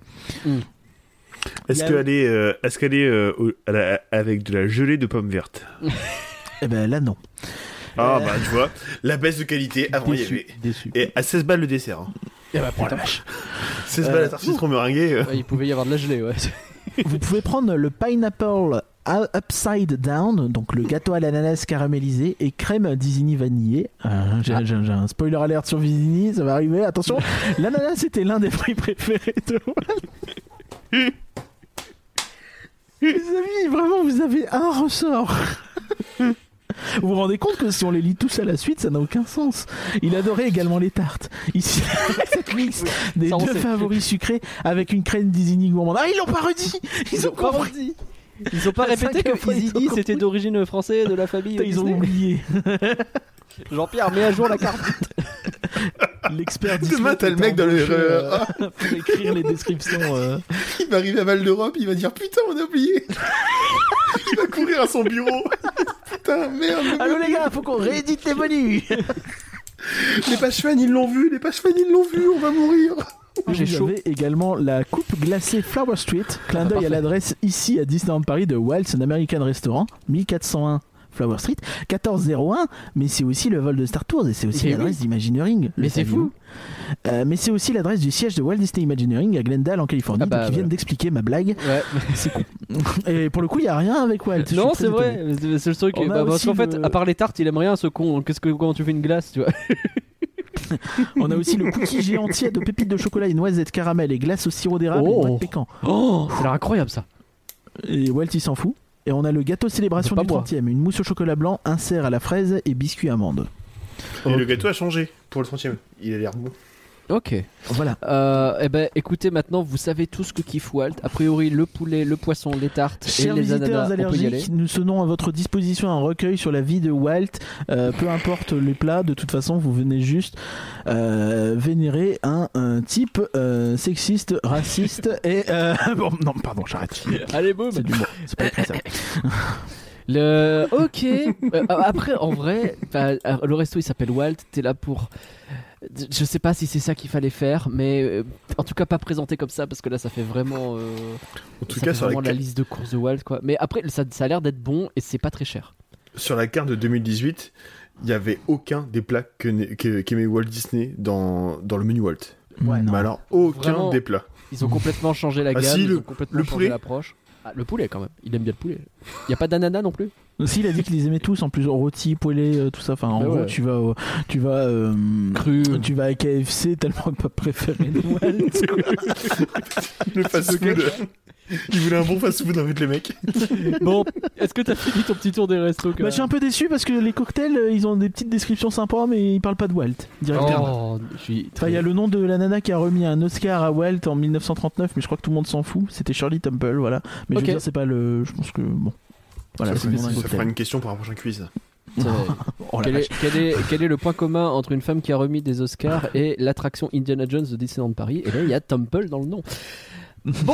Speaker 3: Est-ce
Speaker 2: Il y a-
Speaker 3: qu'elle est, euh, est-ce qu'elle est euh, au- à la- avec de la gelée de pommes vertes?
Speaker 2: Eh ben là, non.
Speaker 3: Ah
Speaker 2: Euh,
Speaker 3: bah tu vois, la baisse de qualité, avant il y
Speaker 2: déçu,
Speaker 3: avait...
Speaker 2: déçu.
Speaker 3: Et à seize balles le dessert. Hein.
Speaker 2: Eh ben, putain.
Speaker 3: seize
Speaker 2: Euh,
Speaker 3: balles la tarte citron meringuée. euh.
Speaker 1: Ouais, il pouvait y avoir de la gelée, ouais.
Speaker 2: Vous pouvez prendre le pineapple upside down, donc le gâteau à l'ananas caramélisé et crème Disney vanillée. Euh, j'ai,
Speaker 1: Ah.
Speaker 2: j'ai- j'ai un spoiler alert sur Disney, ça va arriver. Attention, l'ananas était l'un des fruits préférés de Walt. Les amis, vraiment, vous avez un ressort. Vous vous rendez compte que si on les lit tous à la suite, ça n'a aucun sens. Il adorait également les tartes. Ici, cette mix des
Speaker 1: Ça, on
Speaker 2: deux
Speaker 1: sait.
Speaker 2: favoris sucrés avec une crème Disney gourmande. Ah, ils l'ont pas redit. Ils, ont
Speaker 1: pas
Speaker 2: compris.
Speaker 1: redit. Ils ont pas
Speaker 2: La
Speaker 1: répété
Speaker 2: cinquième
Speaker 1: que
Speaker 2: fois, ils ont
Speaker 1: Izini
Speaker 2: compris.
Speaker 1: c'était d'origine française de la famille.
Speaker 2: Putain, ils ont
Speaker 1: Disney.
Speaker 2: oublié.
Speaker 1: Jean-Pierre, mets à jour la carte.
Speaker 2: L'expert
Speaker 3: Demain,
Speaker 2: Disney
Speaker 3: t'as le
Speaker 2: est
Speaker 3: mec dans
Speaker 2: embauché,
Speaker 3: l'erreur.
Speaker 2: euh, pour écrire les descriptions. euh.
Speaker 3: Il va arriver à Val d'Europe, il va dire putain on a oublié. Il va courir à son bureau. Putain merde.
Speaker 2: Allô les gars, faut qu'on réédite les menus.
Speaker 3: Les pages fans ils l'ont vu, les pages fans ils l'ont vu, on va mourir.
Speaker 1: J'ai
Speaker 2: Vous
Speaker 1: chaud.
Speaker 2: avez également la coupe glacée Flower Street, clin d'œil à
Speaker 1: parfait.
Speaker 2: l'adresse ici à Disneyland Paris de Walt's American Restaurant, mille quatre cent un Flower Street, quatorze zéro un, mais c'est aussi le vol de Star Tours et c'est aussi
Speaker 1: Mais
Speaker 2: l'adresse
Speaker 1: oui.
Speaker 2: d'Imagineering. le
Speaker 1: Mais c'est
Speaker 2: saviez-vous
Speaker 1: fou.
Speaker 2: Euh, mais c'est aussi l'adresse du siège de Walt Disney Imagineering à Glendale en Californie.
Speaker 1: Ah bah,
Speaker 2: donc ils viennent
Speaker 1: voilà.
Speaker 2: d'expliquer ma blague.
Speaker 1: Ouais.
Speaker 2: C'est con. Et pour le coup, il y a rien avec Walt. je suis
Speaker 1: Non,
Speaker 2: très
Speaker 1: c'est
Speaker 2: étonné.
Speaker 1: vrai. C'est- C'est le truc.
Speaker 2: On a
Speaker 1: Bah, parce
Speaker 2: aussi
Speaker 1: qu'en fait,
Speaker 2: le-
Speaker 1: à part les tartes, il aime rien ce con. Qu'est-ce que quand tu fais une glace, tu vois.
Speaker 2: On a aussi le cookie géant tiède de pépites de chocolat et noisettes caramel et glace au sirop d'érable
Speaker 1: Oh.
Speaker 2: et noix de pécan.
Speaker 1: Oh, ça a l'air incroyable ça.
Speaker 2: Et Walt il s'en fout. Et on a le gâteau célébration
Speaker 1: Pas
Speaker 2: du
Speaker 1: moi.
Speaker 2: trentième, une mousse au chocolat blanc, un cerf à la fraise et biscuit amande.
Speaker 3: Et le gâteau a changé pour le trentième. Il a l'air bon.
Speaker 1: Ok.
Speaker 2: Voilà.
Speaker 1: Euh, eh ben, écoutez, maintenant, vous savez tout ce que kiffe Walt. A priori, le poulet, le poisson, les tartes
Speaker 2: Chers
Speaker 1: et les
Speaker 2: visiteurs
Speaker 1: ananas. On peut y aller.
Speaker 2: allergiques, nous tenons à votre disposition un recueil sur la vie de Walt. Euh, peu importe les plats, de toute façon, vous venez juste euh, vénérer un, un type euh, sexiste, raciste et... euh, Bon, non, pardon, j'arrête.
Speaker 1: Allez, boum.
Speaker 2: C'est du bon. C'est pas écrit ça.
Speaker 1: Le... Ok. Euh, après, en vrai, bah, le resto il s'appelle Walt. T'es là pour. Je sais pas si c'est ça qu'il fallait faire, mais euh, en tout cas pas présenté comme ça parce que là ça fait vraiment. euh,
Speaker 3: En tout
Speaker 1: ça
Speaker 3: cas
Speaker 1: fait
Speaker 3: sur la,
Speaker 1: vraiment la
Speaker 3: ca-
Speaker 1: liste de courses de Walt quoi. Mais après ça, ça a l'air d'être bon et c'est pas très cher.
Speaker 3: sur la carte de deux mille dix-huit, il n'y avait aucun des plats que n'a- que- qu'aimait Walt Disney dans, dans le menu Walt.
Speaker 2: Ouais, non.
Speaker 3: Mais alors aucun
Speaker 1: Vraiment.
Speaker 3: des plats.
Speaker 1: Ils ont complètement changé la
Speaker 3: Ah
Speaker 1: gamme,
Speaker 3: si,
Speaker 1: ils
Speaker 3: le-
Speaker 1: ont complètement
Speaker 3: le
Speaker 1: changé
Speaker 3: poulet.
Speaker 1: l'approche. Ah, le poulet quand même, il aime bien le poulet. Il y a pas d'ananas non plus.
Speaker 2: Aussi, il a dit qu'il les aimait tous, en plus, rôtis, poêlés, euh, tout ça. Enfin, en
Speaker 1: Bah
Speaker 2: gros,
Speaker 1: ouais.
Speaker 2: tu vas, au- tu vas, euh,
Speaker 1: Cru.
Speaker 2: tu vas à K F C tellement que pas préféré de Walt.
Speaker 3: Le fast-food. Il voulait un bon fast-food en fait les mecs.
Speaker 1: Bon, est-ce que t'as fini ton petit tour des restos quand
Speaker 2: Bah, je suis un peu déçu parce que les cocktails, euh, ils ont des petites descriptions sympas, mais ils parlent pas de Walt directement.
Speaker 1: Oh, je suis.
Speaker 2: Enfin, il y a le nom de la nana qui a remis un Oscar à Walt en mille neuf cent trente-neuf, mais je crois que tout le monde s'en fout. C'était Shirley Temple, voilà. Mais je
Speaker 1: Ok.
Speaker 2: veux dire, c'est pas le. Je pense que bon. Voilà,
Speaker 3: ça,
Speaker 2: c'est le nom d'un
Speaker 3: ça fera
Speaker 2: cocktail.
Speaker 3: une question pour un prochain quiz.
Speaker 1: C'est-
Speaker 2: Oh la
Speaker 1: Quel
Speaker 2: vache.
Speaker 1: est, quel, est, quel est le point commun entre une femme qui a remis des Oscars et l'attraction Indiana Jones de Disneyland Paris? Et là, il y a Temple dans le nom. Bon.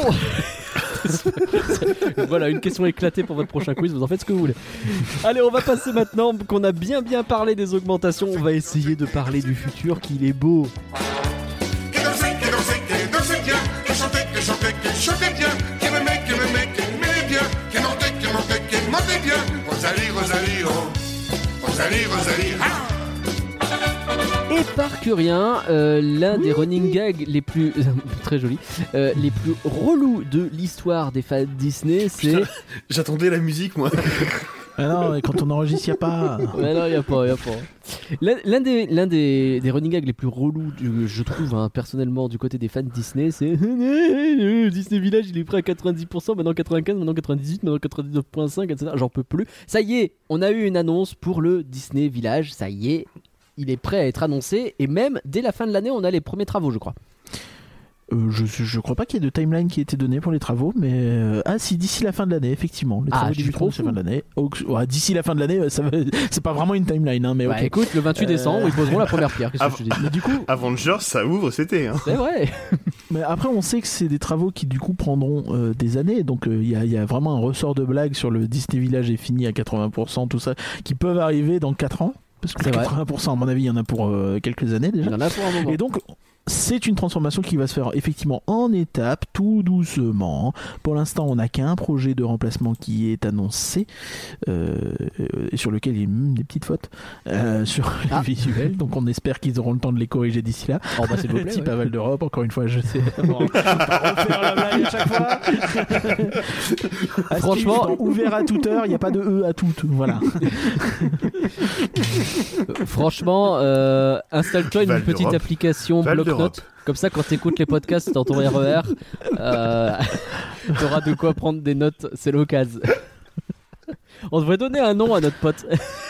Speaker 1: Voilà, une question éclatée pour votre prochain quiz, vous en faites ce que vous voulez. Allez, on va passer maintenant qu'on a bien bien parlé des augmentations, on va essayer de parler du futur, qu'il est beau.
Speaker 5: Que dansez, que dansez, que dansez bien, que chantez, que chantez, que chantez bien, que m'aimez, que m'aimez, que m'aimez bien, que montez, que montez, que montez bien. Rosalie, Rosalie, oh, Rosalie, Rosalie, ah.
Speaker 1: Et par que rien, euh, l'un des running gags les plus très joli, euh, les plus relous de l'histoire des fans Disney, c'est.
Speaker 3: Putain, j'attendais la musique, moi.
Speaker 2: Ah non, quand on enregistre, il n'y a pas.
Speaker 1: Ouais, non, il n'y a pas, il a pas. L'un, l'un des, l'un des, des running gags les plus relous, du, je trouve, hein, personnellement, du côté des fans Disney, c'est Disney Village, il est prêt à quatre-vingt-dix pour cent, maintenant quatre-vingt-quinze, maintenant quatre-vingt-dix-huit, maintenant quatre-vingt-dix-neuf virgule cinq, et cetera. J'en peux plus. Ça y est, on a eu une annonce pour le Disney Village, ça y est. Il est prêt à être annoncé et même dès la fin de l'année, on a les premiers travaux, je crois.
Speaker 2: Euh, je, je crois pas qu'il y ait de timeline qui ait été donné pour les travaux, mais euh, ah si, d'ici la fin de l'année, effectivement. Les
Speaker 1: Ah,
Speaker 2: travaux
Speaker 1: je suis
Speaker 2: débuteront
Speaker 1: trop
Speaker 2: d'ici la fin de l'année. Oh, ouais, d'ici la fin de l'année, ça va... c'est pas vraiment une timeline, hein, mais
Speaker 1: Bah
Speaker 2: ok.
Speaker 1: écoute, le vingt-huit décembre,
Speaker 2: Euh,
Speaker 1: ils poseront la première pierre. Qu'est-ce que
Speaker 3: Avant-
Speaker 1: je te dis
Speaker 2: Mais du coup,
Speaker 3: Avengers, ça ouvre, c'était. Hein.
Speaker 1: C'est vrai.
Speaker 2: mais après, on sait que c'est des travaux qui du coup prendront euh, des années, donc il y, a, y a vraiment un ressort de blagues sur le Disney Village est fini à quatre-vingts pour cent, tout ça, qui peuvent arriver dans quatre ans. Parce que
Speaker 1: C'est vrai.
Speaker 2: quatre-vingts pour cent, à mon avis, il y en a pour euh, quelques années déjà.
Speaker 1: Il y en a pour un moment.
Speaker 2: Et donc, c'est une transformation qui va se faire effectivement en étapes, tout doucement. Pour l'instant, on n'a qu'un projet de remplacement qui est annoncé, euh, et sur lequel il y a même des petites fautes euh, sur
Speaker 1: Ah.
Speaker 2: les visuels. Donc, on espère qu'ils auront le temps de les corriger d'ici là.
Speaker 1: Oh, bah, s'il vous plaît,
Speaker 2: Type
Speaker 1: ouais.
Speaker 2: aval d'Europe, encore une fois, je sais. Bon, on va pas refaire la blague à chaque fois. Astrid,
Speaker 1: Franchement-
Speaker 2: dans ouvert à toute heure, il n'y a pas de E à toute. Voilà.
Speaker 1: Franchement, euh, installe-toi une
Speaker 3: Val
Speaker 1: petite
Speaker 3: d'Europe.
Speaker 1: application
Speaker 3: Val
Speaker 1: bloc-notes.
Speaker 3: d'Europe.
Speaker 1: Comme ça, quand t'écoutes les podcasts dans ton R E R, euh, t'auras de quoi prendre des notes. C'est l'occasion. On devrait donner un nom à notre pote.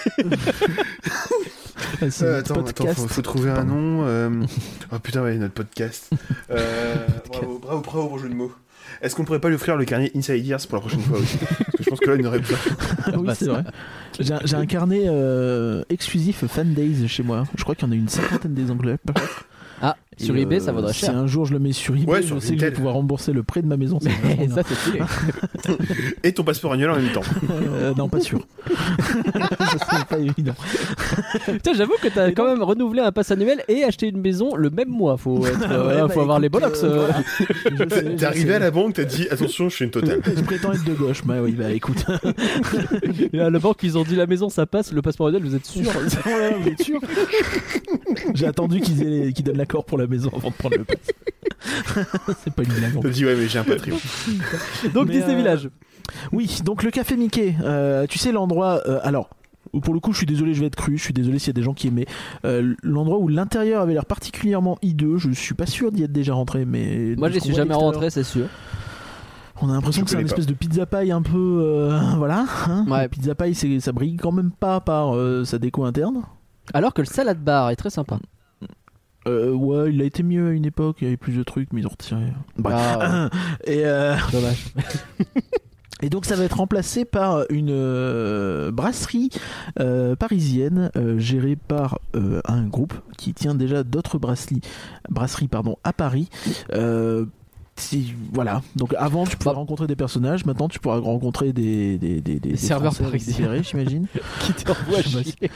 Speaker 2: C'est
Speaker 3: Euh,
Speaker 2: notre
Speaker 3: attends, attends,
Speaker 2: podcast.
Speaker 3: faut, faut trouver un nom. euh, Oh putain, ouais, notre podcast. Euh, bravo, bravo, bravo pour le jeu de mots. Est-ce qu'on pourrait pas lui offrir le carnet Inside Ears pour la prochaine fois aussi? Parce que je pense que là, il n'aurait besoin.
Speaker 2: Ah oui,
Speaker 1: Bah,
Speaker 2: c'est
Speaker 1: c'est
Speaker 2: vrai. J'ai un, j'ai un carnet euh, exclusif Fan Days chez moi. Je crois qu'il y en a une cinquantaine des Anglais.
Speaker 1: Ah, sur
Speaker 2: Et,
Speaker 1: eBay,
Speaker 2: euh,
Speaker 1: ça vaudrait
Speaker 2: Si
Speaker 1: cher.
Speaker 2: un jour je le mets sur eBay,
Speaker 3: Ouais,
Speaker 2: je
Speaker 3: sur
Speaker 2: sais que je vais
Speaker 3: Vinted.
Speaker 2: pouvoir rembourser le prêt de ma maison. c'est vachement
Speaker 1: Et
Speaker 2: bien.
Speaker 1: ça, c'est stylé.
Speaker 3: Et ton passeport annuel en même temps.
Speaker 2: Euh, non, pas sûr. Ça, c'est pas évident.
Speaker 1: Putain, j'avoue que t'as quand même renouvelé un pass annuel et acheté une maison le même mois. Faut, être, euh,
Speaker 2: Ouais,
Speaker 1: voilà,
Speaker 2: bah,
Speaker 1: faut avoir les
Speaker 2: écoute,
Speaker 1: bollocks.
Speaker 2: euh,
Speaker 1: euh.
Speaker 2: voilà. Je sais,
Speaker 3: T'es
Speaker 2: je
Speaker 3: arrivé
Speaker 2: sais.
Speaker 3: à la banque, t'as dit attention, je suis une totale.
Speaker 2: Je prétends être de gauche. Bah oui, bah écoute.
Speaker 1: Et à la banque, ils ont dit la maison, ça passe. Le passeport annuel, vous êtes sûr?
Speaker 2: Oh là là, vous êtes sûr? J'ai attendu qu'ils, aient- qu'ils donnent l'accord pour la maison avant de prendre le pass. C'est pas une blague. en
Speaker 3: T'as
Speaker 2: plus.
Speaker 3: dit ouais, mais j'ai un Patreon.
Speaker 1: Donc,
Speaker 2: Mais,
Speaker 1: Disney
Speaker 2: euh,
Speaker 1: Village.
Speaker 2: Oui, donc le café Mickey. euh, tu sais l'endroit. euh, alors. Pour le coup, je suis désolé, je vais être cru. Je suis désolé s'il y a des gens qui aimaient euh, l'endroit où l'intérieur avait l'air particulièrement hideux. Je suis pas sûr d'y être déjà rentré, mais
Speaker 1: Moi,
Speaker 2: de
Speaker 1: j'y
Speaker 2: ce
Speaker 1: suis
Speaker 2: qu'on voit
Speaker 1: jamais
Speaker 2: de l'extérieur,
Speaker 1: rentré, c'est sûr.
Speaker 2: On a l'impression
Speaker 3: Je
Speaker 2: que c'est un
Speaker 3: connais pas.
Speaker 2: espèce de pizza pie un peu, euh, voilà. Hein.
Speaker 1: Ouais.
Speaker 2: La pizza pie, c'est, ça brille quand même pas par euh, sa déco interne.
Speaker 1: Alors que le salad bar est très sympa.
Speaker 2: Euh, ouais, il a été mieux à une époque. Il y avait plus de trucs, mais ils ont retiré. Bref.
Speaker 1: Ah,
Speaker 2: Et euh,
Speaker 1: dommage.
Speaker 2: Et donc ça va être remplacé par une euh, brasserie euh, parisienne euh, gérée par euh, un groupe qui tient déjà d'autres brasseries, brasseries pardon, à Paris. Euh, si- voilà, donc avant tu pouvais
Speaker 1: Bah.
Speaker 2: rencontrer des personnages, maintenant tu pourras rencontrer des, des, des, des, des
Speaker 1: serveurs
Speaker 2: Français avec des
Speaker 1: parisiens.
Speaker 2: bérets, j'imagine.
Speaker 1: Qui t'envoie
Speaker 2: Je sais
Speaker 1: chier.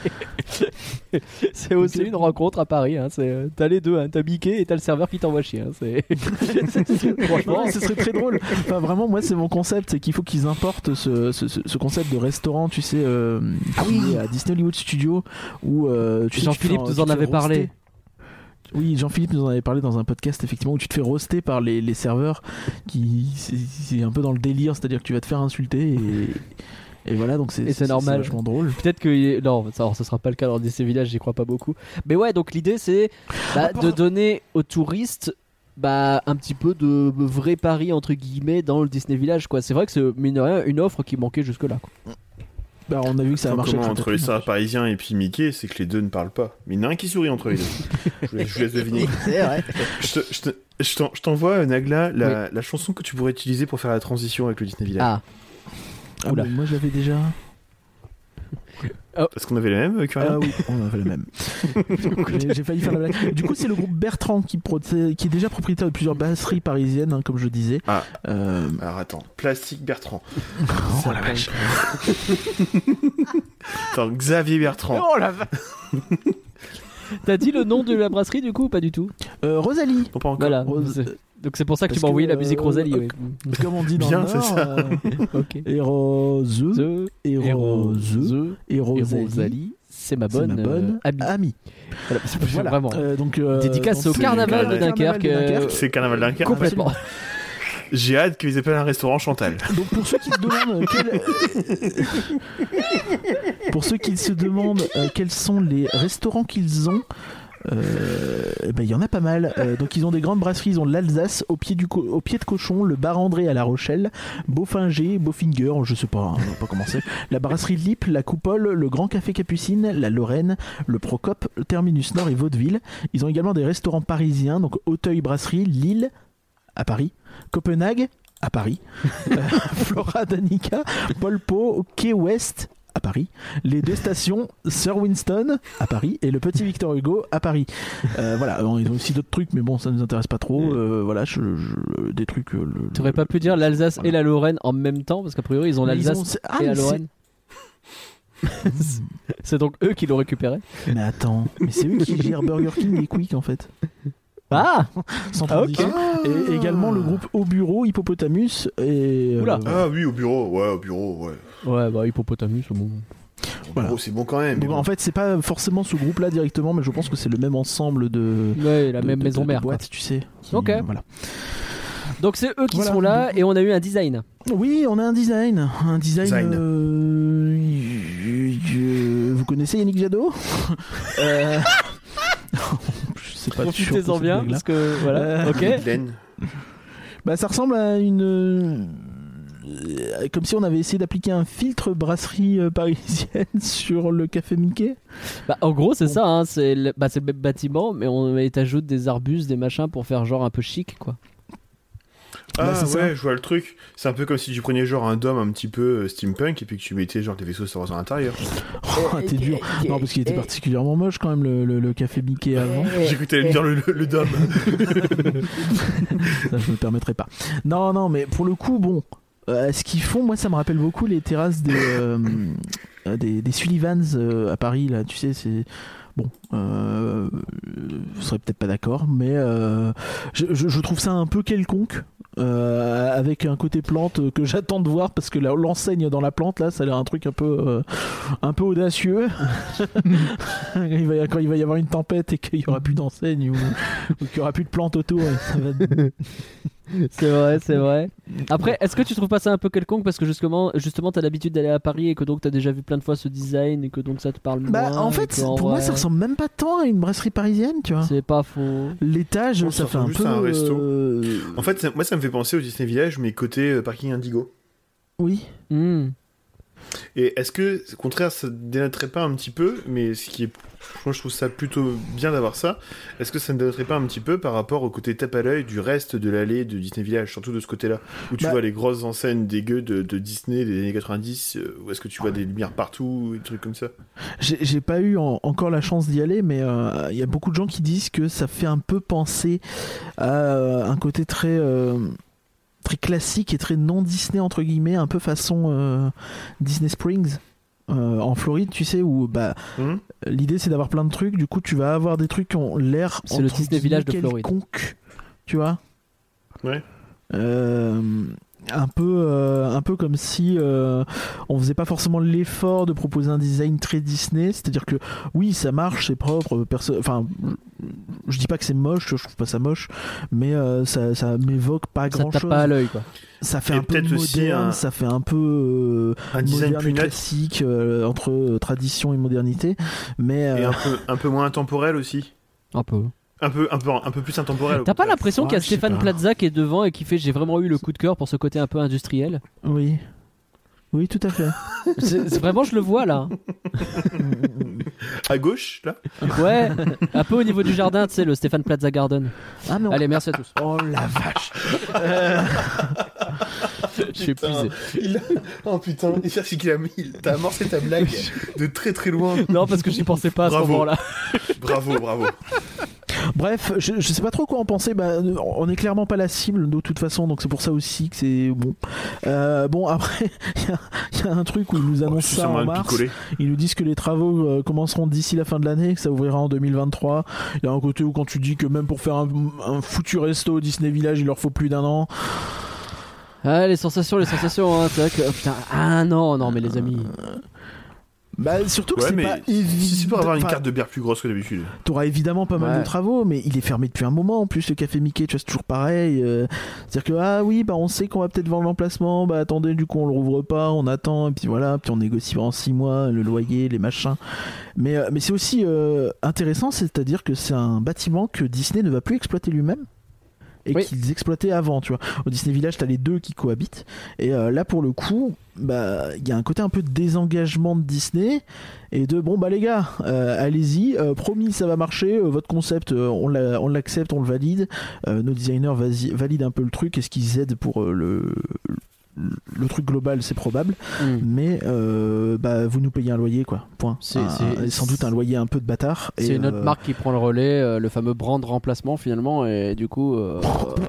Speaker 1: C'est aussi une rencontre à Paris. Hein. C'est, euh, t'as les deux. Hein. T'as Mickey et t'as le serveur qui t'envoie chier. Hein. C'est... Franchement,
Speaker 2: Non, ce serait très drôle. Enfin, vraiment, moi, c'est mon concept, c'est qu'il faut qu'ils importent ce, ce, ce- ce concept de restaurant, tu sais, euh,
Speaker 1: Ah
Speaker 2: qui
Speaker 1: oui.
Speaker 2: est à Disney Hollywood Studio, où euh, tu sais, tu
Speaker 1: Jean-Philippe
Speaker 2: te fais-
Speaker 1: nous
Speaker 2: tu
Speaker 1: en
Speaker 2: te fais
Speaker 1: avait parlé.
Speaker 2: roaster. Oui, Jean-Philippe nous en avait parlé dans un podcast, effectivement, où tu te fais roaster par les, les serveurs, qui c'est, c'est un peu dans le délire, c'est-à-dire que tu vas te faire insulter et, et voilà, donc c'est,
Speaker 1: Et c'est normal.
Speaker 2: vachement drôle.
Speaker 1: peut-être que non, ça, alors, ce sera pas le cas dans Disney Village. J'y crois pas beaucoup. Mais ouais, donc l'idée c'est bah, de donner aux touristes. Bah, un petit peu de vrai Paris entre guillemets dans le Disney Village quoi. C'est vrai que c'est mine de rien une offre qui manquait jusque là quoi.
Speaker 2: Bah, on a vu que ça a
Speaker 3: Enfin,
Speaker 2: marché.
Speaker 3: comment,
Speaker 2: avec
Speaker 3: entre les
Speaker 2: Ratatouille,
Speaker 3: stars parisiens et puis Mickey, c'est que les deux ne parlent pas. Mais il y en a un qui sourit entre les deux. je, vous laisse, je vous laisse deviner.
Speaker 1: C'est vrai.
Speaker 3: Je, te- je te- je t'en- je t'envoie, Nagla, la, la chanson que tu pourrais utiliser pour faire la transition avec le Disney Village.
Speaker 1: Ah,
Speaker 2: Ah,
Speaker 1: Oula.
Speaker 2: mais moi j'avais déjà.
Speaker 3: Parce qu'on avait les mêmes, Curien.
Speaker 2: Ah oui, on avait les mêmes. j'ai, j'ai failli faire la blague. Du coup, c'est le groupe Bertrand qui, pro- qui est déjà propriétaire de plusieurs brasseries parisiennes, hein, comme je disais.
Speaker 3: Ah.
Speaker 2: Euh...
Speaker 3: Alors attends, Plastique Bertrand.
Speaker 2: Oh la vache.
Speaker 3: Attends, Xavier Bertrand.
Speaker 1: Oh la vache. T'as dit le nom de la brasserie du coup ou pas du tout?
Speaker 2: Euh, Rosalie.
Speaker 3: Non, pas encore.
Speaker 1: Voilà.
Speaker 2: Rose-
Speaker 1: C'est- Donc c'est pour ça que
Speaker 2: Parce
Speaker 1: tu m'as envoyé
Speaker 2: que,
Speaker 1: la musique
Speaker 2: euh,
Speaker 1: Rosalie.
Speaker 2: euh,
Speaker 1: oui.
Speaker 2: Comme on dit dans
Speaker 3: Bien,
Speaker 2: le
Speaker 3: c'est
Speaker 2: Nord,
Speaker 3: ça.
Speaker 2: euh,
Speaker 1: Ok.
Speaker 2: et Rose,
Speaker 1: The
Speaker 2: et
Speaker 1: et
Speaker 2: Rose,
Speaker 1: Rose
Speaker 2: et
Speaker 1: et
Speaker 2: Rosalie,
Speaker 1: Rosalie, c'est ma
Speaker 2: c'est
Speaker 1: bonne,
Speaker 2: ma bonne
Speaker 1: euh, amie.
Speaker 2: amie.
Speaker 1: Voilà, c'est-
Speaker 2: Voilà.
Speaker 1: Vraiment.
Speaker 2: Euh, donc, euh,
Speaker 1: Dédicace
Speaker 2: donc,
Speaker 1: au
Speaker 3: c'est
Speaker 1: carnaval
Speaker 3: le
Speaker 1: de
Speaker 3: carnaval
Speaker 1: Dunkerque.
Speaker 2: de Dunkerque.
Speaker 1: euh,
Speaker 3: C'est le carnaval d'un quart.
Speaker 1: Complètement.
Speaker 3: J'ai hâte qu'ils appellent un restaurant Chantal.
Speaker 2: Donc pour ceux qui se demandent quel- pour ceux qui se demandent euh, quels sont les restaurants qu'ils ont, euh, eh ben, il y en a pas mal. Euh, donc ils ont des grandes brasseries, ils ont l'Alsace au pied du co- au pied de cochon, le bar André à La Rochelle, Beaufinger, Beaufinger, je sais pas, hein, on va pas commencer. La brasserie Lippe, la Coupole, le Grand Café Capucine, la Lorraine, le Procope, le Terminus Nord et Vaudeville. Ils ont également des restaurants parisiens, donc Auteuil Brasserie, Lille à Paris, Copenhague à Paris, euh, Flora Danica, Paul Po, Quai Ouest à Paris, les deux stations Sir Winston à Paris et le Petit Victor Hugo à Paris. Euh, voilà, alors, ils ont aussi d'autres trucs, mais bon, ça nous intéresse pas trop. Euh, voilà, je, je- des trucs. euh, le-
Speaker 1: T'aurais
Speaker 2: le-
Speaker 1: pas pu dire l'Alsace
Speaker 2: Voilà.
Speaker 1: et la Lorraine en même temps parce qu'a priori ils ont
Speaker 2: Mais ils
Speaker 1: l'Alsace
Speaker 2: ont- c'est- ah,
Speaker 1: et la
Speaker 2: mais c'est-
Speaker 1: Lorraine. C'est donc eux qui l'ont récupéré.
Speaker 2: Mais attends, mais c'est eux qui gèrent Burger King et Quick en fait.
Speaker 1: Ah
Speaker 2: Sans
Speaker 1: Ah, ok.
Speaker 2: transition. Et également le groupe Au Bureau, Hippopotamus et. euh,
Speaker 1: Oula.
Speaker 3: Ah oui, au bureau, ouais, au bureau, ouais.
Speaker 1: Ouais, bah hippopotamus, c'est bon.
Speaker 3: Au
Speaker 2: Voilà.
Speaker 3: bureau, c'est bon quand même. mais
Speaker 2: donc,
Speaker 3: bon.
Speaker 2: en fait, c'est pas forcément ce groupe-là directement, mais je pense que c'est le même ensemble de.
Speaker 1: Ouais, la
Speaker 2: de-
Speaker 1: même
Speaker 2: de-
Speaker 1: maison
Speaker 2: de
Speaker 1: mère. quoi.
Speaker 2: boîtes, tu sais. qui-
Speaker 1: Ok.
Speaker 2: Voilà.
Speaker 1: Donc c'est eux qui
Speaker 2: Voilà.
Speaker 1: sont là et on a eu un design.
Speaker 2: Oui, on a un design. Un design.
Speaker 3: Design.
Speaker 2: euh, je- Vous connaissez Yannick Jadot Euh, Je sais pas. sûr pour
Speaker 1: Profitez-en
Speaker 2: cette
Speaker 1: bien
Speaker 2: blague-là.
Speaker 1: parce que voilà.
Speaker 2: Euh,
Speaker 1: Ok.
Speaker 3: Glenn.
Speaker 2: Bah, ça ressemble à une. euh, Comme si on avait essayé d'appliquer un filtre brasserie euh, parisienne sur le café Mickey.
Speaker 1: Bah, en gros c'est
Speaker 2: Bon.
Speaker 1: ça. Hein, c'est le... bah, c'est le même bâtiment mais on y ajoute des arbustes, des machins pour faire genre un peu chic quoi.
Speaker 3: Ah
Speaker 2: Bah, c'est ça.
Speaker 3: ouais, je vois le truc. C'est un peu comme si tu prenais genre un dôme un petit peu euh, steampunk et puis que tu mettais genre des vaisseaux Star Wars à l'intérieur.
Speaker 2: Oh, t'es dur. Non, parce qu'il était particulièrement moche quand même le, le- le café Mickey avant.
Speaker 3: J'ai cru que t'allais me dire le, le, le dôme.
Speaker 2: Ça, je me permettrai pas. Non, non, mais pour le coup, bon, euh, ce qu'ils font, moi, ça me rappelle beaucoup les terrasses des, euh, euh, des, des Sullivans euh, à Paris, là, tu sais, c'est. Bon, euh, vous serez peut-être pas d'accord, mais euh, je, je- je trouve ça un peu quelconque, euh, avec un côté plante que j'attends de voir parce que la- l'enseigne dans la plante là, ça a l'air un truc un peu, euh, un peu audacieux. il va y- quand il va y avoir une tempête et qu'il y aura plus d'enseigne ou, ou qu'il y aura plus de plantes autour, ça va.
Speaker 1: C'est vrai, c'est vrai. Après, est-ce que tu trouves pas ça un peu quelconque parce que justement, justement, t'as l'habitude d'aller à Paris et que donc t'as déjà vu plein de fois ce design et que donc ça te parle
Speaker 2: Bah,
Speaker 1: moins.
Speaker 2: en
Speaker 1: et
Speaker 2: fait,
Speaker 1: que, en
Speaker 2: pour moi,
Speaker 1: vrai,
Speaker 2: ça ressemble même pas tant à une brasserie parisienne, tu vois.
Speaker 1: C'est pas faux.
Speaker 2: L'étage,
Speaker 3: Non,
Speaker 2: ça
Speaker 3: ça
Speaker 2: fait un
Speaker 3: ressemble
Speaker 2: peu.
Speaker 3: juste à un resto.
Speaker 2: euh,
Speaker 3: En fait, ça- moi ça me fait penser au Disney Village, mais côté euh, parking Indigo.
Speaker 2: Oui.
Speaker 1: Hmm.
Speaker 3: Et est-ce que, au contraire, ça dénoterait pas un petit peu, mais ce qui est. Moi, je trouve ça plutôt bien d'avoir ça. Est-ce que ça ne dénoterait pas un petit peu par rapport au côté tape à l'œil du reste de l'allée de Disney Village, surtout de ce côté-là, où tu
Speaker 2: Bah-
Speaker 3: vois les grosses enseignes dégueu de, de Disney des années quatre-vingt-dix, euh, où est-ce que tu vois des lumières partout, des trucs comme ça.
Speaker 2: J'ai j'ai pas eu en- encore la chance d'y aller, mais il y a beaucoup de gens qui disent que ça fait un peu penser à euh, un côté très. euh, très classique et très non Disney entre guillemets, un peu façon euh, Disney Springs euh, en Floride, tu sais, où bah
Speaker 3: Hum
Speaker 2: l'idée c'est d'avoir plein de trucs, du coup tu vas avoir des trucs qui ont l'air
Speaker 1: C'est le
Speaker 2: entre
Speaker 1: Disney Village de
Speaker 2: guillemets
Speaker 1: Floride.
Speaker 2: quelconque, tu vois.
Speaker 3: Ouais.
Speaker 2: Euh, un peu euh, un peu comme si euh, on faisait pas forcément l'effort de proposer un design très Disney, c'est-à-dire que oui ça marche, c'est propre, perso- enfin je, je dis pas que c'est moche, je trouve pas ça moche, mais euh, ça, ça m'évoque pas
Speaker 1: Ça
Speaker 2: grand
Speaker 1: te tape
Speaker 2: chose.
Speaker 1: pas à l'œil quoi.
Speaker 2: Ça fait
Speaker 3: Et
Speaker 2: un peu
Speaker 3: peut-être
Speaker 2: moderne,
Speaker 3: aussi un-
Speaker 2: ça fait un peu euh,
Speaker 3: Un design
Speaker 2: moderne
Speaker 3: plus
Speaker 2: et
Speaker 3: net
Speaker 2: classique euh, entre euh, tradition et modernité, mais
Speaker 3: et
Speaker 2: euh,
Speaker 3: un peu, un peu moins intemporel aussi.
Speaker 1: Un peu.
Speaker 3: Un peu, un peu, un peu plus intemporel. au
Speaker 1: T'as pas
Speaker 3: contraire.
Speaker 1: l'impression qu'il y a
Speaker 2: Ouais, je sais
Speaker 1: Stéphane
Speaker 2: pas.
Speaker 1: Plaza qui est devant et qui fait j'ai vraiment eu le coup de cœur pour ce côté un peu industriel.
Speaker 2: oui. Oui, tout à fait.
Speaker 1: c'est, c'est vraiment, je le vois là.
Speaker 3: À gauche, là.
Speaker 1: Ouais, un peu au niveau du jardin, tu sais, le Stéphane Plaza Garden.
Speaker 2: Ah non.
Speaker 1: Allez, merci à tous.
Speaker 2: Oh la vache. euh...
Speaker 1: Je suis épuisé.
Speaker 3: Il a... Oh putain, et ça, c'est qu'il a mis... T'as amorcé ta blague de très très loin.
Speaker 1: Non, parce que j'y pensais pas à
Speaker 3: Bravo.
Speaker 1: ce moment-là.
Speaker 3: Bravo, bravo.
Speaker 2: Bref, je, je sais pas trop quoi en penser. Bah, on est clairement pas la cible de toute façon, donc c'est pour ça aussi que c'est bon. Euh, bon, après, il y, y a un truc où ils nous annoncent
Speaker 3: Oh,
Speaker 2: ça en mars.
Speaker 3: picolé.
Speaker 2: Ils nous disent que les travaux euh, commenceront d'ici la fin de l'année, que ça ouvrira en deux mille vingt-trois. Il y a un côté où quand tu dis que même pour faire un, un foutu resto au Disney Village, il leur faut plus d'un an.
Speaker 1: Ah, les sensations, les sensations, hein. C'est vrai que. Oh, putain, ah non, non, mais les amis.
Speaker 2: Bah, surtout que
Speaker 3: Ouais,
Speaker 2: c'est
Speaker 3: mais
Speaker 2: pas
Speaker 3: si
Speaker 2: évident.
Speaker 3: c'est pour avoir une
Speaker 2: Enfin,
Speaker 3: carte de bière plus grosse que d'habitude.
Speaker 2: T'auras évidemment pas mal
Speaker 1: Ouais.
Speaker 2: de travaux, mais il est fermé depuis un moment. En plus, le café Mickey, tu vois, c'est toujours pareil. euh, C'est-à-dire que, ah oui, bah on sait qu'on va peut-être vendre l'emplacement. Bah attendez, du coup, on le rouvre pas, on attend, et puis voilà, puis on négocie pendant six mois le loyer, les machins. Mais, euh, mais c'est aussi euh, intéressant, c'est-à-dire que c'est un bâtiment que Disney ne va plus exploiter lui-même. Et
Speaker 1: Oui.
Speaker 2: qu'ils exploitaient avant, tu vois. Au Disney Village, t'as les deux qui cohabitent. Et euh, là, pour le coup, bah, il y a un côté un peu de désengagement de Disney. Et de, bon, bah les gars, euh, allez-y, euh, promis, ça va marcher. euh, votre concept, euh, on, l'a, on l'accepte, on le valide. Euh, nos designers vasi- valident un peu le truc. Est-ce qu'ils aident pour euh, le... Le truc global, c'est probable,
Speaker 1: Mm.
Speaker 2: mais euh, bah, vous nous payez un loyer, quoi. Point.
Speaker 1: C'est-
Speaker 2: Un-
Speaker 1: c'est-
Speaker 2: et sans doute un loyer un peu de bâtard.
Speaker 1: C'est
Speaker 2: et,
Speaker 1: une autre
Speaker 2: euh,
Speaker 1: marque qui prend le relais, euh, le fameux brand remplacement finalement, et du coup. Euh,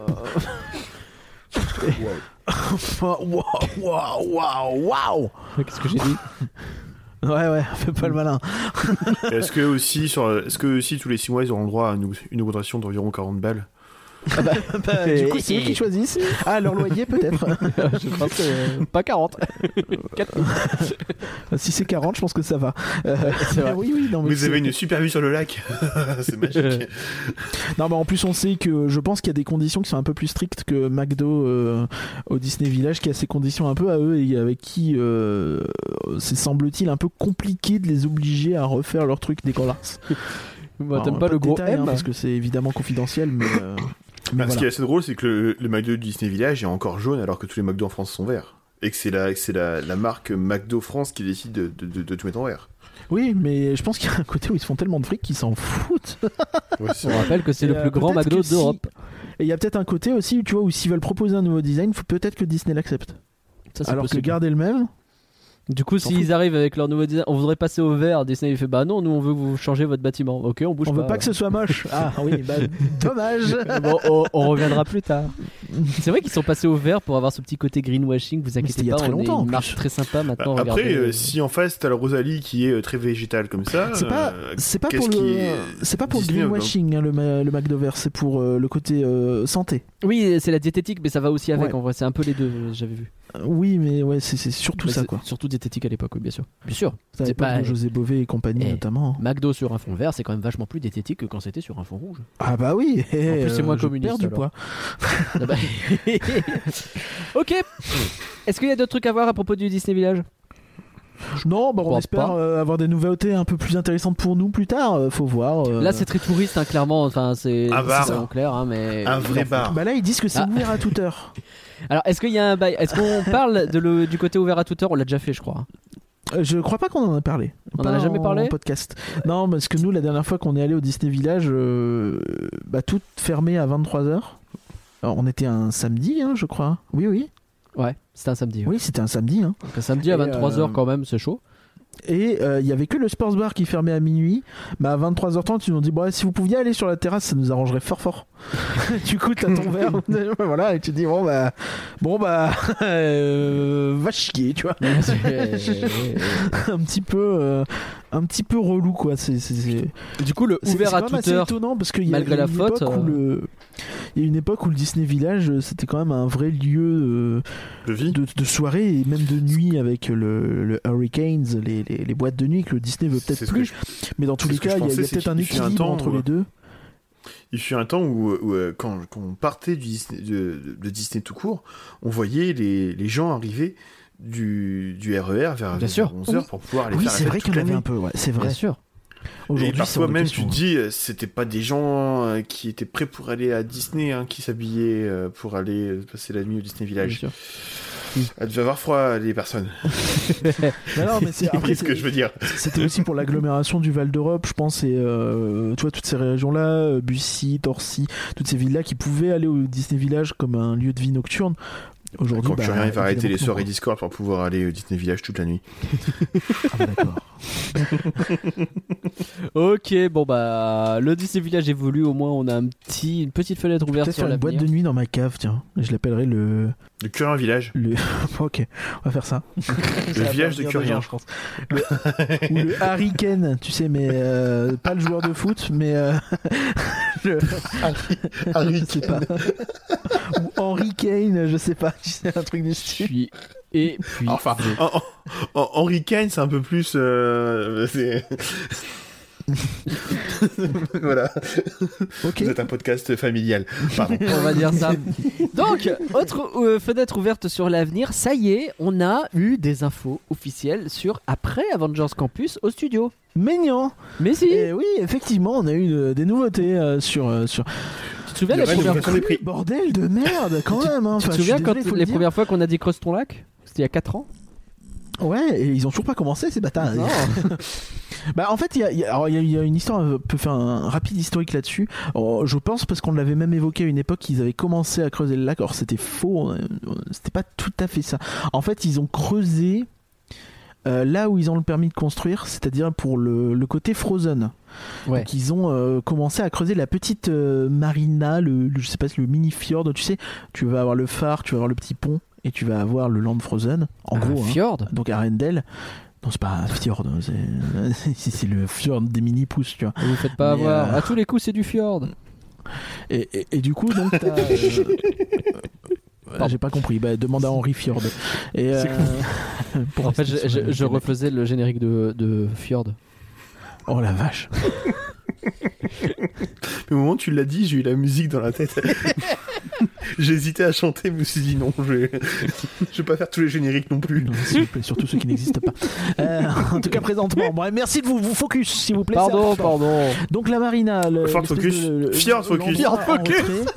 Speaker 2: Waouh, waouh, waouh, waouh.
Speaker 1: Qu'est-ce que j'ai dit?
Speaker 2: Ouais, ouais, fais pas le malin.
Speaker 3: Et Est-ce que aussi, sur... Est-ce que aussi tous les six mois ils auront le droit à une, une augmentation d'environ quarante balles?
Speaker 2: Bah, du coup, c'est eux qui choisissent. Ah, leur loyer, peut-être.
Speaker 1: Je pense que, euh, pas quarante. quatre mille.
Speaker 2: Si c'est quarante, je pense que ça va. Euh,
Speaker 1: C'est vrai.
Speaker 2: oui, oui, non, mais
Speaker 3: Vous
Speaker 2: c'est-
Speaker 3: avez une super vue sur le lac. C'est magique.
Speaker 2: Non, mais en plus, on sait que je pense qu'il y a des conditions qui sont un peu plus strictes que McDo euh, au Disney Village, qui a ses conditions un peu à eux et avec qui euh, c'est semble-t-il un peu compliqué de les obliger à refaire leur truc dégueulasse.
Speaker 1: Bah,
Speaker 2: Alors,
Speaker 1: t'aimes
Speaker 2: on
Speaker 1: pas
Speaker 2: a
Speaker 1: le
Speaker 2: de
Speaker 1: gros
Speaker 2: détails, hein,
Speaker 1: M?
Speaker 2: parce que c'est évidemment confidentiel, mais. euh, mais
Speaker 3: Ah, Ce qui
Speaker 2: voilà.
Speaker 3: est assez drôle, c'est que le, le McDo du Disney Village est encore jaune alors que tous les McDo en France sont verts. Et que c'est la, que c'est la, la marque McDo France qui décide de, de, de, de tout mettre en vert.
Speaker 2: Oui, mais je pense qu'il y a un côté où ils se font tellement de fric qu'ils s'en foutent.
Speaker 3: Ouais, c'est
Speaker 1: On
Speaker 3: vrai.
Speaker 1: rappelle que c'est
Speaker 2: Et,
Speaker 1: le
Speaker 2: euh,
Speaker 1: plus grand
Speaker 2: peut-être
Speaker 1: McDo
Speaker 2: que si-
Speaker 1: d'Europe.
Speaker 2: Et il y a peut-être un côté aussi, tu vois, où s'ils veulent proposer un nouveau design, faut peut-être que Disney l'accepte.
Speaker 1: Ça, c'est
Speaker 2: Alors que
Speaker 1: possible.
Speaker 2: garder le même.
Speaker 1: Du coup,
Speaker 2: S'en
Speaker 1: s'ils
Speaker 2: fout.
Speaker 1: arrivent avec leur nouveau design, on voudrait passer au vert. Disney il fait bah non, nous on veut que vous changez votre bâtiment. Ok, on bouge
Speaker 2: On
Speaker 1: pas.
Speaker 2: veut pas que ce soit moche. Ah oui, bah dommage.
Speaker 1: Bon, on, on reviendra plus tard. C'est vrai qu'ils sont passés au vert pour avoir ce petit côté greenwashing. Vous
Speaker 2: c'était
Speaker 1: inquiétez
Speaker 2: il y a
Speaker 1: pas,
Speaker 2: très
Speaker 1: on
Speaker 2: longtemps,
Speaker 1: est
Speaker 2: en
Speaker 1: une marque
Speaker 2: plus.
Speaker 1: très sympa maintenant.
Speaker 3: Après,
Speaker 1: regardez,
Speaker 3: euh,
Speaker 1: euh,
Speaker 3: si en face t'as la Rosalie qui est euh, très végétale comme ça,
Speaker 2: C'est pas,
Speaker 3: euh,
Speaker 2: c'est pas
Speaker 3: qu'est-ce
Speaker 2: pour le,
Speaker 3: qui est
Speaker 2: c'est pas pour le
Speaker 3: Disney,
Speaker 2: greenwashing hein, le, ma- le McDo vert, c'est pour euh, le côté euh, santé.
Speaker 1: Oui, c'est la diététique, mais ça va aussi avec.
Speaker 2: Ouais.
Speaker 1: En vrai, c'est un peu les deux. J'avais vu.
Speaker 2: Euh, Oui, mais ouais, c'est, c'est surtout
Speaker 1: Mais
Speaker 2: ça
Speaker 1: c'est
Speaker 2: quoi.
Speaker 1: Surtout diététique à l'époque, oui, bien sûr. Bien sûr.
Speaker 2: Ça
Speaker 1: c'est
Speaker 2: l'époque
Speaker 1: pas-
Speaker 2: de José Bové et compagnie
Speaker 1: Eh.
Speaker 2: notamment.
Speaker 1: McDo sur un fond vert, c'est quand même vachement plus diététique que quand c'était sur un fond rouge.
Speaker 2: Ah bah oui.
Speaker 1: En plus, c'est moins communiste,
Speaker 2: Je perds du
Speaker 1: alors.
Speaker 2: poids.
Speaker 1: Ah bah. Ok. Est-ce qu'il y a d'autres trucs à voir à propos du Disney Village?
Speaker 2: Non, bah on
Speaker 1: crois
Speaker 2: espère
Speaker 1: pas.
Speaker 2: euh, avoir des nouveautés un peu plus intéressantes pour nous plus tard. euh, faut voir. euh.
Speaker 1: Là, c'est très touriste, hein, clairement. Enfin, c'est
Speaker 3: Un bar.
Speaker 1: c'est en clair, hein, mais
Speaker 3: un vrai bar.
Speaker 2: Bah là, ils disent que c'est
Speaker 1: Ah.
Speaker 2: ouvert à toute heure.
Speaker 1: Alors, est-ce qu'il y a un bail? Est-ce qu'on parle de le, du côté ouvert à toute heure? On l'a déjà fait, je crois.
Speaker 2: Euh, Je crois pas qu'on en a parlé.
Speaker 1: On
Speaker 2: Pas
Speaker 1: en a jamais
Speaker 2: en
Speaker 1: parlé
Speaker 2: podcast. Non, parce que nous, la dernière fois qu'on est allé au Disney Village, euh, bah, tout fermé à vingt-trois heures. Alors, on était un samedi, hein, je crois. Oui, oui.
Speaker 1: Ouais, c'était un samedi. ouais.
Speaker 2: Oui, c'était un samedi. Hein.
Speaker 1: Donc, un samedi à
Speaker 2: Et,
Speaker 1: vingt-trois heures
Speaker 2: euh,
Speaker 1: quand même, c'est chaud.
Speaker 2: Et euh, il y avait que le sports bar qui fermait à minuit. Bah, à vingt-trois heures trente, ils nous ont dit bon, si vous pouviez aller sur la terrasse, ça nous arrangerait fort fort. Du coup, t'as ton verre, voilà, et tu te dis bon bah, bon bah, euh, va chier, tu vois. un petit peu, euh, un petit peu relou quoi. C'est, c'est, c'est...
Speaker 1: Du coup, le
Speaker 2: C'est-
Speaker 1: ouvert
Speaker 2: c'est
Speaker 1: à
Speaker 2: quand même
Speaker 1: toute
Speaker 2: assez
Speaker 1: heure.
Speaker 2: étonnant parce qu'il y a,
Speaker 1: malgré
Speaker 2: il y a
Speaker 1: la
Speaker 2: une
Speaker 1: faute,
Speaker 2: époque où
Speaker 1: euh.
Speaker 2: le, il y a une époque où le Disney Village euh, c'était quand même un vrai lieu euh,
Speaker 3: De vie.
Speaker 2: de, de soirée et même de nuit avec le, le Hurricanes, les, les, les boîtes de nuit que le Disney veut peut-être
Speaker 3: C'est ce
Speaker 2: plus.
Speaker 3: que je-
Speaker 2: Mais dans tous
Speaker 3: c'est
Speaker 2: les
Speaker 3: ce que
Speaker 2: cas,
Speaker 3: je
Speaker 2: il y a, il y a
Speaker 3: pensais, c'est
Speaker 2: peut-être un
Speaker 3: qu'il fut un
Speaker 2: équilibre
Speaker 3: temps
Speaker 2: entre
Speaker 3: où-
Speaker 2: les deux.
Speaker 3: Il fut un temps où, où, euh, quand, quand on partait du Disney, de, de Disney tout court, on voyait les, les gens arriver du, du R E R vers,
Speaker 1: Bien sûr.
Speaker 3: onze heures
Speaker 2: Oui.
Speaker 3: pour pouvoir aller
Speaker 2: Oui,
Speaker 3: faire
Speaker 2: c'est
Speaker 3: la
Speaker 2: vrai
Speaker 3: fête
Speaker 2: qu'il y en
Speaker 3: toute
Speaker 2: avait
Speaker 3: la
Speaker 2: un
Speaker 3: nuit.
Speaker 2: peu, ouais, c'est
Speaker 1: Bien
Speaker 2: vrai.
Speaker 1: sûr.
Speaker 3: Et
Speaker 2: Aujourd'hui, c'est
Speaker 3: parfois
Speaker 2: hors de
Speaker 3: même
Speaker 2: question.
Speaker 3: tu te dis, euh, c'était pas des gens euh, qui étaient prêts pour aller à Disney, hein, qui s'habillaient euh, pour aller euh, passer la nuit au Disney
Speaker 1: Bien
Speaker 3: Village.
Speaker 1: sûr.
Speaker 3: Elle devait avoir froid, les personnes.
Speaker 2: non, non, mais c'est après
Speaker 3: Après, ce que je veux dire.
Speaker 2: C'était aussi pour l'agglomération du Val d'Europe, je pense, et euh, tu vois, toutes ces régions-là, euh, Bussy, Torcy, toutes ces villes-là qui pouvaient aller au Disney Village comme un lieu de vie nocturne. Aujourd'hui,
Speaker 3: Quand
Speaker 2: bah,
Speaker 3: tu rien, il va arrêter les
Speaker 2: évidemment
Speaker 3: soirées
Speaker 2: que non.
Speaker 3: Discord pour pouvoir aller au Disney Village toute la nuit.
Speaker 2: Ah bah d'accord.
Speaker 1: Ok, bon bah le Disney Village évolue, au moins on a un petit, une petite fenêtre ouverte
Speaker 2: Peut-être
Speaker 1: sur
Speaker 2: faire une boîte
Speaker 1: l'avenir.
Speaker 2: de nuit dans ma cave, tiens. Je l'appellerai le...
Speaker 3: Le Curien Village.
Speaker 2: le... ok, on va faire ça.
Speaker 3: Le village de
Speaker 2: Dire
Speaker 3: Curien.
Speaker 2: gens, je pense. Le... Ou le Harry Kane, tu sais, mais euh, pas le joueur de foot, mais euh, le...
Speaker 3: Harry
Speaker 2: je sais pas. Ou Henry Kane, je sais pas, tu sais, un truc du style.
Speaker 1: Puis, et puis,
Speaker 3: Enfin, en, en, en- Henry Kane, c'est un peu plus. euh, c'est- voilà.
Speaker 2: Ok.
Speaker 3: Vous êtes un podcast familial. Pardon.
Speaker 1: on va dire ça. Donc, autre euh, fenêtre ouverte sur l'avenir, ça y est, on a eu des infos officielles sur après Avengers Campus au studio.
Speaker 2: Mignon.
Speaker 1: Mais si,
Speaker 2: Et oui, effectivement, on a eu euh, des nouveautés euh, sur, euh, sur...
Speaker 1: tu te souviens
Speaker 3: Il y
Speaker 1: les
Speaker 3: aurait une
Speaker 1: premières,
Speaker 3: augmentation des prix.
Speaker 2: Bordel de merde, quand même. Hein.
Speaker 1: tu te
Speaker 2: Enfin, je suis
Speaker 1: souviens quand
Speaker 2: désolé, faut le
Speaker 1: les
Speaker 2: dire.
Speaker 1: premières fois qu'on a dit creuse ton lac? C'était il y a quatre ans.
Speaker 2: Ouais, et ils ont toujours pas commencé, ces bâtards.
Speaker 1: Non.
Speaker 2: Bah en fait il y a, il y a- alors, il y a- il y a une histoire, on peut faire un rapide historique là-dessus. Alors, je pense parce qu'on l'avait même évoqué à une époque qu'ils avaient commencé à creuser le lac. Alors c'était faux, euh, c'était pas tout à fait ça. En fait ils ont creusé euh, là où ils ont le permis de construire, c'est-à-dire pour le, le côté Frozen.
Speaker 1: Ouais.
Speaker 2: Donc ils ont euh, commencé à creuser la petite euh, marina, le, le- je sais pas, le mini fjord, tu sais, tu vas avoir le phare, tu vas avoir le petit pont et tu vas avoir le land Frozen en
Speaker 1: Un
Speaker 2: gros. hein.
Speaker 1: fjord.
Speaker 2: Donc à Arendelle. Non, c'est pas un fjord, c'est, c'est le fjord des mini-pousses, tu vois.
Speaker 1: Vous faites pas
Speaker 2: Mais,
Speaker 1: avoir.
Speaker 2: euh,
Speaker 1: À tous les coups, c'est du fjord.
Speaker 2: Et, et, et du coup, donc, t'as. euh, euh, j'ai pas compris, bah, demande à Henri Fjord. Et, euh, pour
Speaker 1: En fait,
Speaker 2: rester
Speaker 1: je,
Speaker 2: sur
Speaker 1: je-
Speaker 2: le-
Speaker 1: je refaisais le générique de, de Fjord.
Speaker 2: Oh la vache.
Speaker 3: Mais au moment où tu l'as dit, j'ai eu la musique dans la tête. J'ai hésité à chanter, mais je me suis dit non, je vais, je vais pas faire tous les génériques non plus.
Speaker 2: Non, s'il vous plaît, surtout ceux qui n'existent pas. Euh, en tout cas, présentement. Bon, merci de vous, vous focus, s'il vous plaît. c'est
Speaker 1: Pardon,
Speaker 2: important.
Speaker 1: pardon.
Speaker 2: Donc la marina. Le,
Speaker 3: Ford
Speaker 2: l'espèce
Speaker 3: focus.
Speaker 2: de- le-
Speaker 3: Fjord
Speaker 2: le-
Speaker 3: focus.
Speaker 2: l'endroit
Speaker 1: Fjord
Speaker 2: en
Speaker 1: focus.
Speaker 2: retrait.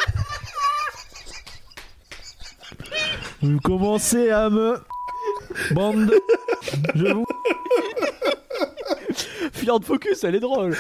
Speaker 2: Vous commencez à me. Bande. Je vous.
Speaker 1: Fjord Focus, elle est drôle.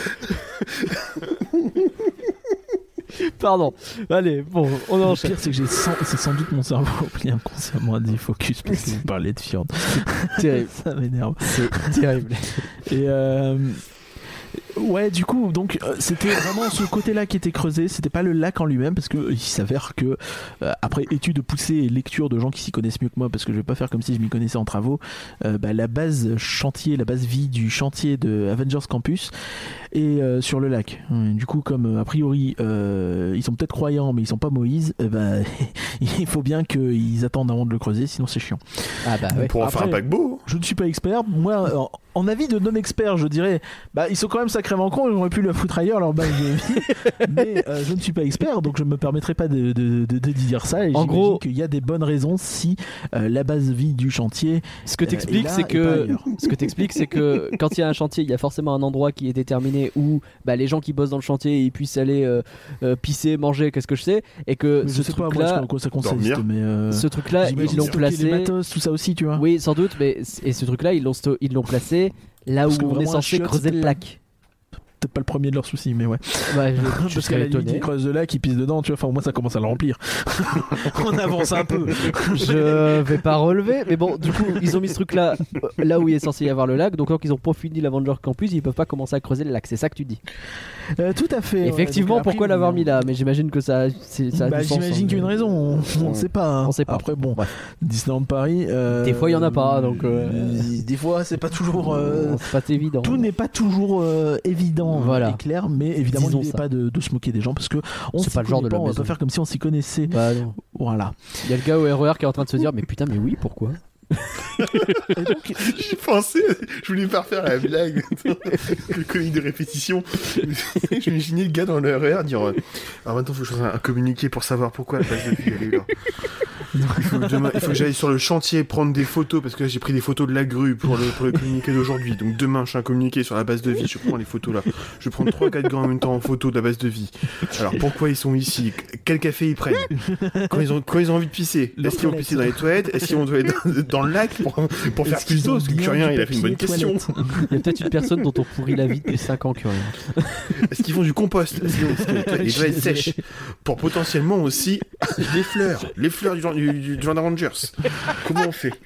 Speaker 1: Pardon. Allez, bon, on
Speaker 2: Le
Speaker 1: enchaîne.
Speaker 2: pire, c'est que j'ai sans, c'est sans doute mon cerveau oublié inconsciemment à dire focus parce que vous parlez de Fjord.
Speaker 1: Terrible.
Speaker 2: Ça m'énerve.
Speaker 1: C'est terrible.
Speaker 2: Et euh, ouais, du coup, donc euh, c'était vraiment ce côté-là qui était creusé. C'était pas le lac en lui-même parce que euh, il s'avère que euh, après études poussées et lecture de gens qui s'y connaissent mieux que moi, parce que je vais pas faire comme si je m'y connaissais en travaux, euh, bah, la base chantier, la base vie du chantier de Avengers Campus est euh, sur le lac. Euh, Du coup, comme euh, a priori euh, ils sont peut-être croyants, mais ils sont pas Moïse, euh, bah, il faut bien qu'ils attendent avant de le creuser, sinon c'est chiant.
Speaker 1: Ah bah
Speaker 3: On
Speaker 1: ouais.
Speaker 3: pourra en faire un
Speaker 2: Après-
Speaker 3: paquebot.
Speaker 2: Je ne suis pas expert. Moi, en, en avis de non-expert, je dirais, bah, ils sont quand même sacrément cons. Ils auraient pu le foutre ailleurs leur base de vie. Mais euh, je ne suis pas expert, donc je ne me permettrai pas de, de, de, de dire ça. Et
Speaker 1: En
Speaker 2: j'imagine
Speaker 1: gros-
Speaker 2: qu'il y a des bonnes raisons si euh, la base vie du chantier.
Speaker 1: Ce que
Speaker 2: Euh,
Speaker 1: t'expliques,
Speaker 2: et là,
Speaker 1: c'est
Speaker 2: et pas
Speaker 1: que
Speaker 2: ailleurs.
Speaker 1: ce que t'expliques, c'est que quand il y a un chantier, il y a forcément un endroit qui est déterminé où bah, les gens qui bossent dans le chantier ils puissent aller euh, euh, pisser, manger, qu'est-ce que je sais, et que
Speaker 2: Mais
Speaker 1: ce
Speaker 2: je sais pas moi
Speaker 1: truc-là,
Speaker 2: en quoi ça consiste,
Speaker 3: dormir.
Speaker 2: mais euh,
Speaker 1: ce truc-là,
Speaker 2: j'imagine
Speaker 1: ils l'ont
Speaker 2: stocker les
Speaker 1: placé.
Speaker 2: matos, tout ça aussi, tu vois.
Speaker 1: Oui, sans doute, mais et ce truc-là, ils l'ont sto- ils l'ont placé là où
Speaker 2: Parce que
Speaker 1: on est
Speaker 2: vraiment, un
Speaker 1: censé
Speaker 2: chiotte,
Speaker 1: creuser
Speaker 2: c'était
Speaker 1: le
Speaker 2: pas-
Speaker 1: lac.
Speaker 2: Peut-être pas le premier de leurs soucis, mais ouais.
Speaker 1: Ouais, je, je
Speaker 2: Parce qu'à
Speaker 1: serais
Speaker 2: la limite,
Speaker 1: étonné.
Speaker 2: ils creusent de lac, ils pissent dedans, tu vois. Enfin, au moins, ça commence à le remplir. On avance un peu.
Speaker 1: Je vais pas relever, mais bon, du coup, ils ont mis ce truc-là euh, là où il est censé y avoir le lac. Donc, quand ils ont pas fini l'Avenger Campus, ils peuvent pas commencer à creuser le lac. C'est ça que tu dis.
Speaker 2: Euh, tout à fait. ouais.
Speaker 1: Effectivement,
Speaker 2: Donc, après,
Speaker 1: pourquoi
Speaker 2: oui,
Speaker 1: l'avoir
Speaker 2: on-
Speaker 1: mis là? Mais j'imagine que ça, c'est, ça a
Speaker 2: Bah,
Speaker 1: du sens.
Speaker 2: j'imagine
Speaker 1: hein,
Speaker 2: qu'il y a une
Speaker 1: mais-
Speaker 2: raison, on ne
Speaker 1: On-
Speaker 2: sait pas. hein.
Speaker 1: on sait pas.
Speaker 2: Après, bon,
Speaker 1: Bref.
Speaker 2: Disneyland Paris. euh,
Speaker 1: Des fois, il y en a pas, donc, euh,
Speaker 2: Des fois, c'est pas toujours. euh,
Speaker 1: C'est pas évident.
Speaker 2: Tout n'est pas toujours euh, évident
Speaker 1: Voilà.
Speaker 2: et clair, mais évidemment,
Speaker 1: Disons
Speaker 2: l'idée n'est
Speaker 1: ça.
Speaker 2: pas de, de se moquer des gens parce que on
Speaker 1: C'est
Speaker 2: s'y
Speaker 1: pas le genre
Speaker 2: connaît
Speaker 1: de la
Speaker 2: pas, on va
Speaker 1: maison.
Speaker 2: pas faire comme si on s'y connaissait.
Speaker 1: Bah non.
Speaker 2: Voilà.
Speaker 1: Il y a le gars au R E R qui est en train de se dire, mais putain, mais oui, pourquoi?
Speaker 2: Et donc,
Speaker 3: J'ai pensé, je voulais pas refaire la blague, le comique de répétition. Je m'imaginais le gars dans le R E R dire euh, alors maintenant faut que je fasse un communiqué pour savoir pourquoi la place de vie elle est là. Il faut, demain, il faut que j'aille sur le chantier prendre des photos parce que là, j'ai pris des photos de la grue pour le, pour le communiqué d'aujourd'hui. Donc demain, je fais un communiqué sur la base de vie. Je prends les photos là. Je vais prendre trois quatre gars en même temps en photo de la base de vie. Alors pourquoi ils sont ici? Quel café ils prennent? Quand ils ont, quand ils ont envie de pisser? Est-ce qu'ils vont pisser dans les toilettes? Est-ce qu'ils vont aller dans, dans le lac pour, pour faire plus d'eau? Parce que Curien, il a fait une bonne question.
Speaker 1: Il y a peut-être une personne dont on pourrit la vie depuis cinq ans, Curien.
Speaker 3: Est-ce qu'ils font du compost? Est-ce qu'ils vont, les toilettes, les toilettes sèches pour potentiellement aussi les fleurs, les fleurs du, du, du, du Jardin Rangers. Comment on fait?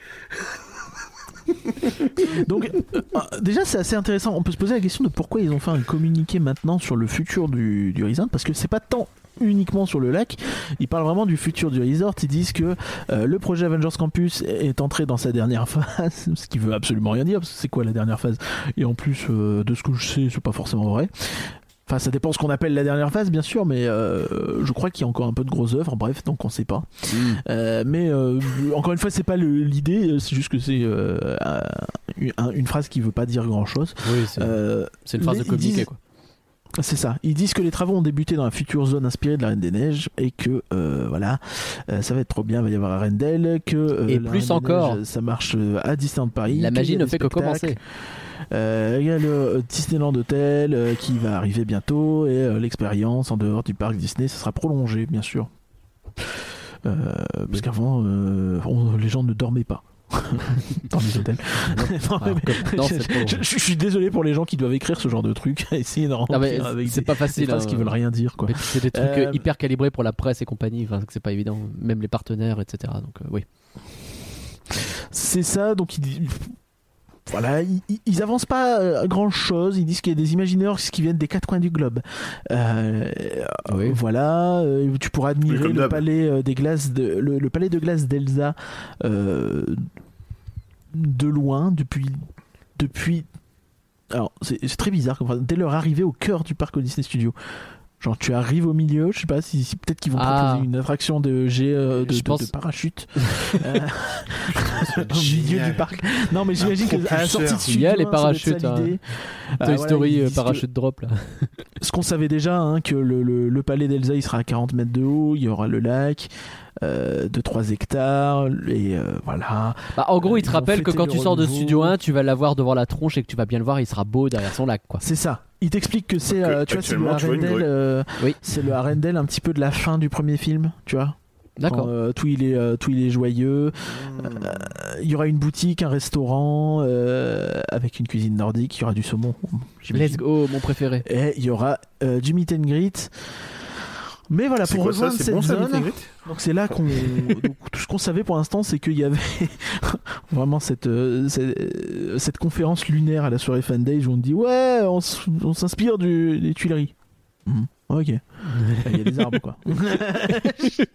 Speaker 2: Donc euh, déjà c'est assez intéressant. On peut se poser la question de pourquoi ils ont fait un communiqué maintenant sur le futur du, du resort, parce que c'est pas tant uniquement sur le lac, ils parlent vraiment du futur du resort. Ils disent que euh, le projet Avengers Campus est entré dans sa dernière phase, ce qui veut absolument rien dire parce que c'est quoi la dernière phase, et en plus euh, de ce que je sais c'est pas forcément vrai. Enfin, ça dépend ce qu'on appelle la dernière phase, bien sûr, mais euh, je crois qu'il y a encore un peu de grosses œuvres, bref, donc on sait pas. Mmh. Euh, mais euh, encore une fois, c'est pas le, l'idée, c'est juste que c'est euh, un, une phrase qui veut pas dire grand chose.
Speaker 1: Oui, c'est, euh, c'est une phrase de communiqué, disent, quoi.
Speaker 2: C'est ça. Ils disent que les travaux ont débuté dans la future zone inspirée de la Reine des Neiges et que euh, voilà, euh, ça va être trop bien, il va y avoir la Reine que euh,
Speaker 1: et plus encore,
Speaker 2: Neiges, ça marche à Disneyland Paris.
Speaker 1: La magie ne fait que commencer.
Speaker 2: Euh, il y a le Disneyland Hotel euh, qui va arriver bientôt et euh, l'expérience en dehors du parc Disney, ça sera prolongé bien sûr. Euh, parce qu'avant, euh, on, les gens ne dormaient pas. Dans les hôtels. non, non, mais, non, je, je, je suis désolé pour les gens qui doivent écrire ce genre de trucs, essayer de remplir
Speaker 1: non,
Speaker 2: avec
Speaker 1: c'est
Speaker 2: des,
Speaker 1: pas facile,
Speaker 2: des phrases
Speaker 1: hein,
Speaker 2: qui veulent rien dire quoi.
Speaker 1: C'est des trucs euh, hyper calibrés pour la presse et compagnie, enfin, c'est pas évident, même les partenaires, et cetera. Donc euh, oui.
Speaker 2: C'est ça, donc ils, voilà, ils, ils avancent pas euh, grand chose. Ils disent qu'il y a des Imagineers qui viennent des quatre coins du globe. Euh, oui. Voilà, euh, tu pourras admirer le palais euh, des glaces, de, le, le palais de glace d'Elsa euh, de loin depuis, depuis. Alors c'est, c'est très bizarre. Dès leur arrivée au cœur du parc Disney Studios. Genre tu arrives au milieu, je sais pas si, si peut-être qu'ils vont ah. proposer une attraction de jet euh, de, de, pense... de parachute euh, au milieu du parc. Non mais j'imagine qu'à la sortie de studio,
Speaker 1: il y a les parachutes. Hein. Toy
Speaker 2: euh,
Speaker 1: Story
Speaker 2: voilà,
Speaker 1: parachute
Speaker 2: que...
Speaker 1: drop là.
Speaker 2: Ce qu'on savait déjà, hein, que le, le, le palais d'Elsa il sera à quarante mètres de haut, il y aura le lac. Euh, de trois hectares et euh, voilà.
Speaker 1: Bah, en gros, euh, il te rappelle que quand tu sors de Studio un, tu vas l'avoir devant la tronche et que tu vas bien le voir, il sera beau derrière son lac, quoi.
Speaker 2: C'est ça. Il t'explique que c'est, euh, tu vois, c'est le Arendelle, euh, oui. c'est le Arendelle un petit peu de la fin du premier film, tu vois.
Speaker 1: D'accord.
Speaker 2: Quand, euh, tout il est, euh, tout il est joyeux. Il mmh. euh, y aura une boutique, un restaurant euh, avec une cuisine nordique. Il y aura du saumon.
Speaker 1: Let's go, mon préféré.
Speaker 2: Et il y aura euh, du meet and greet. Mais voilà,
Speaker 3: c'est
Speaker 2: pour rejoindre
Speaker 3: ça,
Speaker 2: cette
Speaker 3: bon,
Speaker 2: zone,
Speaker 3: ça,
Speaker 2: donc c'est là qu'on, donc, tout ce qu'on savait pour l'instant, c'est qu'il y avait vraiment cette, euh, cette, cette conférence lunaire à la soirée Fan Day où on dit ouais, on, on s'inspire du, des Tuileries. Mmh. Ok. Il y a des arbres quoi.
Speaker 3: Merci,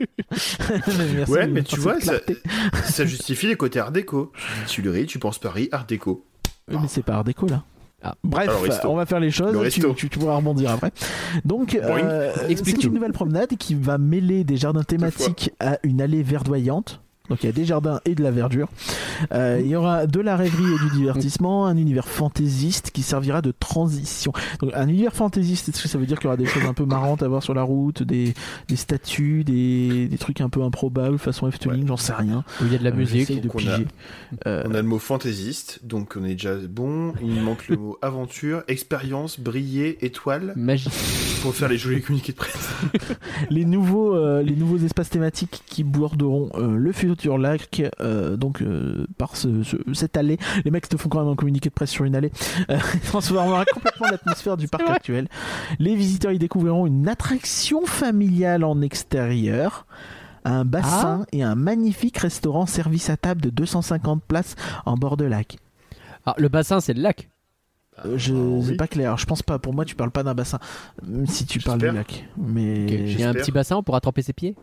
Speaker 3: ouais, mais tu vois, ça, ça justifie les côtés art déco. Tu dis Tuileries, tu penses Paris, art déco.
Speaker 2: Oui, mais c'est pas art déco là. Ah. Bref,
Speaker 3: alors,
Speaker 2: on va faire les choses, tu, tu, tu pourras rebondir après. Donc, euh, c'est une nouvelle promenade qui va mêler des jardins thématiques à une allée verdoyante. Donc il y a des jardins et de la verdure. Euh, il y aura de la rêverie et du divertissement, un univers fantaisiste qui servira de transition. Donc un univers fantaisiste, est-ce que ça veut dire qu'il y aura des choses un peu marrantes à voir sur la route, des, des statues, des, des trucs un peu improbables façon Efteling, ouais. J'en sais rien.
Speaker 1: Où il y a de la euh, musique.
Speaker 2: De
Speaker 3: on, a, euh... on a le mot fantaisiste, donc on est déjà bon. Il manque le mot aventure, expérience, briller, étoile.
Speaker 1: Magie.
Speaker 3: Pour faire les jolis communiqués de presse.
Speaker 2: les, nouveaux, euh, les nouveaux espaces thématiques qui borderont euh, le futur lac, euh, donc euh, par ce, ce, cette allée. Les mecs te font quand même un communiqué de presse sur une allée. Euh, transformera complètement l'atmosphère du parc actuel. Les visiteurs y découvriront une attraction familiale en extérieur, un bassin ah. et un magnifique restaurant service à table de deux cent cinquante places en bord de lac.
Speaker 1: Alors, le bassin, c'est le lac.
Speaker 2: Euh, je oh, c'est oui. pas clair. Je pense pas. Pour moi, tu parles pas d'un bassin, même si tu J'espère. parles du lac. Mais
Speaker 1: okay. il y a un petit bassin pour tremper ses pieds.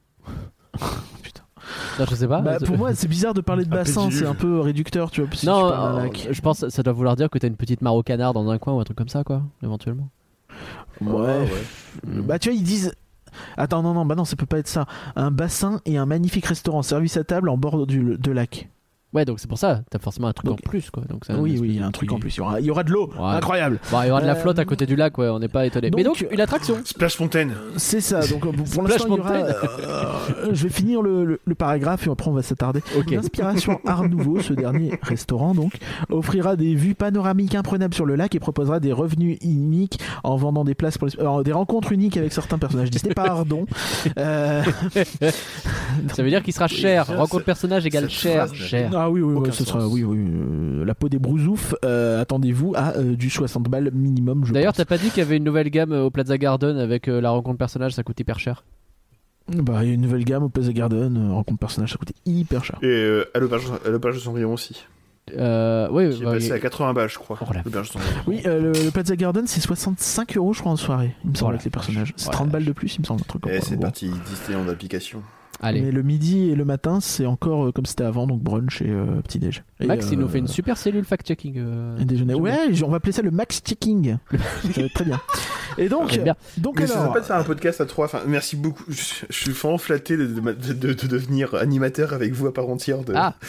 Speaker 2: Putain.
Speaker 1: Non, je sais pas.
Speaker 2: Bah, pour moi, c'est bizarre de parler de bassin. C'est un peu réducteur, tu vois. Si
Speaker 1: non,
Speaker 2: tu parles d'un lac.
Speaker 1: Je pense que ça doit vouloir dire que t'as une petite mare au canard dans un coin ou un truc comme ça, quoi, éventuellement.
Speaker 2: Ouais. ouais. ouais. Bah, tu vois, ils disent. Attends, non, non, bah non, ça peut pas être ça. Un bassin et un magnifique restaurant service à table en bord du, de lac.
Speaker 1: Ouais, donc c'est pour ça, t'as forcément un truc
Speaker 2: Donc,
Speaker 1: en plus, quoi. Donc, c'est
Speaker 2: Oui,
Speaker 1: espèce
Speaker 2: oui, il y a
Speaker 1: de
Speaker 2: un truc
Speaker 1: petit-
Speaker 2: en plus. Il y aura, il y aura de l'eau.
Speaker 1: Ouais.
Speaker 2: Incroyable.
Speaker 1: Bon, il y aura de la
Speaker 2: Euh,
Speaker 1: flotte à côté du lac, ouais, on n'est pas étonné. Mais
Speaker 2: donc,
Speaker 1: donc, une attraction.
Speaker 3: Splash Fontaine.
Speaker 2: C'est ça. Donc pour
Speaker 1: Splash
Speaker 2: l'instant, il y aura.
Speaker 1: Mountain.
Speaker 2: euh, je vais finir le, le, le paragraphe et après on va s'attarder.
Speaker 1: Ok.
Speaker 2: L'inspiration Art Nouveau, ce dernier restaurant donc, offrira des vues panoramiques imprenables sur le lac et proposera des revenus uniques en vendant des places pour les, euh, des rencontres uniques avec certains personnages. Disney, pardon. Euh,
Speaker 1: Ça veut dire qu'il sera cher.
Speaker 3: ça,
Speaker 1: Rencontre
Speaker 3: ça-
Speaker 1: personnage égale
Speaker 3: cette
Speaker 1: cher.
Speaker 3: phrase n'a
Speaker 1: Cher.
Speaker 2: Ah oui, oui, oui,
Speaker 3: Aucun
Speaker 2: ce sera
Speaker 3: sens.
Speaker 2: oui, oui, euh, la peau des brousoufs. Euh, attendez-vous à euh, du soixante balles minimum. Je
Speaker 1: D'ailleurs,
Speaker 2: pense.
Speaker 1: t'as pas dit qu'il y avait une nouvelle gamme euh, au Plaza Garden avec euh, la rencontre personnage, ça coûte hyper cher.
Speaker 2: Bah, il y a une nouvelle gamme au Plaza Garden. Euh, rencontre personnage, ça coûtait hyper cher.
Speaker 3: Et euh, à l'auberge à l'auberge de Cendrillon aussi.
Speaker 1: Euh, oui,
Speaker 3: Qui est
Speaker 1: bah,
Speaker 3: passé
Speaker 1: il-
Speaker 3: à quatre-vingts balles, je crois.
Speaker 1: Oh la
Speaker 3: L'auberge de Cendrillon.
Speaker 2: Oui, euh, le, le Plaza Garden, c'est soixante-cinq euros, je crois, en soirée. Il me semble,
Speaker 1: Voilà.
Speaker 2: avec les personnages. C'est
Speaker 1: Voilà.
Speaker 2: trente balles de plus, il me semble, un truc comme
Speaker 3: Et
Speaker 2: ça.
Speaker 3: c'est
Speaker 2: Bon.
Speaker 3: parti, Disneyland d'application.
Speaker 1: Allez.
Speaker 2: Mais le midi et le matin, c'est encore euh, comme c'était avant, donc brunch et euh, petit-déj. Et,
Speaker 1: Max, il
Speaker 2: euh,
Speaker 1: nous fait une super cellule fact-checking. euh,
Speaker 2: et déjeuner.
Speaker 1: j'aime bien.
Speaker 2: Ouais, on va appeler ça le max checking. Ça va être très bien. Et donc,
Speaker 1: J'aime bien.
Speaker 2: donc
Speaker 3: Mais ça
Speaker 2: alors,
Speaker 3: sympa de faire un podcast à trois. Enfin, merci beaucoup. Je, je suis vraiment flatté de, de, de- de- de devenir animateur avec vous à part entière. De...
Speaker 1: Ah.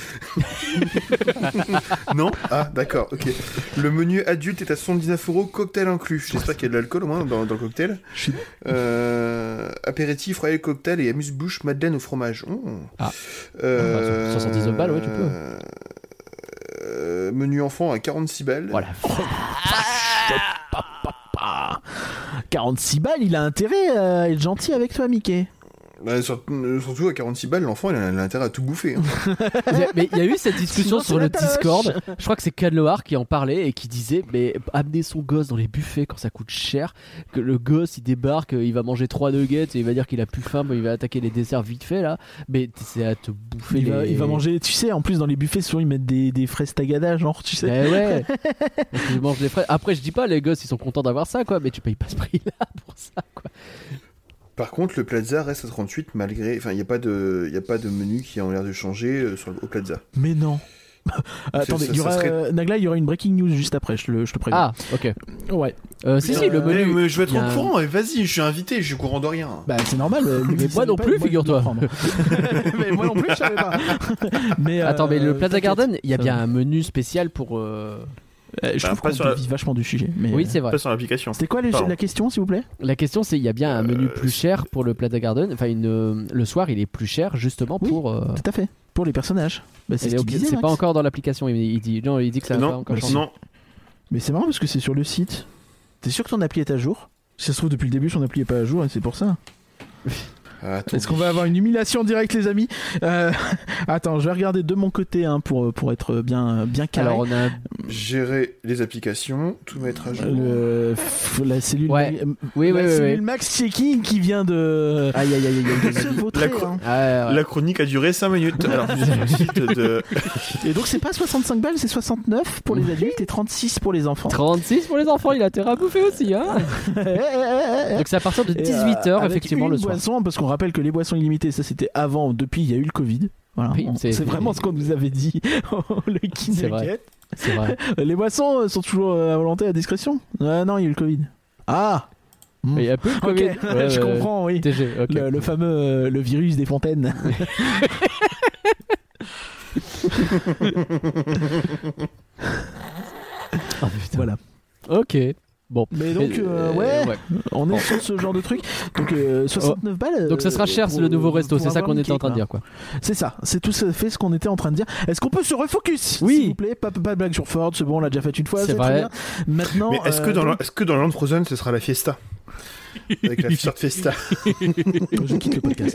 Speaker 3: Non. Ah, d'accord. Ok. Le menu adulte est à soixante-dix-neuf euros, cocktail inclus. J'espère qu'il y a de l'alcool au moins dans, dans le cocktail.
Speaker 2: je suis-
Speaker 3: Euh, apéritif, royal cocktail et amuse-bouche madeleine au fromage. Oh.
Speaker 1: Ah.
Speaker 3: Euh,
Speaker 1: Bah, soixante-dix-neuf balles, ouais, tu peux.
Speaker 3: euh, menu enfant à quarante-six balles.
Speaker 1: Voilà.
Speaker 2: quarante-six balles, il a intérêt à être gentil avec toi, Mickey.
Speaker 3: Bah, sur- euh, surtout à quarante-six balles, l'enfant il a, il a intérêt à tout bouffer. hein.
Speaker 1: Mais il y a eu cette discussion
Speaker 2: Sinon,
Speaker 1: sur
Speaker 2: c'est
Speaker 1: le
Speaker 2: la taloche.
Speaker 1: Discord. Je crois que c'est Canloar qui en parlait et qui disait mais amener son gosse dans les buffets quand ça coûte cher, que le gosse il débarque, il va manger trois nuggets et il va dire qu'il a plus faim, bon, il va attaquer les desserts vite fait là, mais c'est à te bouffer
Speaker 2: Il
Speaker 1: les...
Speaker 2: va, il va manger, tu sais, en plus dans les buffets, souvent ils mettent des, des fraises tagada, genre, tu sais.
Speaker 1: Eh ouais. Donc, il mange les frais. Après je dis pas les gosses ils sont contents d'avoir ça quoi, mais tu payes pas ce prix là pour ça quoi.
Speaker 3: Par contre, le Plaza reste à trente-huit malgré. Enfin, il n'y a, pas de- il y a pas de menu qui a l'air de changer euh, sur le... au Plaza.
Speaker 2: Mais non. Attendez,
Speaker 3: ça-
Speaker 2: il y aura,
Speaker 3: ça serait-
Speaker 2: euh, Nagla, il y aura une breaking news juste après, je, le, je te préviens.
Speaker 1: Ah ok.
Speaker 2: Ouais.
Speaker 1: Euh, si si le
Speaker 3: Eh,
Speaker 1: menu.
Speaker 3: mais je vais être
Speaker 1: il y a
Speaker 3: au
Speaker 1: un-
Speaker 3: courant, et vas-y, je suis invité, je suis au courant de rien.
Speaker 2: Bah c'est normal. euh, lui,
Speaker 1: Mais
Speaker 2: il
Speaker 1: moi
Speaker 2: savait
Speaker 1: non
Speaker 2: pas,
Speaker 1: plus,
Speaker 2: moi, je
Speaker 1: figure-toi.
Speaker 2: dois apprendre. Mais moi non plus, je savais pas. Mais, euh,
Speaker 1: Attends mais le Plaza
Speaker 2: t'inquiète,
Speaker 1: Garden il y a
Speaker 2: ça
Speaker 1: bien
Speaker 2: va.
Speaker 1: un menu spécial pour. euh,
Speaker 2: Euh, je
Speaker 3: Bah,
Speaker 2: trouve
Speaker 3: pas
Speaker 2: qu'on
Speaker 3: sur la-
Speaker 2: dévie vachement du sujet. Mais,
Speaker 1: Oui
Speaker 2: euh,
Speaker 1: c'est vrai.
Speaker 3: Pas sur l'application.
Speaker 2: C'était quoi les-
Speaker 3: Pardon.
Speaker 2: la question, s'il vous plaît?
Speaker 1: La question c'est il y a bien un menu
Speaker 3: Euh,
Speaker 1: plus cher pour le Plaza Garden. Enfin une, euh, le soir il est plus cher justement
Speaker 2: Oui.
Speaker 1: pour. euh,
Speaker 2: Tout à fait. Pour les personnages. Bah, c'est
Speaker 1: et
Speaker 2: ce
Speaker 1: donc,
Speaker 2: qu'il disait,
Speaker 1: c'est
Speaker 2: Max.
Speaker 1: pas encore dans l'application. Il, il dit non, il dit que ça va pas
Speaker 3: Non,
Speaker 1: encore
Speaker 2: mais
Speaker 1: changer.
Speaker 3: non.
Speaker 2: Mais c'est marrant parce que c'est sur le site. T'es sûr que ton appli est à jour? Si ça se trouve, depuis le début, son appli est pas à jour et c'est pour ça.
Speaker 3: Attends.
Speaker 2: Est-ce qu'on va avoir une humiliation directe, les amis? euh... Attends, je vais regarder de mon côté hein, pour, pour être bien, bien carré.
Speaker 1: Alors on a
Speaker 3: Gérer les applications, tout mettre à jour.
Speaker 2: Le- f- la cellule,
Speaker 1: Ouais.
Speaker 2: euh,
Speaker 1: oui oui
Speaker 2: la
Speaker 1: oui,
Speaker 2: cellule
Speaker 1: oui.
Speaker 2: Max Checking qui vient de,
Speaker 1: Aïe aïe aïe aïe,
Speaker 2: de
Speaker 1: aïe,
Speaker 2: se
Speaker 1: aïe.
Speaker 2: vautrer,
Speaker 3: La cro-
Speaker 2: hein.
Speaker 1: Ah, ouais, ouais.
Speaker 3: La chronique a duré cinq minutes. Alors, je suis sur le site de.
Speaker 2: Et donc c'est pas soixante-cinq balles, c'est soixante-neuf pour les adultes et trente-six pour les enfants.
Speaker 1: trente-six pour les enfants, il a intérêt à bouffer aussi hein. Donc c'est à partir de
Speaker 2: Et, euh,
Speaker 1: dix-huit heures
Speaker 2: avec
Speaker 1: effectivement
Speaker 2: une
Speaker 1: le soir.
Speaker 2: boisson, parce qu'on rappelle que les boissons illimitées, ça c'était avant, depuis il y a eu le Covid. Voilà,
Speaker 1: Oui,
Speaker 2: on-
Speaker 1: c'est-
Speaker 2: c'est vraiment ce qu'on nous avait dit. Le King
Speaker 1: C'est vrai.
Speaker 2: Nugget.
Speaker 1: C'est vrai.
Speaker 2: Les boissons euh, sont toujours euh, à volonté, à discrétion. Ah non, il y a eu le Covid. Ah. Hmm.
Speaker 1: Mais il y a plus de
Speaker 2: Ok,
Speaker 1: Covid. Ouais,
Speaker 2: je
Speaker 1: ouais,
Speaker 2: comprends, oui.
Speaker 1: T G, ok.
Speaker 2: Le, le fameux euh, le virus des fontaines.
Speaker 1: Ah, putain.
Speaker 2: Voilà.
Speaker 1: Ok. Bon.
Speaker 2: Mais donc,
Speaker 1: Et-
Speaker 2: euh, ouais,
Speaker 1: ouais.
Speaker 2: on est sur ce genre de truc. Donc, euh, soixante-neuf balles.
Speaker 1: Donc ça sera
Speaker 2: euh,
Speaker 1: cher
Speaker 2: pour-
Speaker 1: le nouveau resto,
Speaker 2: pour
Speaker 1: c'est ça
Speaker 2: avoir
Speaker 1: qu'on était
Speaker 2: Mickey,
Speaker 1: en train de
Speaker 2: quoi.
Speaker 1: dire quoi.
Speaker 2: C'est ça, c'est tout à fait ce qu'on était en train de dire. Est-ce qu'on peut se refocus
Speaker 1: Oui.
Speaker 2: s'il vous plaît, pas, pas de blague sur Ford, c'est bon, on l'a déjà fait une fois,
Speaker 1: C'est
Speaker 2: c'est
Speaker 1: vrai.
Speaker 2: très bien. Maintenant,
Speaker 3: Mais est-ce que,
Speaker 2: euh,
Speaker 3: dans
Speaker 2: donc,
Speaker 3: le- est-ce que dans Land Frozen, ce sera la fiesta? Avec la sorte fiesta.
Speaker 2: je quitte le podcast.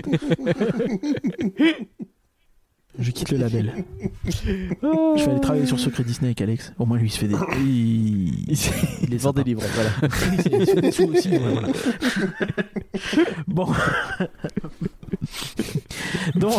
Speaker 2: Je quitte le label. Je vais aller travailler sur Secret Disney avec Alex. Au moins, lui, il se fait des. Il, il, il est
Speaker 1: Vend
Speaker 2: sympa.
Speaker 1: des livres, voilà.
Speaker 2: Il se fait des sous aussi. Ouais, voilà. Bon. Donc.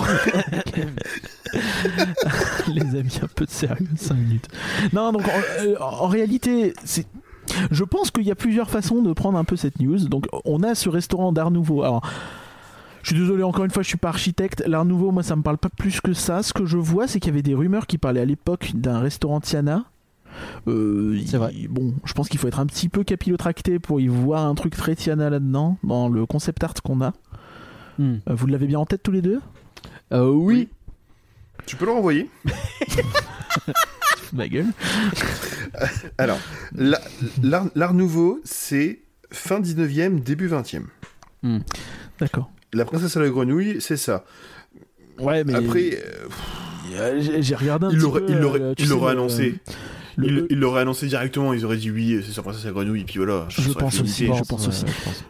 Speaker 2: Les amis, un peu de sérieux, cinq minutes. Non, donc en, euh, en réalité, c'est. Je pense qu'il y a plusieurs façons de prendre un peu cette news. Donc, on a ce restaurant d'Art Nouveau. Alors. Je suis désolé, encore une fois, je suis pas architecte. L'Art Nouveau, moi, ça me parle pas plus que ça. Ce que je vois, c'est qu'il y avait des rumeurs qui parlaient à l'époque d'un restaurant Tiana. Euh,
Speaker 1: C'est vrai.
Speaker 2: il- Bon, je pense qu'il faut être un petit peu capillotracté pour y voir un truc très Tiana là-dedans, dans le concept art qu'on a.
Speaker 1: Hmm.
Speaker 2: Euh, vous l'avez bien en tête tous les deux?
Speaker 1: Euh, oui.
Speaker 3: Tu peux le renvoyer.
Speaker 2: Ma gueule.
Speaker 3: Alors, la- l'art, l'art nouveau, c'est fin dix-neuvième, début vingtième.
Speaker 1: Hmm.
Speaker 2: D'accord.
Speaker 3: La princesse à la grenouille, c'est ça.
Speaker 2: Ouais, mais
Speaker 3: Après, euh,
Speaker 2: j'ai, j'ai regardé un
Speaker 3: il
Speaker 2: petit
Speaker 3: l'aurait,
Speaker 2: peu.
Speaker 3: il l'aurait,
Speaker 2: euh, tu
Speaker 3: il
Speaker 2: sais,
Speaker 3: l'aurait
Speaker 2: le-
Speaker 3: annoncé.
Speaker 2: le-
Speaker 3: Il, il l'aurait annoncé directement. Ils auraient dit oui, c'est sur princesse à la grenouille, et puis voilà.
Speaker 2: Je
Speaker 3: ça aurait
Speaker 2: pense
Speaker 3: fait
Speaker 2: aussi,
Speaker 3: unité.
Speaker 2: je pense
Speaker 1: Ouais,
Speaker 2: aussi.
Speaker 1: ouais, je pense.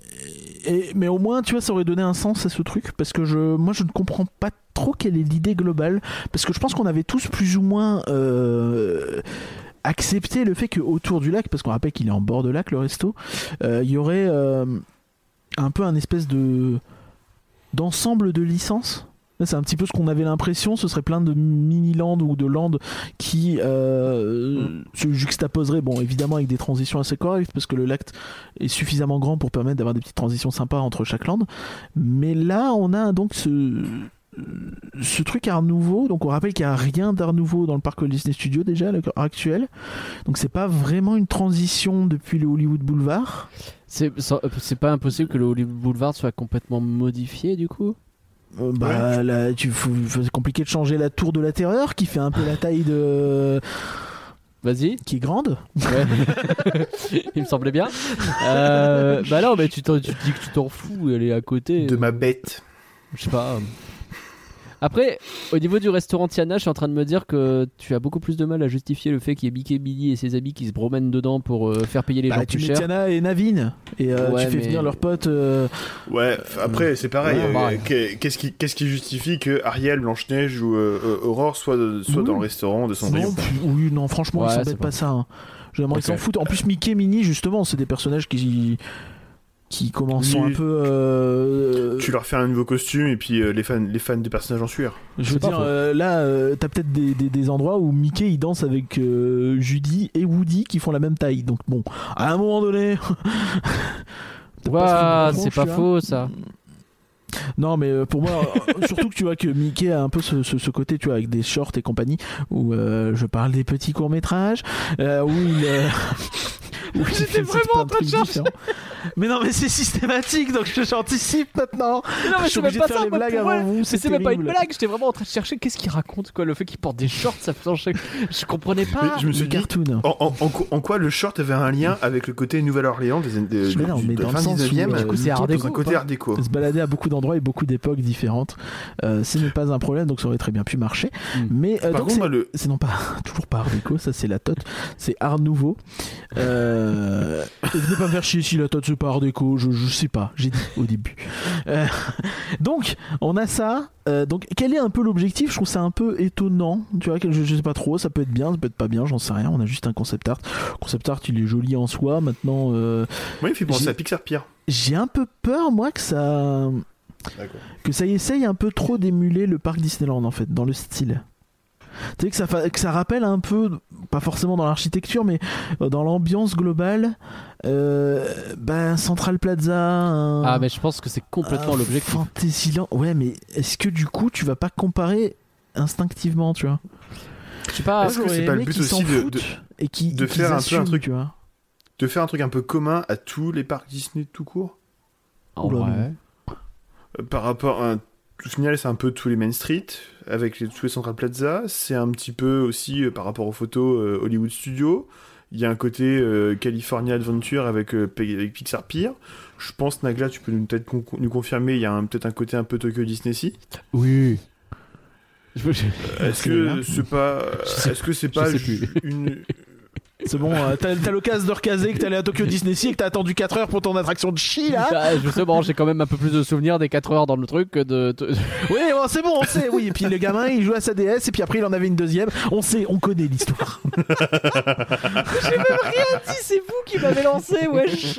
Speaker 2: Et, mais au moins, tu vois, ça aurait donné un sens à ce truc, parce que je, moi, je ne comprends pas trop quelle est l'idée globale, parce que je pense qu'on avait tous plus ou moins euh, accepté le fait qu'autour du lac, parce qu'on rappelle qu'il est en bord de lac, le resto, euh, il y aurait euh, un peu un espèce de d'ensemble de licences. Là, c'est un petit peu ce qu'on avait l'impression, ce serait plein de mini-land ou de land qui euh,
Speaker 3: Mm.
Speaker 2: se juxtaposeraient, bon, évidemment avec des transitions assez correctes, parce que le lac est suffisamment grand pour permettre d'avoir des petites transitions sympas entre chaque land. Mais là, on a donc ce, ce truc Art Nouveau. Donc on rappelle qu'il n'y a rien d'Art Nouveau dans le parc Walt Disney Studios déjà à l'heure actuelle. Donc c'est pas vraiment une transition depuis le Hollywood Boulevard.
Speaker 1: C'est, c'est pas impossible que le Hollywood Boulevard soit complètement modifié du coup.
Speaker 2: Euh, bah là, tu, faut, faut- c'est compliqué de changer la tour de la terreur qui fait un peu la taille de.
Speaker 1: Vas-y.
Speaker 2: Qui est grande.
Speaker 1: Ouais. Il me semblait bien. Euh, bah non, mais tu, t'en- tu te dis que tu t'en fous, elle est à côté.
Speaker 3: De ma bête.
Speaker 1: Je sais pas. Après, au niveau du restaurant Tiana, je suis en train de me dire que tu as beaucoup plus de mal à justifier le fait qu'il y ait Mickey, Minnie et ses amis qui se promènent dedans pour euh, faire payer les
Speaker 2: Bah,
Speaker 1: gens
Speaker 2: tu
Speaker 1: plus
Speaker 2: mets
Speaker 1: cher.
Speaker 2: Tiana et Navin et euh,
Speaker 1: Ouais,
Speaker 2: tu fais
Speaker 1: mais-
Speaker 2: venir leurs potes. euh,
Speaker 3: Ouais, f- après, c'est pareil.
Speaker 1: Ouais,
Speaker 3: euh,
Speaker 1: pareil.
Speaker 3: qu'est- qu'est-ce, qui, qu'est-ce qui justifie que Ariel, Blanche-Neige ou euh, euh, Aurore soient, soit
Speaker 2: Oui.
Speaker 3: dans le restaurant de
Speaker 2: Non,
Speaker 3: Cendrillon?
Speaker 2: puis- oui, non, franchement,
Speaker 1: Ouais,
Speaker 2: ils
Speaker 1: c'est
Speaker 2: s'embêtent
Speaker 1: pas-
Speaker 2: pas ça. Hein. Généralement,
Speaker 3: Ok.
Speaker 2: ils s'en foutent. En plus, Mickey, Minnie, justement, c'est des personnages qui qui commencent sont
Speaker 3: Oui.
Speaker 2: un peu. euh,
Speaker 3: Tu leur fais un nouveau costume et puis euh, les, fans, les fans des personnages en sueur.
Speaker 2: Je veux
Speaker 1: C'est pas
Speaker 2: dire,
Speaker 1: faux.
Speaker 2: euh, là, euh, t'as peut-être des, des, des endroits où Mickey il danse avec euh, Judy et Woody qui font la même taille. Donc bon, à un moment donné. T'as
Speaker 1: Ouah,
Speaker 2: pas ce
Speaker 1: c'est
Speaker 2: qu'il
Speaker 1: pas
Speaker 2: me
Speaker 1: faux ça.
Speaker 2: Non, mais euh, pour moi, euh, surtout que tu vois que Mickey a un peu ce, ce, ce côté, tu vois, avec des shorts et compagnie, où euh, je parle des petits courts-métrages, euh, où il. euh, où il
Speaker 1: J'étais
Speaker 2: fait
Speaker 1: vraiment
Speaker 2: plein
Speaker 1: en
Speaker 2: de
Speaker 1: train de
Speaker 2: trucs
Speaker 1: chercher.
Speaker 2: différents. Mais non, mais c'est systématique, donc je- j'anticipe maintenant.
Speaker 1: Non,
Speaker 2: Je suis obligé de faire les blagues avant vous,
Speaker 1: Mais
Speaker 2: c'est
Speaker 1: c'est même pas une
Speaker 2: terrible.
Speaker 1: blague, j'étais vraiment en train de chercher qu'est-ce qu'il raconte quoi. Le fait qu'il porte des shorts, ça fait chaque... Je comprenais
Speaker 3: Mais
Speaker 1: pas.
Speaker 3: je me suis
Speaker 2: Le
Speaker 3: dit,
Speaker 2: cartoon.
Speaker 3: en, en, en co- en quoi le short avait un lien avec le côté Nouvelle-Orléans des, des,
Speaker 2: Mais non,
Speaker 3: du-
Speaker 2: mais
Speaker 3: de
Speaker 2: dans
Speaker 3: la
Speaker 2: le
Speaker 3: fin
Speaker 2: sens où,
Speaker 3: dix-neuvième,
Speaker 2: euh,
Speaker 1: Du coup, c'est
Speaker 2: Mickey
Speaker 1: art
Speaker 2: peut
Speaker 1: déco,
Speaker 3: dans un côté
Speaker 1: quoi.
Speaker 3: art déco.
Speaker 2: se balader à beaucoup d'endroits et beaucoup d'époques différentes. Euh, ce n'est pas un problème, donc ça aurait très bien pu marcher.
Speaker 1: Mm.
Speaker 2: Mais euh,
Speaker 3: Par
Speaker 2: donc
Speaker 3: contre,
Speaker 2: c'est,
Speaker 3: moi, le...
Speaker 2: c'est non pas toujours pas Art déco, ça c'est la tote, c'est Art nouveau. Euh, et venez pas me faire chier si la tote c'est pas Art déco, je, je sais pas, j'ai dit au début. Euh, donc on a ça. Euh, donc quel est un peu l'objectif? Je trouve ça un peu étonnant, tu vois, que je, je sais pas trop, ça peut être bien, ça peut être pas bien, j'en sais rien. On a juste un concept art. Concept art, il est joli en soi. Maintenant, euh,
Speaker 3: Moi, il me fait penser
Speaker 2: j'ai-
Speaker 3: à Pixar Pier.
Speaker 2: j'ai un peu peur moi que ça.
Speaker 3: D'accord.
Speaker 2: que ça y essaye un peu trop d'émuler le parc Disneyland en fait, dans le style. Tu sais que ça, fa- que ça rappelle un peu, pas forcément dans l'architecture, mais euh, dans l'ambiance globale, euh, ben, Central Plaza. un-
Speaker 1: Ah, mais je pense que c'est complètement
Speaker 2: un
Speaker 1: l'objectif.
Speaker 2: Fantasyland. Ouais, mais est-ce que du coup tu vas pas comparer instinctivement, tu vois?
Speaker 1: Je sais pas.
Speaker 3: Est-ce que
Speaker 2: J'aurais
Speaker 3: c'est pas le
Speaker 2: aimé
Speaker 3: but
Speaker 2: qu'ils
Speaker 3: aussi
Speaker 2: s'en
Speaker 3: de-
Speaker 2: foutent
Speaker 3: de-
Speaker 2: et qui
Speaker 3: de faire un peu un truc-
Speaker 2: tu vois?
Speaker 3: De faire un truc un peu commun à tous les parcs Disney tout court.
Speaker 1: En
Speaker 2: Oula,
Speaker 1: vrai.
Speaker 3: Euh, Par rapport à... Tout final, c'est un peu tous les Main Street, avec les, tous les Central Plaza. C'est un petit peu aussi, euh, par rapport aux photos, euh, Hollywood Studios. Il y a un côté euh, California Adventure avec, euh, Pe- avec Pixar Pier. Je pense, Nagla, tu peux nous- peut-être con- nous confirmer, il y a un- peut-être un côté un peu Tokyo Disney Sea.
Speaker 1: Oui. Je- je-
Speaker 3: Est-ce
Speaker 2: c'est
Speaker 3: que
Speaker 2: bien.
Speaker 3: c'est pas,
Speaker 1: sais-
Speaker 3: est-ce que c'est
Speaker 1: je
Speaker 3: pas
Speaker 1: sais
Speaker 3: ju-
Speaker 1: plus.
Speaker 3: une,
Speaker 2: C'est bon, euh, t'as, t'as l'occasion de recaser que t'allais à Tokyo Disney Sea et que t'as attendu quatre heures pour ton attraction de chi là.
Speaker 1: Ah, justement, j'ai quand même un peu plus de souvenirs des quatre heures dans le truc que de. de-
Speaker 2: Oui, bon, c'est bon, on sait. Oui, et puis le gamin, il joue à sa D S, et puis après, il en avait une deuxième. On sait, on connaît l'histoire.
Speaker 1: J'ai même rien dit, c'est vous qui m'avez lancé, wesh.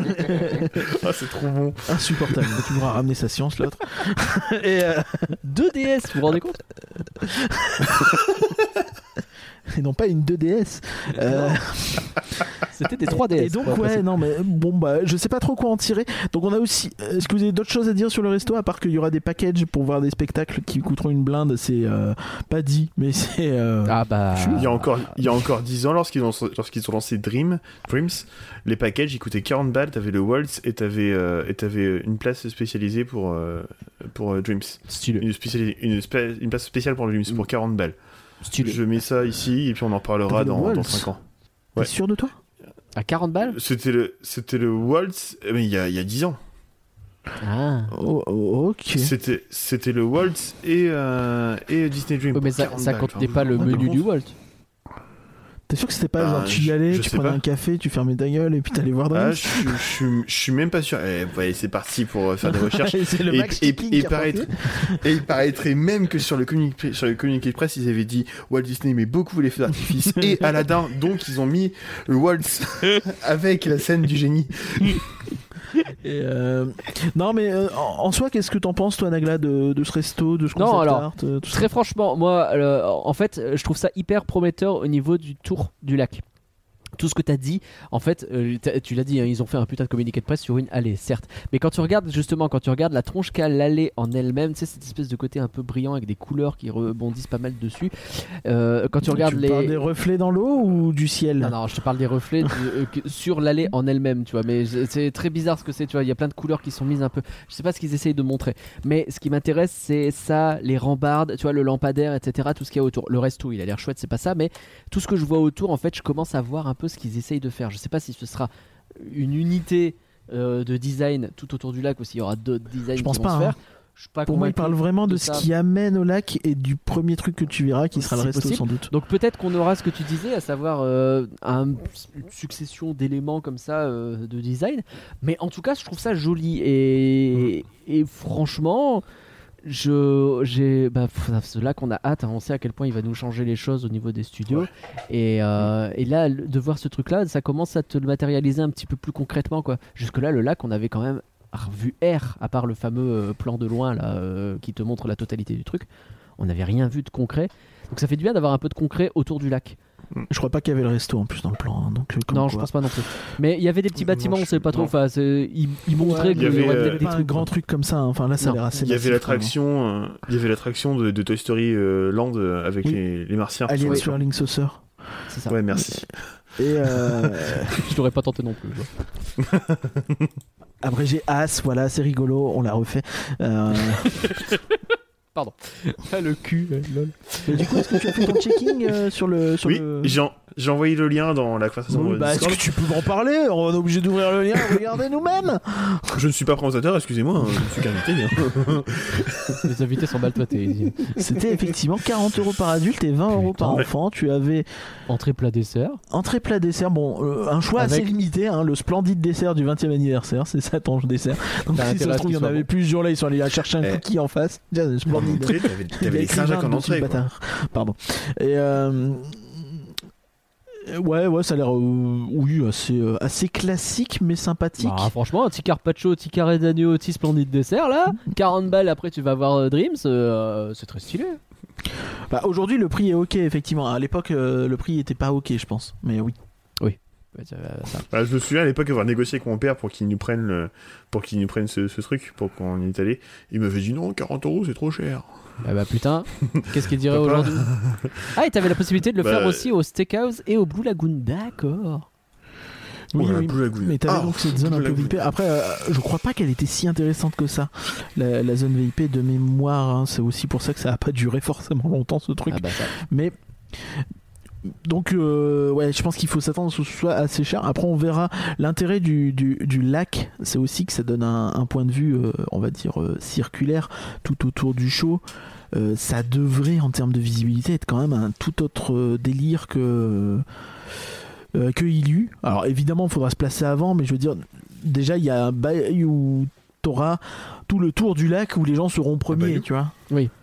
Speaker 3: Ah, c'est trop bon.
Speaker 2: Insupportable. Il a toujours à ramener sa science, l'autre. Et euh,
Speaker 1: deux D S, vous vous rendez compte?
Speaker 2: et non pas une deux D S. Euh...
Speaker 1: C'était des trois D S.
Speaker 2: Et donc ouais, non mais bon bah je sais pas trop quoi en tirer. Donc on a aussi, est-ce que vous avez d'autres choses à dire sur le resto à part qu'il y aura des packages pour voir des spectacles qui coûteront une blinde? C'est euh, pas dit, mais c'est. Euh...
Speaker 1: Ah bah.
Speaker 3: Il y a encore, il y a encore dix ans lorsqu'ils ont lorsqu'ils ont lancé Dream, Dreams, les packages ils coûtaient quarante balles. T'avais le Waltz et t'avais euh, et t'avais une place spécialisée pour euh, pour euh, Dreams.
Speaker 1: Stylé.
Speaker 3: Une spéciali- une, spé- une place spéciale pour Dreams pour quarante balles.
Speaker 1: Stylé.
Speaker 3: Je mets ça ici et puis on en reparlera dans, dans cinq ans.
Speaker 2: Ouais. T'es sûr de toi?
Speaker 1: À quarante balles?
Speaker 3: C'était le, c'était le Waltz, mais il y a, il y a dix ans.
Speaker 1: Ah.
Speaker 2: Oh, oh, ok.
Speaker 3: C'était, c'était le Waltz et, euh, et Disney Dream.
Speaker 1: Ouais, mais ça, ça contenait pas le menu du Walt.
Speaker 2: T'es sûr que c'était pas
Speaker 3: bah,
Speaker 2: genre tu y allais,
Speaker 3: je, je
Speaker 2: tu prenais
Speaker 3: pas.
Speaker 2: un café, tu fermais ta gueule et puis t'allais voir
Speaker 3: Ah,
Speaker 2: Dreams?
Speaker 3: je, je, je, je suis même pas sûr. Eh, ouais, c'est parti pour faire des recherches.
Speaker 2: Et c'est le
Speaker 3: et,
Speaker 2: Max
Speaker 3: et,
Speaker 2: Keeping
Speaker 3: et,
Speaker 2: qui a
Speaker 3: paraîtrait, et il paraîtrait même que sur le, communiqué, sur le communiqué de presse, ils avaient dit Walt Disney aimait beaucoup les feux d'artifice et Aladdin, donc ils ont mis le Waltz avec la scène du génie.
Speaker 2: Et euh... Non mais euh, en, en soi, qu'est-ce que t'en penses toi, Nagla, de, de ce resto, de ce concept
Speaker 1: Non, alors,
Speaker 2: art, euh, tout ça?
Speaker 1: Très franchement, moi, euh, en fait, je trouve ça hyper prometteur au niveau du tour du lac. Tout ce que tu as dit, en fait, euh, tu l'as dit, hein, ils ont fait un putain de communiqué de presse sur une allée, certes. Mais quand tu regardes, justement, quand tu regardes la tronche qu'a l'allée en elle-même, tu sais, cette espèce de côté un peu brillant avec des couleurs qui rebondissent pas mal dessus. Euh, quand tu regardes
Speaker 2: tu
Speaker 1: les.
Speaker 2: parles des reflets dans l'eau ou du ciel?
Speaker 1: Non, non, je te parle des reflets de, euh, sur l'allée en elle-même, tu vois. Mais c'est très bizarre ce que c'est, tu vois. Il y a plein de couleurs qui sont mises un peu. Je sais pas ce qu'ils essayent de montrer. Mais ce qui m'intéresse, c'est ça, les rambardes, tu vois, le lampadaire, et cetera. Tout ce qu'il y a autour. Le resto, il a l'air chouette, c'est pas ça. Mais tout ce que je vois autour, en fait, je commence à voir un peu ce qu'ils essayent de faire. Je sais pas si ce sera une unité euh, de design tout autour du lac ou s'il y aura d'autres designs
Speaker 2: Je pense
Speaker 1: qui vont
Speaker 2: pas,
Speaker 1: se faire.
Speaker 2: hein.
Speaker 1: Je suis pas
Speaker 2: Pour moi, il parle vraiment de, de ce qui amène au lac et du premier truc que tu verras qui sera le resto
Speaker 1: possible.
Speaker 2: Sans doute.
Speaker 1: Donc peut-être qu'on aura ce que tu disais, à savoir euh, un, une succession d'éléments comme ça euh, de design. Mais en tout cas, je trouve ça joli et, mmh. et franchement. Je, j'ai, bah, c'est là qu'on a hâte, hein, on sait à quel point il va nous changer les choses au niveau des studios. Ouais. Et, euh, et là, de voir ce truc-là, ça commence à te le matérialiser un petit peu plus concrètement, quoi. Jusque-là, le lac, on avait quand même vu R, à part le fameux euh, plan de loin là, euh, qui te montre la totalité du truc. On n'avait rien vu de concret. Donc ça fait du bien d'avoir un peu de concret autour du lac.
Speaker 2: Je crois pas qu'il y avait le resto en plus dans le plan. Hein, donc,
Speaker 1: non, quoi. Je pense pas non plus. Mais il y avait des petits bâtiments, on savait pas trop. Enfin, ils, ils montraient
Speaker 2: ouais,
Speaker 1: qu'il y avait,
Speaker 2: y aurait
Speaker 1: euh,
Speaker 2: pas un grand truc comme ça. Hein. Enfin là, ça a l'air assez.
Speaker 3: Il y avait l'attraction, euh, il y avait l'attraction de, de Toy Story euh, Land avec oui. les, les Martiens.
Speaker 2: Alien Swirling Saucer.
Speaker 3: C'est ça. Ouais, merci.
Speaker 2: Et euh...
Speaker 1: je l'aurais pas tenté non plus.
Speaker 2: Après j'ai As, voilà, c'est rigolo, on l'a refait. Euh...
Speaker 1: Pardon. Ah, le cul, lol.
Speaker 2: Mais du coup, est-ce que tu as fait ton checking euh, sur le. Sur
Speaker 3: oui,
Speaker 2: le...
Speaker 3: j'ai, en, j'ai envoyé le lien dans la conversation.
Speaker 2: Oui, bah, est-ce que tu peux en parler? On est obligé d'ouvrir le lien et regarder nous-mêmes.
Speaker 3: Je ne suis pas présentateur, excusez-moi, hein, je suis qu'invité. Hein.
Speaker 1: Les invités sont mal toités.
Speaker 2: C'était effectivement quarante euros par adulte et vingt euros par enfant. Tu avais.
Speaker 1: Entrée plat dessert.
Speaker 2: Entrée plat dessert, bon, euh, un choix Avec... assez limité, hein, le splendide dessert du vingtième anniversaire, c'est ça ton dessert. Donc si ça se trouve, il y en avait bon. plus ce jour-là, ils sont allés chercher un eh. cookie en face. Déjà, splendide.
Speaker 3: T'avais, t'avais les Saint-Jacques en entrée.
Speaker 2: Pardon. Et euh... ouais, ouais, ça a l'air euh, oui, assez, euh, assez classique mais sympathique.
Speaker 1: Bah, franchement, un petit carpaccio, un petit carré d'agneau, un petit splendide dessert là, quarante balles après tu vas voir euh, Dreams, euh, c'est très stylé.
Speaker 2: Bah, aujourd'hui le prix est ok effectivement. À l'époque euh, le prix était pas ok je pense, mais oui.
Speaker 1: Oui.
Speaker 3: Bah, je me souviens à l'époque avoir négocié avec mon père pour qu'il nous prenne le... pour qu'il nous prenne ce, ce truc pour qu'on y est allé. Il m'avait dit non, quarante euros c'est trop cher.
Speaker 1: Ah bah putain, qu'est-ce qu'il dirait aujourd'hui? Ah, et t'avais la possibilité de le bah, faire aussi au Steakhouse et au Blue Lagoon, d'accord.
Speaker 2: Oui,
Speaker 3: oh,
Speaker 2: oui,
Speaker 3: Blue Lagoon.
Speaker 2: Mais t'avais
Speaker 3: ah,
Speaker 2: donc cette zone un peu V I P. Après, euh, je crois pas qu'elle était si intéressante que ça, la, la zone V I P de mémoire. Hein. C'est aussi pour ça que ça a pas duré forcément longtemps ce truc.
Speaker 1: Ah bah ça.
Speaker 2: Mais donc, euh, ouais, je pense qu'il faut s'attendre à ce que ce soit assez cher. Après, on verra l'intérêt du, du, du lac. C'est aussi que ça donne un, un point de vue, euh, on va dire, euh, circulaire tout autour du show. Euh, ça devrait, en termes de visibilité, être quand même un tout autre euh, délire que, euh, que Ilu. Alors, évidemment, il faudra se placer avant, mais je veux dire, déjà, il y a un bail où t'auras tout le tour du lac où les gens seront premiers, tu vois.
Speaker 1: Oui.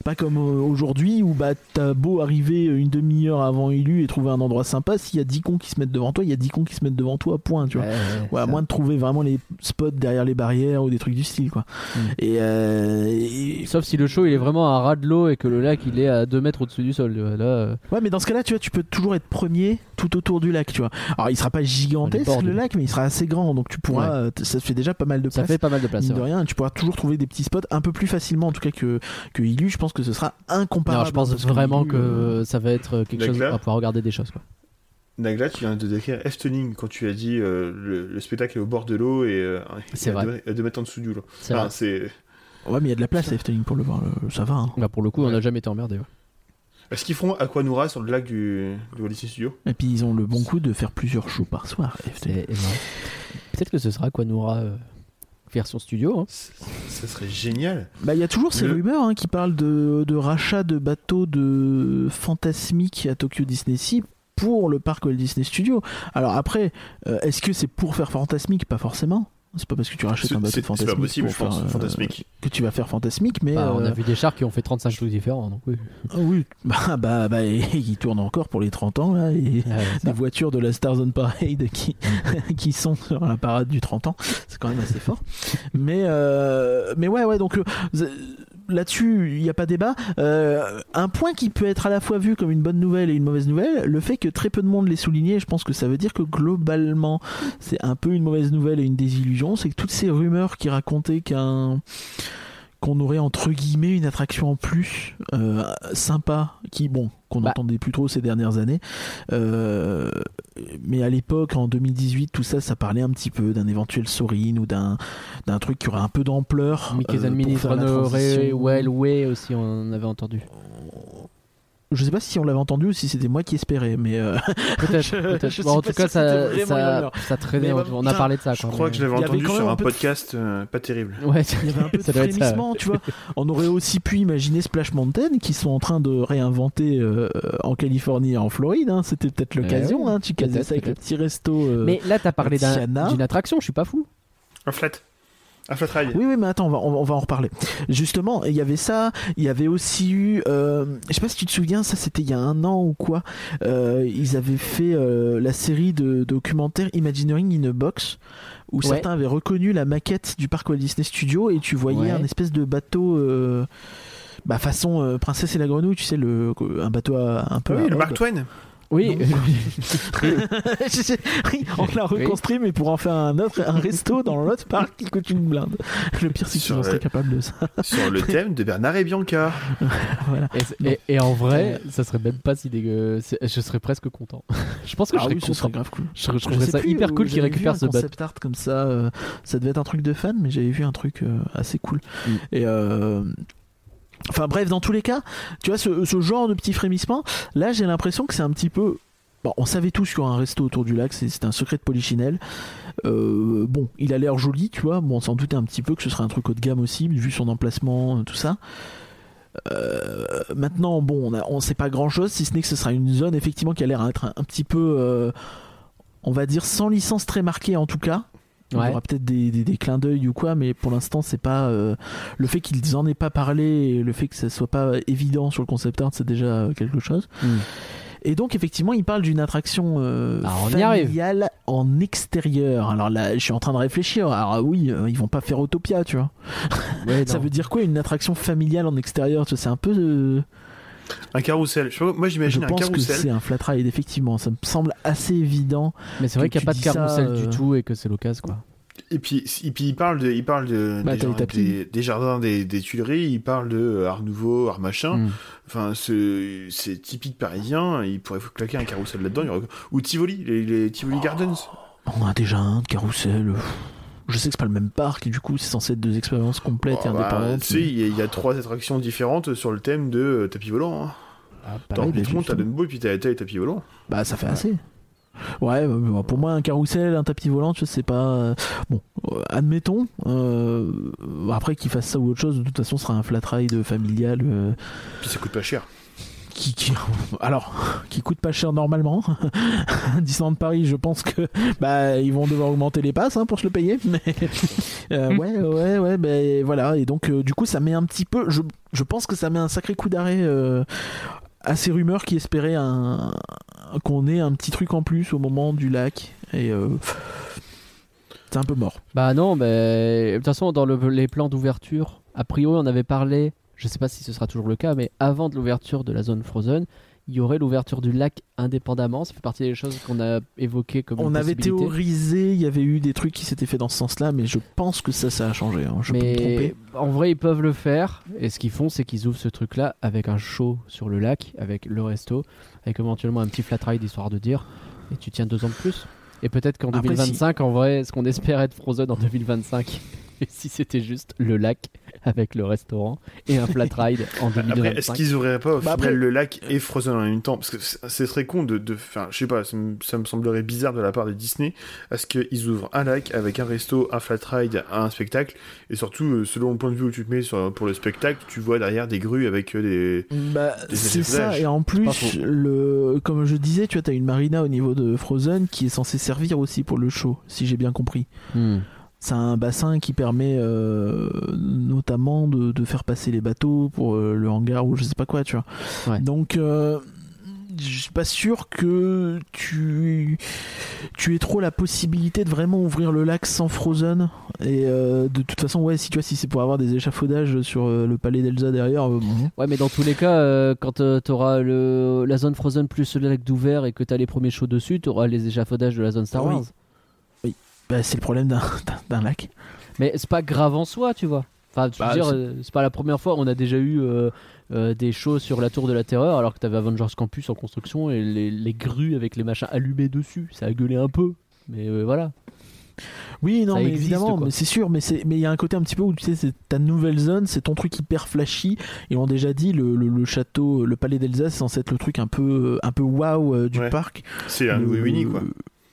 Speaker 2: Pas comme euh, aujourd'hui où bah, t'as beau arriver une demi-heure avant Ilu et trouver un endroit sympa, s'il y a dix cons qui se mettent devant toi, il y a dix cons qui se mettent devant toi, point, tu vois.
Speaker 1: Ouais, ouais,
Speaker 2: Ouais, à moins de trouver vraiment les spots derrière les barrières ou des trucs du style, quoi. Mm. Et, euh, et...
Speaker 1: Sauf si le show il est vraiment à ras de l'eau et que le lac il est à deux mètres au-dessus du sol. Là, euh...
Speaker 2: Ouais, mais dans ce cas-là, tu vois, tu peux toujours être premier tout autour du lac, tu vois. Alors, il sera pas gigantesque le lac, mais il sera assez grand, donc tu pourras. Ouais. Ça fait déjà pas mal de place.
Speaker 1: Ça fait pas mal de place.
Speaker 2: Mine de rien, tu pourras toujours trouver des petits spots un peu plus facilement, en tout cas que que Ilu. Je pense que ce sera incomparable.
Speaker 1: Non, je pense vraiment que, Ilu, euh... que ça va être quelque Nagla. chose à pouvoir regarder des choses, quoi.
Speaker 3: Nagla, tu viens de décrire Efteling quand tu as dit euh, le, le spectacle est au bord de l'eau et euh,
Speaker 1: c'est vrai.
Speaker 3: à deux mètres en dessous du lot.
Speaker 1: C'est
Speaker 3: enfin,
Speaker 1: vrai.
Speaker 3: C'est...
Speaker 2: Ouais, mais il y a de la place à Efteling pour le voir, ça va. Hein.
Speaker 1: Bah pour le coup, ouais. on n'a jamais été emmerdé. Ouais.
Speaker 3: Est-ce qu'ils feront Aquanura sur le lac du, du Walt Disney Studio ?
Speaker 2: Et puis ils ont le bon coup de faire plusieurs shows par soir.
Speaker 1: C'est Peut-être que ce sera Aquanura euh, version studio. Hein.
Speaker 3: Ça serait génial.
Speaker 2: Bah il y a toujours ces le... rumeurs hein, qui parlent de, de rachat de bateaux de Fantasmic à Tokyo Disney Sea pour le parc Walt Disney Studio. Alors après, euh, est-ce que c'est pour faire Fantasmic ? Pas forcément. C'est pas parce que tu rachètes
Speaker 3: c'est,
Speaker 2: un bateau de Fantasmic
Speaker 3: c'est pas possible,
Speaker 2: pour
Speaker 3: je pense,
Speaker 2: faire,
Speaker 3: Fantasmic.
Speaker 2: Euh, que tu vas faire Fantasmic, mais
Speaker 1: bah,
Speaker 2: euh...
Speaker 1: on a vu des chars qui ont fait trente-cinq trucs différents, donc oui.
Speaker 2: Ah oui, bah bah bah et, ils tournent encore pour les trente ans là, et
Speaker 1: ah ouais,
Speaker 2: des voitures de la Stars on Parade qui qui sont sur la parade du trente ans, c'est quand même assez fort. Mais euh, mais ouais ouais donc euh, là-dessus, il n'y a pas débat. Euh, un point qui peut être à la fois vu comme une bonne nouvelle et une mauvaise nouvelle, le fait que très peu de monde l'ait souligné, je pense que ça veut dire que globalement, c'est un peu une mauvaise nouvelle et une désillusion. C'est que toutes ces rumeurs qui racontaient qu'un qu'on aurait entre guillemets une attraction en plus euh, sympa, qui bon qu'on bah. n'entendait plus trop ces dernières années, euh, mais à l'époque en deux mille dix-huit tout ça ça parlait un petit peu d'un éventuel Soarin ou d'un d'un truc qui aurait un peu d'ampleur.
Speaker 1: Mickey's euh, Ministre aurait Well Way aussi, on avait entendu.
Speaker 2: Je sais pas si on l'avait entendu ou si c'était moi qui espérais, mais euh...
Speaker 1: peut-être.
Speaker 2: je,
Speaker 1: peut-être.
Speaker 2: Je
Speaker 1: bon, en tout cas, ça, ça, ça traînait.
Speaker 2: Mais,
Speaker 1: on a parlé de ça.
Speaker 3: Je
Speaker 1: quand
Speaker 3: crois
Speaker 1: même.
Speaker 3: que je l'avais entendu sur un podcast de... euh, pas terrible.
Speaker 1: Ouais,
Speaker 2: il y avait un peu de frémissement, tu vois. On aurait aussi pu imaginer Splash Mountain, qui sont en train de réinventer euh, en Californie et en Floride. Hein. C'était peut-être l'occasion. Ouais, hein. Tu casais ça avec le petit resto. Euh,
Speaker 1: mais là, t'as parlé d'un, d'une attraction. Je suis pas fou.
Speaker 3: Un flat. Un flat ride.
Speaker 2: Oui, oui, mais attends, on va, on va en reparler. Justement, il y avait ça, il y avait aussi eu, euh, je sais pas si tu te souviens, ça c'était il y a un an ou quoi, euh, ils avaient fait euh, la série de documentaires Imagineering in a Box, où ouais. certains avaient reconnu la maquette du parc Walt Disney Studio et tu voyais ouais. un espèce de bateau... Euh, bah façon euh, Princesse et la Grenouille, tu sais, le, un bateau à, un peu...
Speaker 3: Oui,
Speaker 2: à
Speaker 3: le Mark Twain.
Speaker 2: Oui. oui, on l'a reconstruit, oui. mais pour en faire un autre, un resto dans l'autre parc qui coûte une blinde. Le pire, c'est qu'ils en seraient capables de ça.
Speaker 3: Sur le thème de Bernard et Bianca.
Speaker 1: Voilà. Et, et, et en vrai, ça serait même pas si dégueu. Je serais presque content. Je pense que ah je serais
Speaker 2: oui,
Speaker 1: content.
Speaker 2: Ce serait grave cool.
Speaker 1: Je, je trouverais ça hyper cool qu'ils récupèrent ce bateau.
Speaker 2: Concept art comme ça, euh, ça devait être un truc de fan, mais j'avais vu un truc euh, assez cool. Mm. Et euh, Enfin bref, dans tous les cas, tu vois, ce, ce genre de petit frémissement, là j'ai l'impression que c'est un petit peu... Bon, on savait tous qu'il y aurait un resto autour du lac, c'est, c'est un secret de Polichinelle. Euh, bon, il a l'air joli, tu vois, bon, on s'en doutait un petit peu que ce serait un truc haut de gamme aussi, vu son emplacement, tout ça. Euh, maintenant, bon, on ne sait pas grand-chose, si ce n'est que ce sera une zone effectivement qui a l'air d'être un, un petit peu, euh, on va dire, sans licence très marquée en tout cas. Il ouais. y aura peut-être des, des, des clins d'œil ou quoi, mais pour l'instant c'est pas euh, le fait qu'ils en aient pas parlé et le fait que ça soit pas évident sur le concept art, c'est déjà quelque chose. Mm. Et donc effectivement il parle d'une attraction euh,
Speaker 1: alors,
Speaker 2: familiale en extérieur. Alors là je suis en train de réfléchir. Alors oui euh, ils vont pas faire Autopia, tu vois. Ouais, ça veut dire quoi une attraction familiale en extérieur, tu vois, c'est un peu euh...
Speaker 3: un carrousel. Je, moi j'imagine
Speaker 2: je
Speaker 3: un carrousel.
Speaker 2: Je pense que c'est un flat ride effectivement. Ça me semble assez évident.
Speaker 1: Mais c'est vrai qu'il n'y a pas de carrousel ça, euh... du tout et que c'est l'occasion quoi.
Speaker 3: Et puis, et puis il parle de, il parle de
Speaker 2: bah,
Speaker 3: des, jardins, des, des jardins des, des Tuileries. Il parle de Art Nouveau, Art Machin. Mm. Enfin, c'est, c'est typique parisien. Il pourrait claquer un carrousel là-dedans. Il y aurait... Ou Tivoli, les, les Tivoli Gardens.
Speaker 2: On a déjà un carrousel. Je sais que c'est pas le même parc et du coup c'est censé être deux expériences complètes oh, et indépendantes.
Speaker 3: Bah, tu sais, mais... il y, y a trois attractions différentes sur le thème de euh, tapis volant. Hein. Ah, pareil, t'as Richmond, t'as Dumbo et puis t'as les tapis volants.
Speaker 2: Bah ça fait assez. Ouais, bah, pour moi un carrousel, un tapis volant, tu sais, c'est pas bon. Euh, admettons. Euh, après qu'il fasse ça ou autre chose, de toute façon, ce sera un flat ride familial. Euh...
Speaker 3: Puis ça coûte pas cher.
Speaker 2: qui, qui, alors, qui coûte pas cher normalement. Disneyland Paris, je pense que bah ils vont devoir augmenter les passes hein, pour se le payer. Mais euh, ouais, ouais, ouais, ben voilà. Et donc euh, du coup, ça met un petit peu. Je, je pense que ça met un sacré coup d'arrêt euh, à ces rumeurs qui espéraient un, qu'on ait un petit truc en plus au moment du lac. Et euh, c'est un peu mort.
Speaker 1: Bah non, mais de toute façon, dans le, les plans d'ouverture, a priori, on avait parlé. Je sais pas si ce sera toujours le cas, mais avant de l'ouverture de la zone Frozen, il y aurait l'ouverture du lac indépendamment. Ça fait partie des choses qu'on a évoquées comme
Speaker 2: on
Speaker 1: une
Speaker 2: avait
Speaker 1: possibilité.
Speaker 2: théorisé, il y avait eu des trucs qui s'étaient faits dans ce sens-là, mais je pense que ça, ça a changé. Hein. Je
Speaker 1: mais
Speaker 2: peux me tromper.
Speaker 1: En vrai, ils peuvent le faire. Et ce qu'ils font, c'est qu'ils ouvrent ce truc-là avec un show sur le lac, avec le resto, avec éventuellement un petit flat ride histoire de dire. Et tu tiens deux ans de plus. Et peut-être qu'en
Speaker 2: Après,
Speaker 1: deux mille vingt-cinq, si... en vrai, ce qu'on espère être Frozen en deux mille vingt-cinq. Et si c'était juste le lac avec le restaurant et un flat ride en deux mille vingt-cinq.
Speaker 3: Après, est-ce qu'ils ouvraient pas au
Speaker 2: bah
Speaker 3: final
Speaker 2: après...
Speaker 3: le lac et Frozen en même temps? Parce que c'est très con de, de enfin, je sais pas, ça me, ça me semblerait bizarre de la part de Disney. Est-ce qu'ils ouvrent un lac avec un resto, un flat ride, un spectacle, et surtout selon le point de vue où tu te mets sur, pour le spectacle, tu vois derrière des grues avec des.
Speaker 2: Bah, des c'est ça. Et en plus, le, comme je disais, tu vois, t'as une marina au niveau de Frozen qui est censée servir aussi pour le show, si j'ai bien compris.
Speaker 1: Hmm.
Speaker 2: C'est un bassin qui permet euh, notamment de, de faire passer les bateaux pour euh, le hangar ou je sais pas quoi, tu vois.
Speaker 1: Ouais.
Speaker 2: Donc, euh, je suis pas sûr que tu, tu aies trop la possibilité de vraiment ouvrir le lac sans Frozen. Et euh, de toute façon, ouais, si tu vois, si c'est pour avoir des échafaudages sur euh, le palais d'Elsa derrière. Euh, bon.
Speaker 1: Ouais, mais dans tous les cas, euh, quand euh, t'auras le, la zone Frozen plus le lac d'ouvert et que t'as les premiers shows dessus, t'auras les échafaudages de la zone Star Wars.
Speaker 2: Oui. Bah, c'est le problème d'un, d'un lac.
Speaker 1: Mais c'est pas grave en soi, tu vois. Enfin, tu
Speaker 2: bah,
Speaker 1: veux dire,
Speaker 2: c'est...
Speaker 1: Euh, c'est pas la première fois. On a déjà eu euh, euh, des shows sur la Tour de la Terreur alors que t'avais Avengers Campus en construction et les, les grues avec les machins allumés dessus. Ça a gueulé un peu. Mais euh, voilà.
Speaker 2: Oui, non,
Speaker 1: ça
Speaker 2: mais
Speaker 1: existe,
Speaker 2: évidemment,
Speaker 1: quoi.
Speaker 2: mais c'est sûr, mais c'est, mais il y a un côté un petit peu où tu sais, c'est ta nouvelle zone, c'est ton truc hyper flashy. Ils l'ont déjà dit, le, le, le château, le palais d'Elsa, c'est censé être le truc un peu, un peu waouh euh, du
Speaker 3: ouais.
Speaker 2: parc.
Speaker 3: C'est un nouveau Winnie, quoi.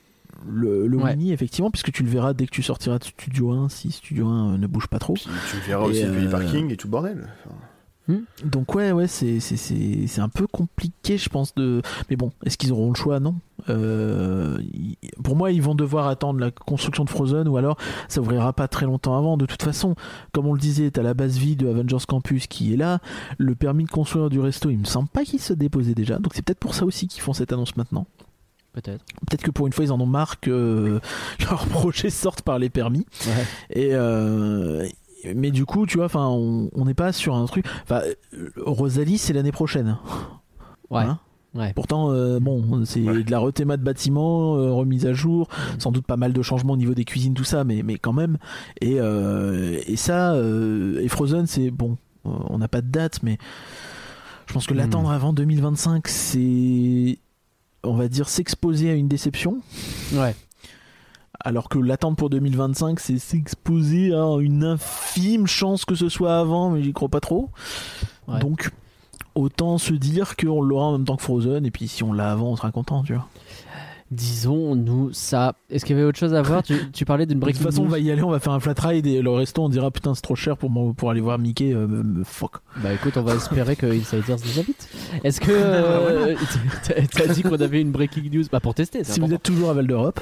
Speaker 2: Le, le
Speaker 1: ouais.
Speaker 2: Winnie, effectivement, puisque tu le verras dès que tu sortiras de Studio un, si Studio un euh, ne bouge pas trop.
Speaker 3: Puis, tu le verras et aussi depuis euh... les parkings et tout le bordel. Enfin...
Speaker 2: Hmm. Donc ouais, ouais, c'est, c'est, c'est, c'est un peu compliqué, je pense. De... Mais bon, est-ce qu'ils auront le choix? Non. Euh, y... Pour moi, ils vont devoir attendre la construction de Frozen, ou alors ça ouvrira pas très longtemps avant. De toute façon, comme on le disait, t'as la base vie de Avengers Campus qui est là. Le permis de construire du resto, il me semble pas qu'il se déposait déjà. Donc c'est peut-être pour ça aussi qu'ils font cette annonce maintenant.
Speaker 1: Peut-être.
Speaker 2: Peut-être que pour une fois ils en ont marre que euh, leurs projets sortent par les permis.
Speaker 1: Ouais.
Speaker 2: Et euh, mais du coup, tu vois, enfin, on n'est pas sur un truc. Enfin, Rosalie, c'est l'année prochaine.
Speaker 1: Ouais.
Speaker 2: Hein
Speaker 1: ouais.
Speaker 2: Pourtant, euh, bon, c'est ouais. de la rethéma de bâtiment, euh, remise à jour, sans doute pas mal de changements au niveau des cuisines, tout ça, mais mais quand même. Et euh, et ça, euh, et Frozen, c'est bon. Euh, on n'a pas de date, mais je pense que mmh. l'attendre avant deux mille vingt-cinq, c'est, on va dire, s'exposer à une déception.
Speaker 1: Ouais.
Speaker 2: Alors que l'attente pour deux mille vingt-cinq, c'est s'exposer à une infime chance que ce soit avant, mais j'y crois pas trop. Ouais. Donc, autant se dire qu'on l'aura en même temps que Frozen, et puis si on l'a avant, on sera content, tu vois.
Speaker 1: Disons-nous ça. Est-ce qu'il y avait autre chose à voir? tu, tu parlais d'une breaking news.
Speaker 2: De toute façon, on va y aller, on va faire un flat ride et le resto, on dira putain, c'est trop cher pour, pour aller voir Mickey. Euh, fuck.
Speaker 1: Bah écoute, on va espérer que Insiders nous invite. Est-ce que euh, t'as, t'as dit qu'on avait une breaking news? Bah pour tester.
Speaker 2: Si
Speaker 1: important.
Speaker 2: Vous êtes toujours à Val d'Europe,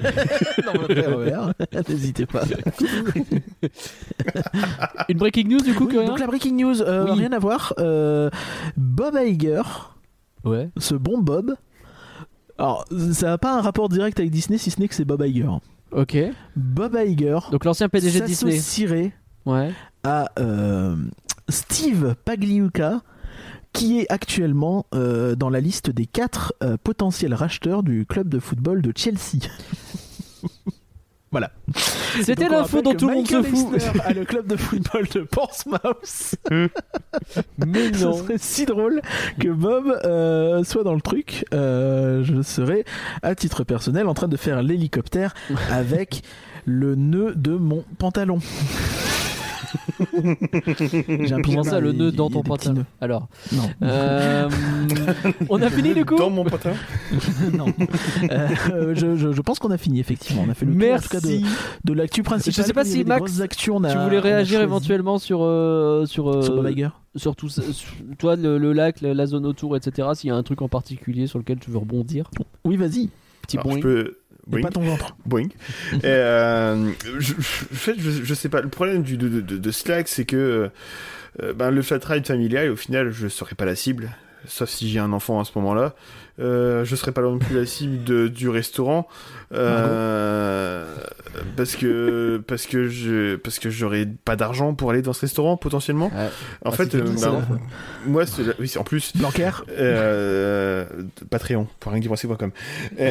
Speaker 2: n'hésitez pas.
Speaker 1: Une breaking news du coup
Speaker 2: oui,
Speaker 1: que
Speaker 2: donc la breaking news, euh, oui. rien à voir. Euh, Bob Iger,
Speaker 1: ouais.
Speaker 2: ce bon Bob. Alors, ça n'a pas un rapport direct avec Disney, si ce n'est que c'est Bob Iger.
Speaker 1: Ok.
Speaker 2: Bob Iger.
Speaker 1: Donc l'ancien P D G de Disney.
Speaker 2: S'associerait
Speaker 1: ouais.
Speaker 2: à euh, Steve Pagliuca, qui est actuellement euh, dans la liste des quatre euh, potentiels racheteurs du club de football de Chelsea. Voilà.
Speaker 1: C'était donc, l'info dont tout le monde se fout.
Speaker 2: À le club de football de Portsmouth.
Speaker 1: Mais non.
Speaker 2: Ce serait si drôle que Bob euh, soit dans le truc. Euh, je serais, à titre personnel, en train de faire l'hélicoptère avec le nœud de mon pantalon. J'ai un
Speaker 1: Comment
Speaker 2: pyjama,
Speaker 1: ça, le
Speaker 2: il-
Speaker 1: nœud
Speaker 2: il
Speaker 1: dans
Speaker 2: y a
Speaker 1: ton
Speaker 2: des petits
Speaker 1: pantalon
Speaker 2: nœuds.
Speaker 1: Alors,
Speaker 2: Non.
Speaker 1: euh, on a fini du coup.
Speaker 3: Dans mon patin.
Speaker 2: non. Euh, je, je, je pense qu'on a fini, effectivement. On a fait le tour, en tout cas, de,
Speaker 1: Merci.
Speaker 2: de l'actu principale.
Speaker 1: Je sais pas
Speaker 2: Comme il y
Speaker 1: si
Speaker 2: avait des
Speaker 1: Max,
Speaker 2: grosses actus, on a-
Speaker 1: Tu voulais
Speaker 2: on a
Speaker 1: réagir
Speaker 2: choisi
Speaker 1: éventuellement sur euh, sur euh,
Speaker 2: sur Bob Iger.
Speaker 1: sur tout ça, sur- toi le, le lac, la, la zone autour, et cetera. S'il y a un truc en particulier sur lequel tu veux rebondir,
Speaker 2: Oui, vas-y.
Speaker 1: petit
Speaker 3: Alors,
Speaker 1: boing.
Speaker 3: je peux.
Speaker 2: Et
Speaker 3: Boing.
Speaker 2: pas ton ventre.
Speaker 3: Boing. Et, euh, je, je, en fait, je, je sais pas. Le problème du, de, de, de Slack, c'est que euh, ben, le flat ride familial, au final, je serai pas la cible. Sauf si j'ai un enfant à ce moment-là. Euh, je serai pas non plus la cible de, du restaurant. Euh, parce que parce que je parce que j'aurais pas d'argent pour aller dans ce restaurant potentiellement.
Speaker 1: Ouais.
Speaker 3: En
Speaker 1: Ah,
Speaker 3: fait,
Speaker 1: c'est
Speaker 3: euh,
Speaker 1: fini,
Speaker 3: ben,
Speaker 1: ça.
Speaker 3: moi, c'est la- oui, c'est en plus.
Speaker 2: Blanquer.
Speaker 3: Euh, Patreon, pour rien que point com. Et,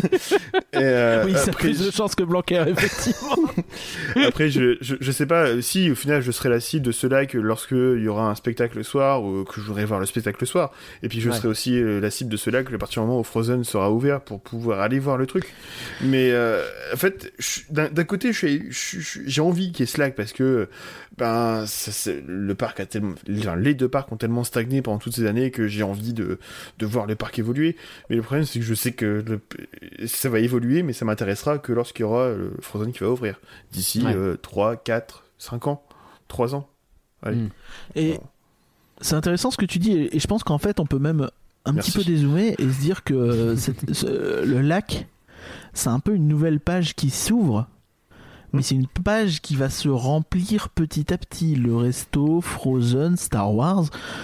Speaker 3: et, euh,
Speaker 2: Oui, ça a
Speaker 3: après,
Speaker 2: plus de chance que Blanquer, effectivement.
Speaker 3: après je, je, je sais pas si au final je serai la cible de ceux-là que lorsque il y aura un spectacle le soir ou que je voudrais voir le spectacle le soir. Et puis je
Speaker 1: Ouais.
Speaker 3: serai aussi euh, la cible de ceux-là que à partir du moment où Frozen sera ouvert pour pouvoir aller voir le truc. Mais euh, en fait, je- d'un d'un côté, je suis- je- je- j'ai envie qu'il y ait Slack parce que ben ça, c'est- le parc a tellement, enfin, les deux parcs ont tellement stagné pendant toutes ces années que j'ai envie de de voir le parc évoluer. Mais le problème, c'est que je sais que le, ça va évoluer, mais ça m'intéressera que lorsqu'il y aura le Frozen qui va ouvrir d'ici
Speaker 1: Ouais.
Speaker 3: euh, trois, quatre, cinq ans, trois ans. Allez.
Speaker 1: Mm.
Speaker 2: Et c'est intéressant ce que tu dis, et et je pense qu'en fait, on peut même un
Speaker 3: Merci.
Speaker 2: petit peu dézoomer et se dire que cette- ce- le lac, c'est un peu une nouvelle page qui s'ouvre, mais c'est une page qui va se remplir petit à petit. Le resto, Frozen, Star Wars,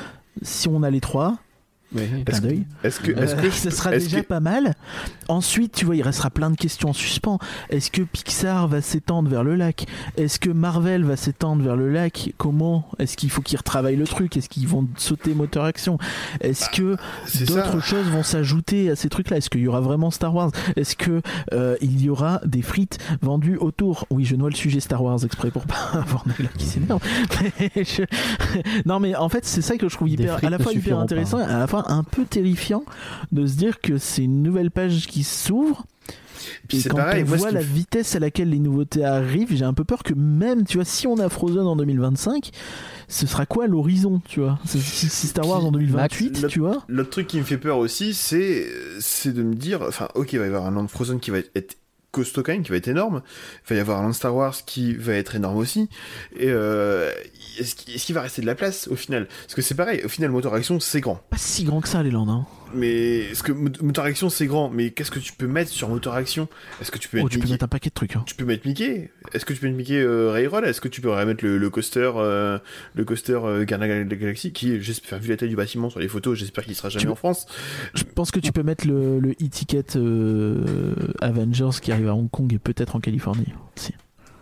Speaker 2: si on a les trois,
Speaker 1: Ouais.
Speaker 2: clin d'œil.
Speaker 3: Est-ce que,
Speaker 2: Euh,
Speaker 3: est-ce que je
Speaker 2: ça
Speaker 3: peux-
Speaker 2: sera
Speaker 3: est-ce
Speaker 2: déjà
Speaker 3: que-
Speaker 2: pas mal. Ensuite, tu vois, il restera plein de questions en suspens. Est-ce que Pixar va s'étendre vers le lac? Est-ce que Marvel va s'étendre vers le lac? Comment? Est-ce qu'il faut qu'ils retravaillent le truc? Est-ce qu'ils vont sauter moteur action? Est-ce que
Speaker 3: c'est
Speaker 2: d'autres
Speaker 3: ça.
Speaker 2: choses vont s'ajouter à ces trucs-là? Est-ce qu'il y aura vraiment Star Wars? Est-ce que euh, il y aura des frites vendues autour? Oui, je noie le sujet Star Wars exprès pour pas avoir Nagla qui s'énerve. Mais je- Non, mais en fait, c'est ça que je trouve
Speaker 1: Des
Speaker 2: hyper,
Speaker 1: frites
Speaker 2: à la
Speaker 1: ne
Speaker 2: fois hyper
Speaker 1: suffiront
Speaker 2: intéressant
Speaker 1: pas.
Speaker 2: et à la fois un peu terrifiant de se dire que c'est une nouvelle page qui s'ouvre.
Speaker 3: Puis
Speaker 2: Et
Speaker 3: c'est
Speaker 2: quand
Speaker 3: pareil,
Speaker 2: on
Speaker 3: moi, ce
Speaker 2: voit
Speaker 3: qui
Speaker 2: la
Speaker 3: me fait-
Speaker 2: vitesse à laquelle les nouveautés arrivent, j'ai un peu peur que même, tu vois, si on a Frozen en deux mille vingt-cinq, ce sera quoi l'horizon, tu vois? Si si Star Wars en deux mille vingt-huit,
Speaker 3: Max,
Speaker 2: tu vois?
Speaker 3: L'autre truc qui me fait peur aussi, c'est c'est de me dire, enfin, ok, il va y avoir un land Frozen qui va être costaud quand même, qui va être énorme. Il va y avoir un land Star Wars qui va être énorme aussi. Et euh, est-ce qu'il est-ce qu'il va rester de la place au final? Parce que c'est pareil, au final, moteur action, c'est grand.
Speaker 2: Pas si grand que ça, les Landes, hein.
Speaker 3: Mais est-ce que mo- moteur action, c'est grand, mais qu'est-ce que tu peux mettre sur moteur action? Est-ce que tu peux
Speaker 2: Oh,
Speaker 3: mettre
Speaker 2: tu peux
Speaker 3: Mickey?
Speaker 2: mettre un paquet de trucs, hein.
Speaker 3: Tu peux mettre Mickey. Est-ce que tu peux mettre Mickey euh, Railroad? Est-ce que tu peux remettre le, le coaster, euh, le coaster euh, Gardien de la Galaxie, qui, j'espère, vu la taille du bâtiment sur les photos, j'espère qu'il sera jamais
Speaker 2: Tu-
Speaker 3: en France.
Speaker 2: Je pense que tu peux mettre le, le e-ticket euh, Avengers qui arrive à Hong Kong et peut-être en Californie. Si.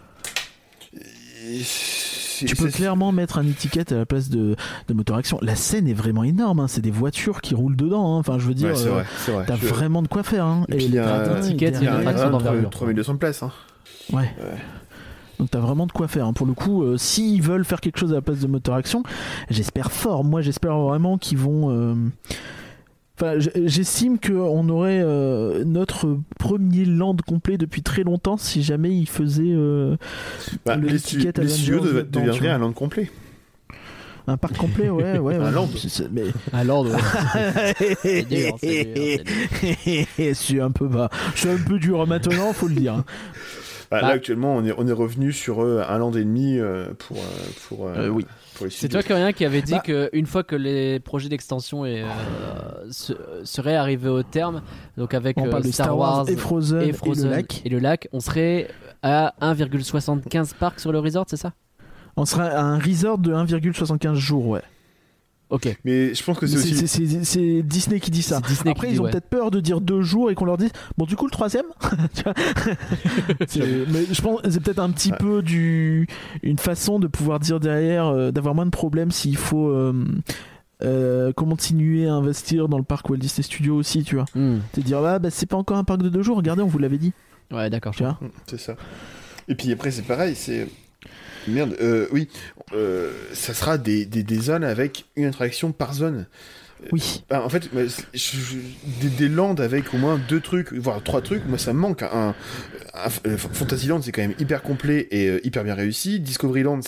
Speaker 3: Et c'est-
Speaker 2: Tu peux
Speaker 3: c'est-
Speaker 2: clairement mettre un e-ticket à la place de, de moteur action. La scène est vraiment énorme, hein. C'est des voitures qui roulent dedans, hein. Enfin, je veux dire,
Speaker 3: Ouais, c'est
Speaker 2: euh,
Speaker 3: vrai, c'est vrai.
Speaker 2: t'as
Speaker 3: Je-
Speaker 2: vraiment de quoi faire, hein.
Speaker 3: Et puis, il y a
Speaker 2: les
Speaker 3: un
Speaker 2: gradins,
Speaker 1: ticket,
Speaker 2: et
Speaker 1: il y a
Speaker 3: Il y a
Speaker 1: une
Speaker 3: un
Speaker 2: derrière,
Speaker 1: attraction
Speaker 3: un
Speaker 1: d'envergure.
Speaker 3: trois mille deux cents places. Hein.
Speaker 2: Ouais.
Speaker 3: Ouais.
Speaker 2: Donc t'as vraiment de quoi faire, hein. Pour le coup, euh, s'ils veulent faire quelque chose à la place de moteur action, j'espère fort. Moi, j'espère vraiment qu'ils vont. euh, Enfin, j- j'estime qu'on aurait euh, notre premier land complet depuis très longtemps si jamais ils faisaient euh,
Speaker 3: Bah,
Speaker 2: le
Speaker 3: les
Speaker 2: ticket
Speaker 3: stu- les studios
Speaker 2: Avengers
Speaker 3: dev-
Speaker 2: là-dedans, tu
Speaker 3: deviendraient
Speaker 2: vois.
Speaker 3: un land complet.
Speaker 2: un parc complet. Ouais, ouais, ouais.
Speaker 3: Un land.
Speaker 2: C'est- c'est- mais...
Speaker 1: Alors, ouais. C'est dur, c'est dur, c'est
Speaker 2: Je suis un peu bas. Je suis un peu dur maintenant, faut le dire. hein.
Speaker 3: Bah,
Speaker 1: Bah.
Speaker 3: Là, actuellement, on est, on est revenu sur euh, un land et demi euh, pour, euh, pour, euh,
Speaker 2: Euh, oui.
Speaker 3: pour les
Speaker 1: C'est
Speaker 3: studios.
Speaker 1: toi, Curien, qui avait dit
Speaker 2: Bah.
Speaker 1: qu'une fois que les projets d'extension est, euh, se- seraient arrivés au terme, donc avec
Speaker 2: On
Speaker 1: euh,
Speaker 2: parle de
Speaker 1: Star Wars
Speaker 2: et Frozen,
Speaker 1: et, Frozen
Speaker 2: et le lac.
Speaker 1: et le lac, on serait à un virgule soixante-quinze parcs sur le resort, c'est ça?
Speaker 2: On sera à un resort de un virgule soixante-quinze jours, ouais.
Speaker 1: Ok.
Speaker 3: Mais je pense que c'est
Speaker 2: C'est,
Speaker 3: aussi.
Speaker 2: c'est- c'est- c'est Disney qui dit ça.
Speaker 1: C'est Disney
Speaker 2: Après,
Speaker 1: qui
Speaker 2: ils
Speaker 1: dit,
Speaker 2: ont
Speaker 1: ouais.
Speaker 2: peut-être peur de dire deux jours et qu'on leur dise bon, du coup, le troisième. Tu vois C'est- mais je pense que c'est peut-être un petit
Speaker 3: Ouais.
Speaker 2: peu du une façon de pouvoir dire derrière, euh, d'avoir moins de problèmes s'il faut euh, euh, continuer à investir dans le parc Walt Disney Studios aussi, tu vois.
Speaker 1: Hmm.
Speaker 2: C'est dire ah, bah c'est pas encore un parc de deux jours. Regardez, on vous l'avait dit.
Speaker 1: Ouais, d'accord.
Speaker 2: Tu vois.
Speaker 3: Mm, C'est ça. Et puis après, c'est pareil, c'est. Merde, euh, oui, euh, ça sera des, des, des zones avec une attraction par zone.
Speaker 2: Oui.
Speaker 3: Bah, en fait, moi, je- je- des, des lands avec au moins deux trucs, voire trois trucs, moi ça me manque. Un, un- un- Fantasyland, c'est quand même hyper complet et euh, hyper bien réussi. Discoveryland, c'est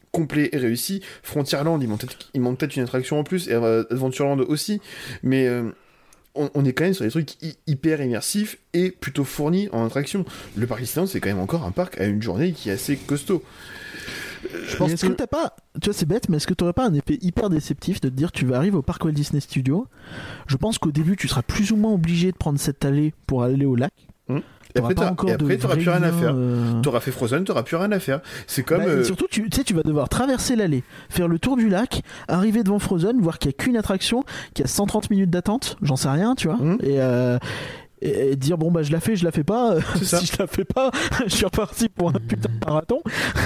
Speaker 3: complet et réussi. Frontierland, il manque peut-être, il manque peut-être une attraction en plus, et Adventureland aussi, mais euh, on, on est quand même sur des trucs hi- hyper immersifs et plutôt fournis en attraction. Le parc Disneyland, c'est quand même encore un parc à une journée qui est assez costaud.
Speaker 2: Je pense est-ce que... que t'as pas, tu vois c'est bête, mais est-ce que t'aurais pas un effet hyper déceptif de te dire tu vas arriver au parc Walt Disney Studios, je pense qu'au début tu seras plus ou moins obligé de prendre cette allée pour aller au lac.
Speaker 3: Mmh. Et après, pas encore et après t'auras plus rien à faire. Euh... T'auras fait Frozen, t'auras plus rien à faire. C'est comme. Bah,
Speaker 2: euh... Surtout, tu sais, tu vas devoir traverser l'allée, faire le tour du lac, arriver devant Frozen, voir qu'il n'y a qu'une attraction, qu'il y a cent trente minutes d'attente, j'en sais rien, tu vois. Mmh. Et. Euh... et dire bon bah je la fais je la fais pas si ça. Je la fais pas je suis reparti pour un putain de marathon.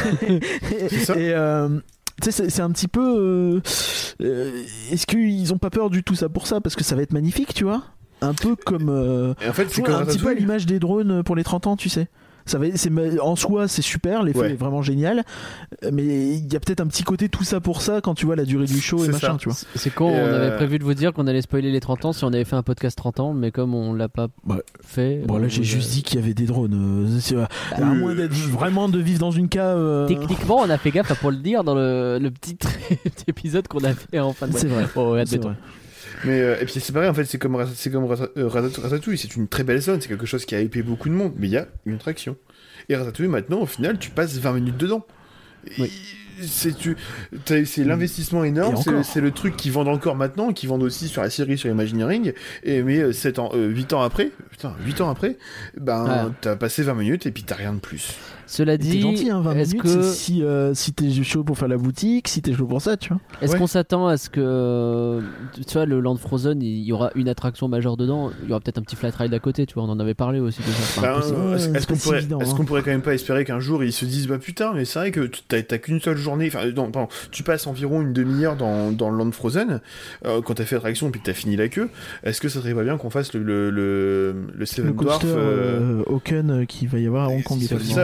Speaker 2: et ça. Et euh, tu sais c'est, c'est un petit peu euh, euh, est-ce qu'ils ont pas peur du tout ça pour ça parce que ça va être magnifique tu vois un peu comme euh,
Speaker 3: et en fait c'est comme
Speaker 2: un petit peu à l'image des drones pour les trente ans tu sais. Ça va, c'est, en soi c'est super, l'effet ouais. est vraiment génial, mais il y a peut-être un petit côté tout ça pour ça quand tu vois la durée du show c'est et machin ça. Tu vois.
Speaker 1: C'est con, euh... on avait prévu de vous dire qu'on allait spoiler les trente ans si on avait fait un podcast trente ans, mais comme on l'a pas ouais. fait.
Speaker 2: Bon là j'ai juste dit qu'il y avait des drones, c'est, bah, à euh... moins d'être vraiment de vivre dans une cave. Euh...
Speaker 1: Techniquement on a fait gaffe pour le dire dans le, le petit épisode qu'on a fait en fin de.
Speaker 2: C'est vrai.
Speaker 1: Oh, ouais,
Speaker 2: c'est vrai.
Speaker 3: Mais euh, et puis c'est pareil en fait c'est comme c'est comme Ratatouille, c'est une très belle zone, c'est quelque chose qui a hypé beaucoup de monde, mais il y a une attraction. Et Ratatouille maintenant au final tu passes vingt minutes dedans. Oui. C'est, tu, c'est l'investissement énorme, c'est, c'est le truc qu'ils vendent encore maintenant, qu'ils vendent aussi sur la série sur Imagineering, et mais sept ans, euh, huit ans après, putain, huit ans après, ben ouais. T'as passé vingt minutes et puis t'as rien de plus.
Speaker 1: Cela dit,
Speaker 2: t'es gentil, hein, vingt
Speaker 1: est-ce
Speaker 2: minutes,
Speaker 1: que...
Speaker 2: c'est si, euh, si t'es chaud pour faire la boutique, si t'es chaud pour ça, tu vois.
Speaker 1: Est-ce
Speaker 3: ouais.
Speaker 1: qu'on s'attend à ce que, tu vois, le Land Frozen, il y aura une attraction majeure dedans, il y aura peut-être un petit flat ride à côté, tu vois, on en avait parlé aussi déjà.
Speaker 3: Ben, euh, est-ce, est-ce, qu'on pourrait,
Speaker 2: évident,
Speaker 3: est-ce
Speaker 2: hein.
Speaker 3: qu'on pourrait quand même pas espérer qu'un jour ils se disent, bah putain, mais c'est vrai que t'as, t'as qu'une seule journée, enfin, non, pardon, tu passes environ une demi-heure dans, dans le Land Frozen, euh, quand t'as fait l'attraction et puis que t'as fini la queue, est-ce que ça serait pas bien qu'on fasse le, le, le, le Seven Dwarfs
Speaker 2: euh, Hawken qu'il va y avoir à Hong Kong.
Speaker 3: C'est ça.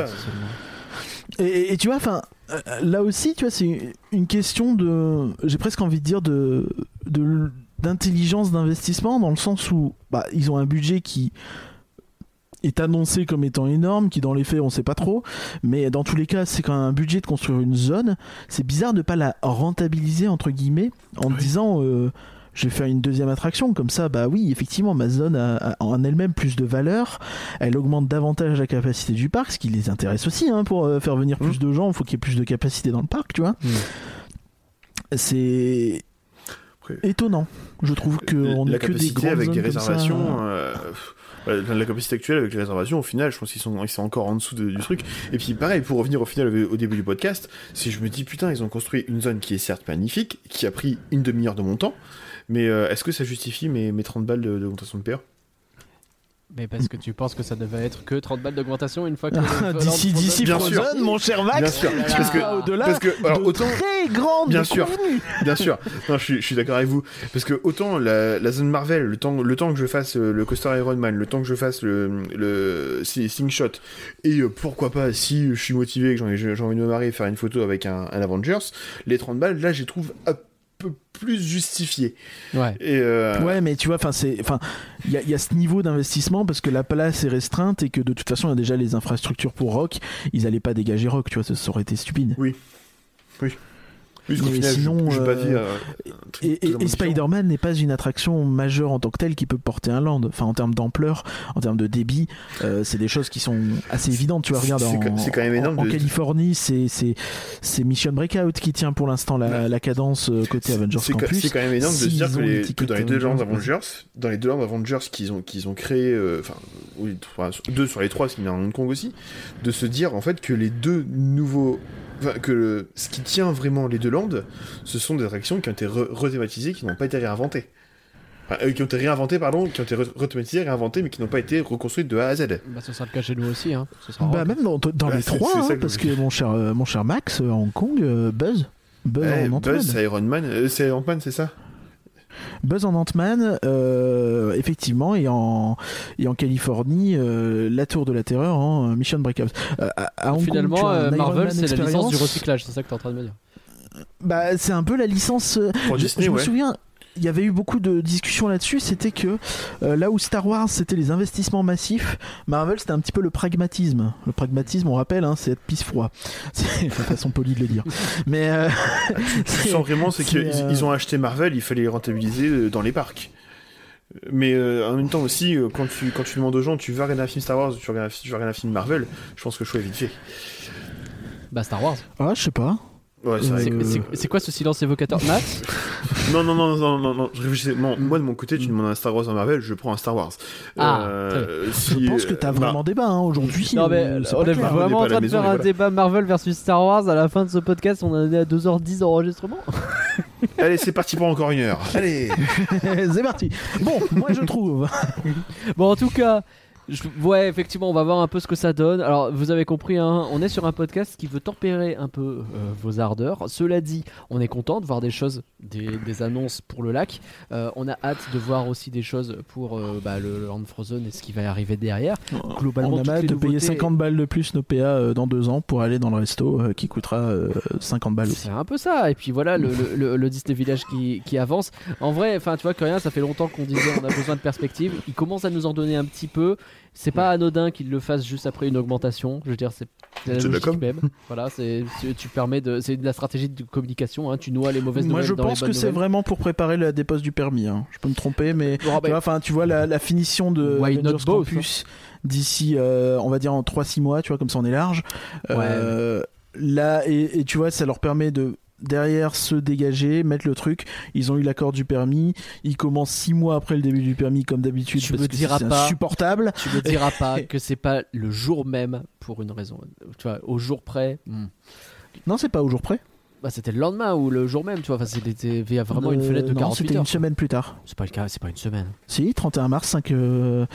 Speaker 2: Et, et, et tu vois, enfin, euh, là aussi, tu vois, c'est une question de, j'ai presque envie de dire de, de d'intelligence d'investissement dans le sens où, bah, ils ont un budget qui est annoncé comme étant énorme, qui dans les faits on sait pas trop, mais dans tous les cas c'est quand même un budget de construire une zone. C'est bizarre de pas la rentabiliser entre guillemets en oui. disant. Euh, je vais faire une deuxième attraction, comme ça, bah oui, effectivement, ma zone a, a en elle-même plus de valeur, elle augmente davantage la capacité du parc, ce qui les intéresse aussi, hein, pour euh, faire venir mmh. plus de gens, il faut qu'il y ait plus de capacité dans le parc, tu vois. Mmh. C'est Après, étonnant, je trouve qu'on n'a que des grandes
Speaker 3: avec
Speaker 2: zones
Speaker 3: des réservations,
Speaker 2: comme ça,
Speaker 3: euh, euh, la capacité actuelle avec les réservations, au final, je pense qu'ils sont, ils sont encore en dessous de, du truc. Et puis pareil, pour revenir au final au, au début du podcast, si je me dis, putain, ils ont construit une zone qui est certes magnifique, qui a pris une demi-heure de mon temps, mais euh, est-ce que ça justifie mes, mes trente balles de, d'augmentation de P R?
Speaker 1: Mais parce que tu penses que ça devait être que trente balles d'augmentation une fois que...
Speaker 2: Ah, d'ici, d'ici
Speaker 3: bien
Speaker 2: Frozen,
Speaker 3: sûr.
Speaker 2: mon cher Max,
Speaker 3: bien sûr.
Speaker 2: tu
Speaker 3: parce que,
Speaker 2: au-delà
Speaker 3: parce que, alors,
Speaker 2: de
Speaker 3: autant,
Speaker 2: très grandes
Speaker 3: bien sûr,
Speaker 2: contenus.
Speaker 3: Bien sûr, non, je suis, je suis d'accord avec vous, parce que autant la, la zone Marvel, le temps, le temps que je fasse le coaster Iron Man, le temps que je fasse le, le Slingshot, et euh, pourquoi pas, si je suis motivé, que j'ai envie, j'ai envie de me marrer, faire une photo avec un, un Avengers, les trente balles, là, je les trouve un peu plus justifié.
Speaker 1: Ouais.
Speaker 3: Et euh...
Speaker 2: Ouais, mais tu vois, enfin, c'est, enfin, il y, y a ce niveau d'investissement parce que la place est restreinte et que de toute façon, il y a déjà les infrastructures pour Rock. Ils allaient pas dégager Rock, tu vois, ça, ça aurait été stupide.
Speaker 3: Oui. Oui. Oui,
Speaker 2: mais
Speaker 3: final,
Speaker 2: sinon,
Speaker 3: je, je
Speaker 2: euh,
Speaker 3: pas dire, euh,
Speaker 2: et, et, et Spider-Man n'est pas une attraction majeure en tant que telle qui peut porter un land. Enfin, en termes d'ampleur, en termes de débit, euh, c'est des choses qui sont assez évidentes. Tu vois, regarde,
Speaker 3: c'est,
Speaker 2: en,
Speaker 3: c'est quand même énorme
Speaker 2: en,
Speaker 3: de...
Speaker 2: en Californie, c'est, c'est, c'est Mission Breakout qui tient pour l'instant la, ouais. la cadence côté Avengers
Speaker 3: c'est,
Speaker 2: Campus.
Speaker 3: C'est quand même énorme de se dire que, les, que dans les deux Land Avengers, dans les deux Land Avengers qu'ils ont, qu'ils ont créé, enfin, euh, oui, trois, deux sur les trois, parce qu'il y en a un Hong Kong aussi, de se dire en fait que les deux nouveaux. Enfin, que le, ce qui tient vraiment les deux landes, ce sont des attractions qui ont été re- rethématisées, qui n'ont pas été réinventées. Enfin, euh, qui ont été réinventées, pardon, qui ont été re- rethématisées, réinventées, mais qui n'ont pas été reconstruites de A à Z.
Speaker 1: Bah, ce sera le cas chez nous aussi, hein. Ce sera
Speaker 2: bah, même dans, dans ouais, les c'est, trois, c'est hein, parce que, que mon cher, euh, mon cher Max, euh, à Hong Kong, euh, Buzz. Buzz
Speaker 3: ouais,
Speaker 2: en Ant-Man.
Speaker 3: Buzz, c'est Iron Man, euh, c'est Ant-Man, c'est ça?
Speaker 2: Buzz en Ant-Man, euh, effectivement, et en, et en Californie, euh, la Tour de la Terreur en Mission Breakout. Euh, à, à Hong
Speaker 1: Finalement,
Speaker 2: Kong,
Speaker 1: euh, Marvel, c'est
Speaker 2: expérience.
Speaker 1: La licence du recyclage, c'est ça que t'es en train de me dire.
Speaker 2: Bah, c'est un peu la licence.
Speaker 3: Pour
Speaker 2: je,
Speaker 3: Disney,
Speaker 2: je
Speaker 3: ouais.
Speaker 2: me souviens. il y avait eu beaucoup de discussions là-dessus, c'était que euh, là où Star Wars c'était les investissements massifs, Marvel c'était un petit peu le pragmatisme. Le pragmatisme, on rappelle, hein, c'est être pisse-froid. C'est la façon polie de le dire. Mais euh,
Speaker 3: tu sens vraiment, c'est, c'est qu'ils euh... ils ont acheté Marvel, il fallait les rentabiliser dans les parcs. Mais euh, en même temps aussi, euh, quand, tu, quand tu demandes aux gens, tu veux regarder un film Star Wars ou tu veux regarder, tu veux regarder un film Marvel, je pense que le choix est vite fait.
Speaker 1: Bah Star Wars.
Speaker 2: Ah, je sais pas.
Speaker 3: Ouais, c'est,
Speaker 1: c'est,
Speaker 3: que...
Speaker 1: c'est, c'est quoi ce silence évocateur, Max?
Speaker 3: Non, non, non, non, non, non, je réfléchissais. Non, moi de mon côté, tu demandes un Star Wars, un Marvel, je prends un Star Wars.
Speaker 1: Ah,
Speaker 2: euh, si, je pense que t'as vraiment
Speaker 3: bah...
Speaker 2: débat hein, aujourd'hui.
Speaker 1: Non, mais
Speaker 2: euh,
Speaker 1: on est
Speaker 2: clair.
Speaker 1: vraiment
Speaker 3: on
Speaker 1: en train de
Speaker 3: maison,
Speaker 1: faire un
Speaker 3: voilà.
Speaker 1: débat Marvel versus Star Wars. À la fin de ce podcast, on en est à deux heures dix d'enregistrement.
Speaker 3: Allez, c'est parti pour encore une heure. Allez,
Speaker 2: c'est parti. Bon, moi je trouve.
Speaker 1: Bon, en tout cas. Je, ouais, effectivement, on va voir un peu ce que ça donne. Alors, vous avez compris, hein, on est sur un podcast qui veut tempérer un peu euh, vos ardeurs. Cela dit, on est content de voir des choses, des, des annonces pour le lac. Euh, on a hâte de voir aussi des choses pour euh, bah, le, le Land Frozen et ce qui va y arriver derrière.
Speaker 2: Globalement, on a hâte de nouveautés... payer cinquante balles de plus nos P A euh, dans deux ans pour aller dans le resto euh, qui coûtera euh, cinquante balles aussi.
Speaker 1: C'est un peu ça. Et puis voilà, le, le, le, le Disney Village qui, qui avance. En vrai, enfin, tu vois que rien, ça fait longtemps qu'on disait on a besoin de perspective. Il commence à nous en donner un petit peu. C'est pas anodin qu'ils le fassent juste après une augmentation. Je veux dire, c'est, c'est la logique même. Voilà, c'est, c'est, tu permets de, c'est de la stratégie de communication. Hein, tu noies les mauvaises
Speaker 2: Moi,
Speaker 1: nouvelles.
Speaker 2: je
Speaker 1: dans
Speaker 2: pense
Speaker 1: les
Speaker 2: que
Speaker 1: bonnes
Speaker 2: c'est
Speaker 1: nouvelles.
Speaker 2: vraiment pour préparer la dépose du permis. Hein. Je peux me tromper, mais
Speaker 1: oh,
Speaker 2: tu vois, enfin, tu vois la, la finition de
Speaker 1: Why
Speaker 2: Avengers
Speaker 1: not both,
Speaker 2: Campus d'ici, euh, on va dire en trois six mois. Tu vois, comme ça, on est large.
Speaker 1: Ouais.
Speaker 2: Euh, là, et, et tu vois, ça leur permet de derrière se dégager, mettre le truc. Ils ont eu l'accord du permis. Ils commencent six mois après le début du permis, comme d'habitude.
Speaker 1: Tu
Speaker 2: parce
Speaker 1: me
Speaker 2: que
Speaker 1: diras
Speaker 2: c'est
Speaker 1: pas.
Speaker 2: insupportable.
Speaker 1: Tu me diras pas que c'est pas le jour même pour une raison. Tu vois, au jour près. Hmm.
Speaker 2: Non, c'est pas au jour près.
Speaker 1: Bah, c'était le lendemain ou le jour même, tu vois. Enfin, c'était il y a vraiment euh, une fenêtre de
Speaker 2: non,
Speaker 1: quarante-huit
Speaker 2: c'était
Speaker 1: heures.
Speaker 2: une semaine plus tard.
Speaker 1: C'est pas le cas, c'est pas une semaine.
Speaker 2: Si, trente et un mars, cinq. Euh...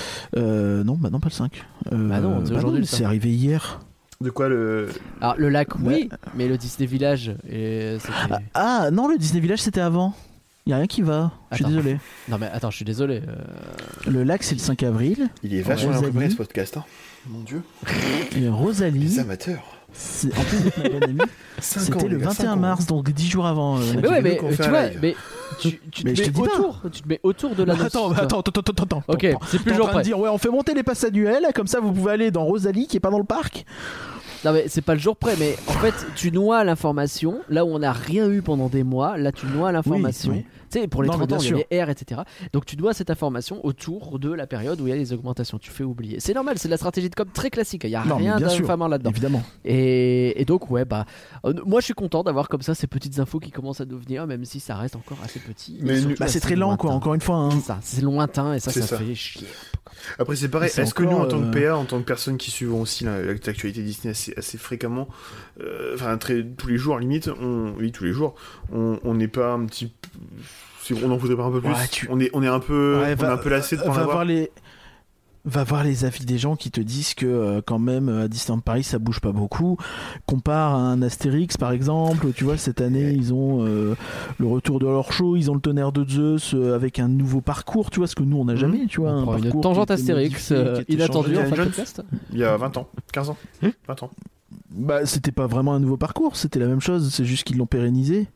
Speaker 2: Euh, non, bah non, pas le cinq. Euh,
Speaker 1: bah non, c'est
Speaker 2: bah
Speaker 1: aujourd'hui.
Speaker 2: Non, c'est arrivé hier.
Speaker 3: De quoi le.
Speaker 1: Alors le lac, oui, ouais. Mais le Disney Village. Et c'était...
Speaker 2: ah, ah non, le Disney Village c'était avant. Y a rien qui va. Je suis désolé.
Speaker 1: Non mais attends, je suis désolé. Euh...
Speaker 2: Le lac c'est le cinq avril.
Speaker 3: Il est vachement bien préparé ce podcast. Hein. Mon Dieu.
Speaker 2: Et Rosalie.
Speaker 3: Les amateurs.
Speaker 2: C'est... En plus d'être ma bonne amie. C'était ans, le vingt et un mars, donc dix jours avant. Euh,
Speaker 1: mais ouais, mais tu vois, mais tu, tu te
Speaker 2: mais
Speaker 1: mets autour, tu te mets autour de la.
Speaker 2: Attends, attends, attends, attends, attends.
Speaker 1: Ok, c'est plus jour près.
Speaker 2: Dire ouais, on fait monter les passes annuelles, comme ça vous pouvez aller dans Rosalie qui est pas dans le parc.
Speaker 1: Non mais c'est pas le jour près, mais en fait tu noies l'information là où on n'a rien eu pendant des mois. Là tu noies l'information.
Speaker 2: Oui, oui.
Speaker 1: Tu sais, pour les
Speaker 2: non,
Speaker 1: trente ans, il y
Speaker 2: sûr.
Speaker 1: a les R, et cetera. Donc tu dois cette information autour de la période où il y a les augmentations. Tu fais oublier. C'est normal, c'est de la stratégie de com très classique. Il y a
Speaker 2: non,
Speaker 1: rien d'infamant là-dedans.
Speaker 2: Évidemment.
Speaker 1: Et, et donc ouais bah euh, moi je suis content d'avoir comme ça ces petites infos qui commencent à devenir, même si ça reste encore assez petit.
Speaker 3: Mais
Speaker 2: bah, c'est très lent
Speaker 1: lointain.
Speaker 2: quoi. Encore une fois. Hein.
Speaker 1: C'est ça, c'est lointain et ça,
Speaker 3: c'est
Speaker 1: ça,
Speaker 3: ça
Speaker 1: fait chier.
Speaker 3: Après c'est pareil.
Speaker 2: C'est
Speaker 3: Est-ce
Speaker 2: encore,
Speaker 3: que nous en tant
Speaker 2: euh...
Speaker 3: que P A, en tant que personne qui suivons aussi la, l'actualité Disney assez, assez fréquemment, enfin euh, très tous les jours limite, on, oui tous les jours, on n'est pas un petit on en voudrait pas un peu plus.
Speaker 2: Ouais, tu...
Speaker 3: On est, on est un peu,
Speaker 2: ouais,
Speaker 3: on
Speaker 2: va,
Speaker 3: est un peu lassé de pas en
Speaker 2: va
Speaker 3: avoir.
Speaker 2: Voir les... Va voir les avis des gens qui te disent que euh, quand même à Disneyland Paris ça bouge pas beaucoup. Compare à un Astérix par exemple. Tu vois cette année ouais. ils ont euh, le retour de leur show, ils ont le tonnerre de Zeus euh, avec un nouveau parcours. Tu vois ce que nous on n'a jamais. Mmh. Tu vois
Speaker 1: on
Speaker 2: un
Speaker 1: prend
Speaker 2: parcours
Speaker 1: une tangente Astérix euh, inattendue en fin de podcast.
Speaker 3: Il y a vingt ans, quinze ans, mmh. vingt ans.
Speaker 2: Bah c'était pas vraiment un nouveau parcours, c'était la même chose. C'est juste qu'ils l'ont pérennisé.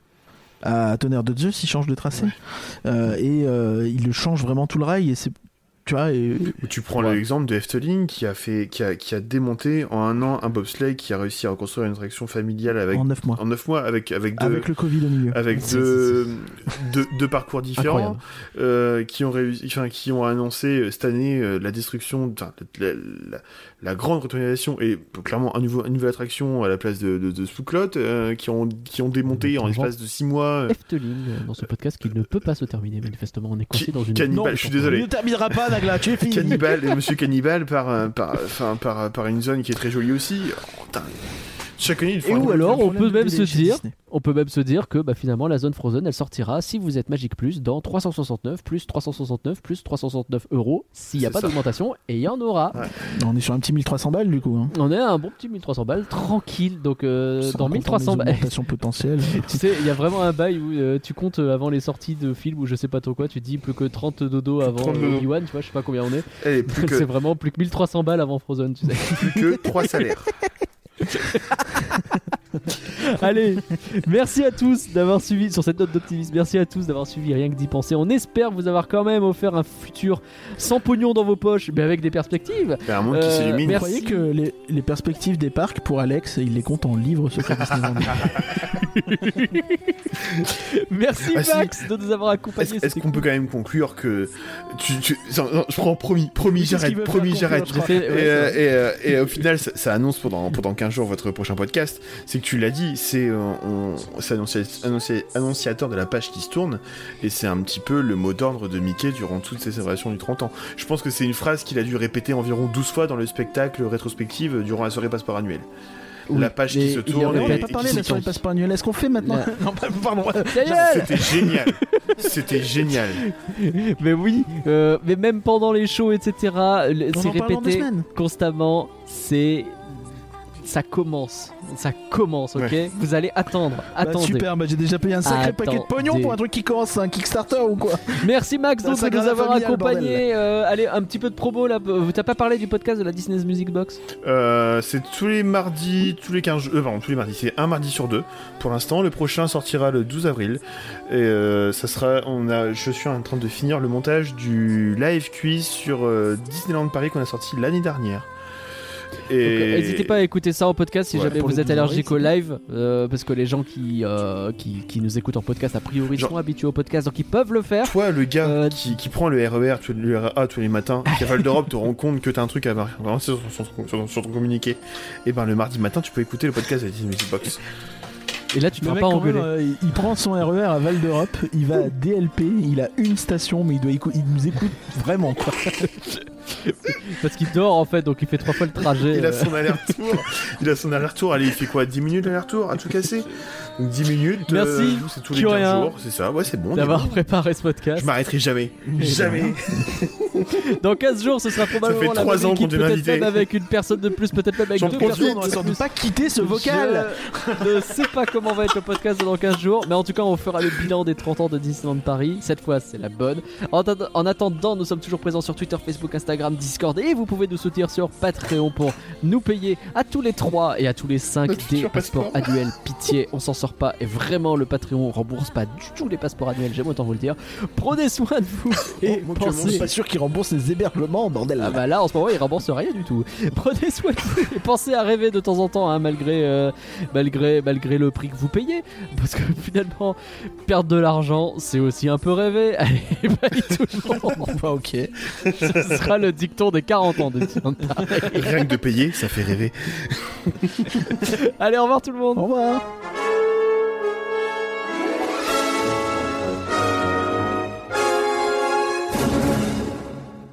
Speaker 2: À Tonnerre de Zeus, il change de tracé ouais. euh, et euh, il le change vraiment tout le rail et c'est tu vois et...
Speaker 3: tu prends
Speaker 2: ouais.
Speaker 3: l'exemple de Efteling qui a fait qui a, qui a démonté en un an un bobsleigh qui a réussi à reconstruire une attraction familiale avec
Speaker 2: en neuf mois
Speaker 3: en neuf mois avec avec deux,
Speaker 2: avec le Covid au milieu
Speaker 3: avec
Speaker 2: c'est,
Speaker 3: deux,
Speaker 2: c'est, c'est...
Speaker 3: deux deux parcours différents euh, qui ont réussi enfin qui ont annoncé cette année euh, la destruction la, la, la grande retournisation et clairement un nouveau une nouvelle attraction à la place de de, de Spooklot euh, qui ont qui ont démonté en l'espace de six mois euh...
Speaker 1: Efteling dans ce podcast qui ne peut pas se terminer manifestement on est coincé dans une
Speaker 3: cannibale je suis désolé
Speaker 2: il ne terminera pas Nagla tu es fini
Speaker 3: Cannibal et Monsieur Cannibal par par enfin par par une zone qui est très jolie aussi oh, chaque année il faut
Speaker 1: et ou alors on peut même se dire
Speaker 2: Disney.
Speaker 1: on peut même se dire que bah, finalement la zone Frozen elle sortira si vous êtes Magic Plus dans trois cent soixante-neuf plus trois cent soixante-neuf plus trois cent soixante-neuf euros s'il n'y a
Speaker 3: c'est
Speaker 1: pas
Speaker 3: ça.
Speaker 1: d'augmentation et il y en aura
Speaker 2: ouais. On est sur un petit mille trois cents balles du coup hein.
Speaker 1: On est à un bon petit mille trois cents balles tranquille donc euh, dans mille trois cents balles
Speaker 2: potentielle
Speaker 1: tu sais il y a vraiment un bail où euh, tu comptes avant les sorties de films ou je sais pas trop quoi tu te dis plus que trente dodo avant Obi-Wan tu vois je sais pas combien on est,
Speaker 3: est plus que...
Speaker 1: c'est vraiment plus que mille trois cents balles avant Frozen tu sais
Speaker 3: plus que trois salaires.
Speaker 1: Allez Allez, merci à tous d'avoir suivi, sur cette note d'optimisme, merci à tous d'avoir suivi Rien que d'y penser. On espère vous avoir quand même offert un futur sans pognon dans vos poches, mais avec des perspectives.
Speaker 3: C'est un monde qui
Speaker 1: Euh,
Speaker 3: s'illumine.
Speaker 2: Vous
Speaker 1: merci.
Speaker 2: croyez que les, les perspectives des parcs pour Alex, il les compte en livres secrets Disneyland?
Speaker 1: Merci
Speaker 3: Ah, si.
Speaker 1: Max de nous avoir accompagnés.
Speaker 3: Est-ce est-ce
Speaker 1: c'était
Speaker 3: qu'on peut quand même conclure que tu, tu... Non, non, je prends promis, promis,
Speaker 2: Oui, c'est ce
Speaker 3: j'arrête,
Speaker 2: qu'il veut
Speaker 3: promis,
Speaker 2: faire
Speaker 3: j'arrête.
Speaker 2: conclure,
Speaker 1: J'ai
Speaker 2: je
Speaker 1: fait-
Speaker 3: Et,
Speaker 1: ouais,
Speaker 3: euh, et, euh, et au final, ça, ça annonce pendant, pendant quinze jours votre prochain podcast. C'est que tu l'as dit, c'est euh, on- c'est annoncé- annoncé- annonciateur de la page qui se tourne, et c'est un petit peu le mot d'ordre de Mickey durant toutes ces célébrations du trente ans. Je pense que c'est une phrase qu'il a dû répéter environ douze fois dans le spectacle rétrospective durant la soirée passeport annuelle.
Speaker 1: Oui,
Speaker 3: La page
Speaker 1: mais
Speaker 3: qui se
Speaker 1: il
Speaker 3: tourne.
Speaker 2: Mais on
Speaker 3: et-
Speaker 2: n'a
Speaker 3: et
Speaker 2: pas
Speaker 3: qui
Speaker 2: parlé de la
Speaker 3: s'y
Speaker 2: soirée
Speaker 3: tourne.
Speaker 2: passeport annuel. Est-ce qu'on fait maintenant?
Speaker 1: La-
Speaker 2: Non, pardon.
Speaker 1: Ta gueule.
Speaker 3: C'était génial. C'était génial.
Speaker 1: Mais oui, euh, mais même pendant les shows, et cetera, le-
Speaker 2: On
Speaker 1: c'est
Speaker 2: en parle dans deux
Speaker 1: répété
Speaker 2: semaines.
Speaker 1: constamment. C'est. Ça commence. Ça commence, ok?
Speaker 3: Ouais.
Speaker 1: Vous allez attendre.
Speaker 2: Bah,
Speaker 1: Attendez.
Speaker 2: super, bah, j'ai déjà payé un sacré paquet de pognon
Speaker 1: Attendez.
Speaker 2: pour un truc qui commence, un Kickstarter ou quoi.
Speaker 1: Merci Max
Speaker 2: Ça,
Speaker 1: donc,
Speaker 2: ça
Speaker 1: de nous
Speaker 2: grave
Speaker 1: avoir
Speaker 2: familial,
Speaker 1: accompagnés. Euh, allez, un petit peu de promo là. Vous t'as pas parlé du podcast de la Disney's Music Box?
Speaker 3: Euh, c'est tous les mardis, tous les quinze jours, euh, pardon, tous les mardis, c'est un mardi sur deux. Pour l'instant, le prochain sortira le douze avril. Et euh, ça sera, on a, je suis en train de finir le montage du live quiz sur euh, Disneyland Paris qu'on a sorti l'année dernière.
Speaker 1: Donc, euh,
Speaker 3: Et
Speaker 1: N'hésitez pas à écouter ça en podcast si
Speaker 3: Ouais,
Speaker 1: jamais
Speaker 2: pour
Speaker 1: vous
Speaker 2: le
Speaker 1: êtes
Speaker 2: douze
Speaker 1: allergique au
Speaker 2: avril,
Speaker 1: live, euh, parce que les gens qui, euh, qui, qui nous écoutent en podcast a priori
Speaker 3: Genre-
Speaker 1: sont habitués au podcast, donc ils peuvent le faire.
Speaker 3: toi, le gars
Speaker 1: Euh,
Speaker 3: qui, qui prend le R E R, tu- le R A tous les matins, qui a Val d'Europe, te rend compte que t'as un truc à marquer vraiment, sur, sur, sur- sur- sur ton communiqué. Et ben le mardi matin, tu peux écouter le podcast de la Disney Music Box.
Speaker 1: Et là tu te
Speaker 2: Le
Speaker 1: feras
Speaker 2: mec,
Speaker 1: pas
Speaker 2: quand même,
Speaker 1: engueuler.
Speaker 2: euh, il- il prend son R E R à Val d'Europe, il va à D L P, il a une station, mais il, doit écou- il nous écoute vraiment quoi.
Speaker 1: Parce qu'il dort en fait, donc il fait trois fois le trajet.
Speaker 3: Il a
Speaker 1: euh.
Speaker 3: son aller-retour. Il a son aller-retour. Allez, il fait quoi, dix minutes d'aller-retour à tout casser. Donc dix minutes.
Speaker 1: Merci,
Speaker 3: nous, c'est tous les
Speaker 1: Curien,
Speaker 3: quinze jours. C'est ça. Ouais, c'est bon. on est
Speaker 1: D'avoir
Speaker 3: bon.
Speaker 1: préparé ce podcast.
Speaker 3: Je m'arrêterai jamais. Jamais.
Speaker 1: Dans quinze jours, ce sera probablement la
Speaker 3: trois
Speaker 1: même
Speaker 3: ans
Speaker 1: équipe,
Speaker 3: qu'on devait
Speaker 1: peut-être
Speaker 3: l'inviter.
Speaker 1: même avec une personne de plus, peut-être même avec
Speaker 3: J'en
Speaker 1: deux
Speaker 3: profite,
Speaker 1: personnes.
Speaker 2: On va
Speaker 1: de
Speaker 2: surtout
Speaker 1: plus.
Speaker 2: pas quitter ce vocal.
Speaker 1: Je ne sais pas comment va être le podcast dans quinze jours, mais en tout cas, on fera le bilan des trente ans de Disneyland Paris. Cette fois, c'est la bonne. En, atta- en attendant, nous sommes toujours présents sur Twitter, Facebook, Instagram, Discord, et vous pouvez nous soutenir sur Patreon pour nous payer à tous les trois et à tous les cinq
Speaker 3: Notre
Speaker 1: des
Speaker 3: futur
Speaker 1: passeports
Speaker 3: passeport.
Speaker 1: annuels. Pitié, on s'en sort pas. Et vraiment, le Patreon rembourse pas du tout les passeports annuels, j'aime autant vous le dire. Prenez soin de vous et
Speaker 3: Oh, moi, que mon
Speaker 2: Je
Speaker 1: pensez.
Speaker 2: suis pas sûr qu'il rembourse les hébergements, bordel.
Speaker 1: Ah bah là en ce moment il rembourse rien du tout. Prenez soin de vous et pensez à rêver de temps en temps hein, malgré, euh, malgré, malgré le prix que vous payez. Parce que finalement perdre de l'argent c'est aussi un peu rêver. Allez bye tout le monde.
Speaker 2: Bah, ok.
Speaker 1: Ce sera le dicton des quarante ans de Disneyland Paris.
Speaker 3: Rien que de payer, ça fait rêver.
Speaker 1: Allez au revoir tout le monde.
Speaker 2: Au revoir.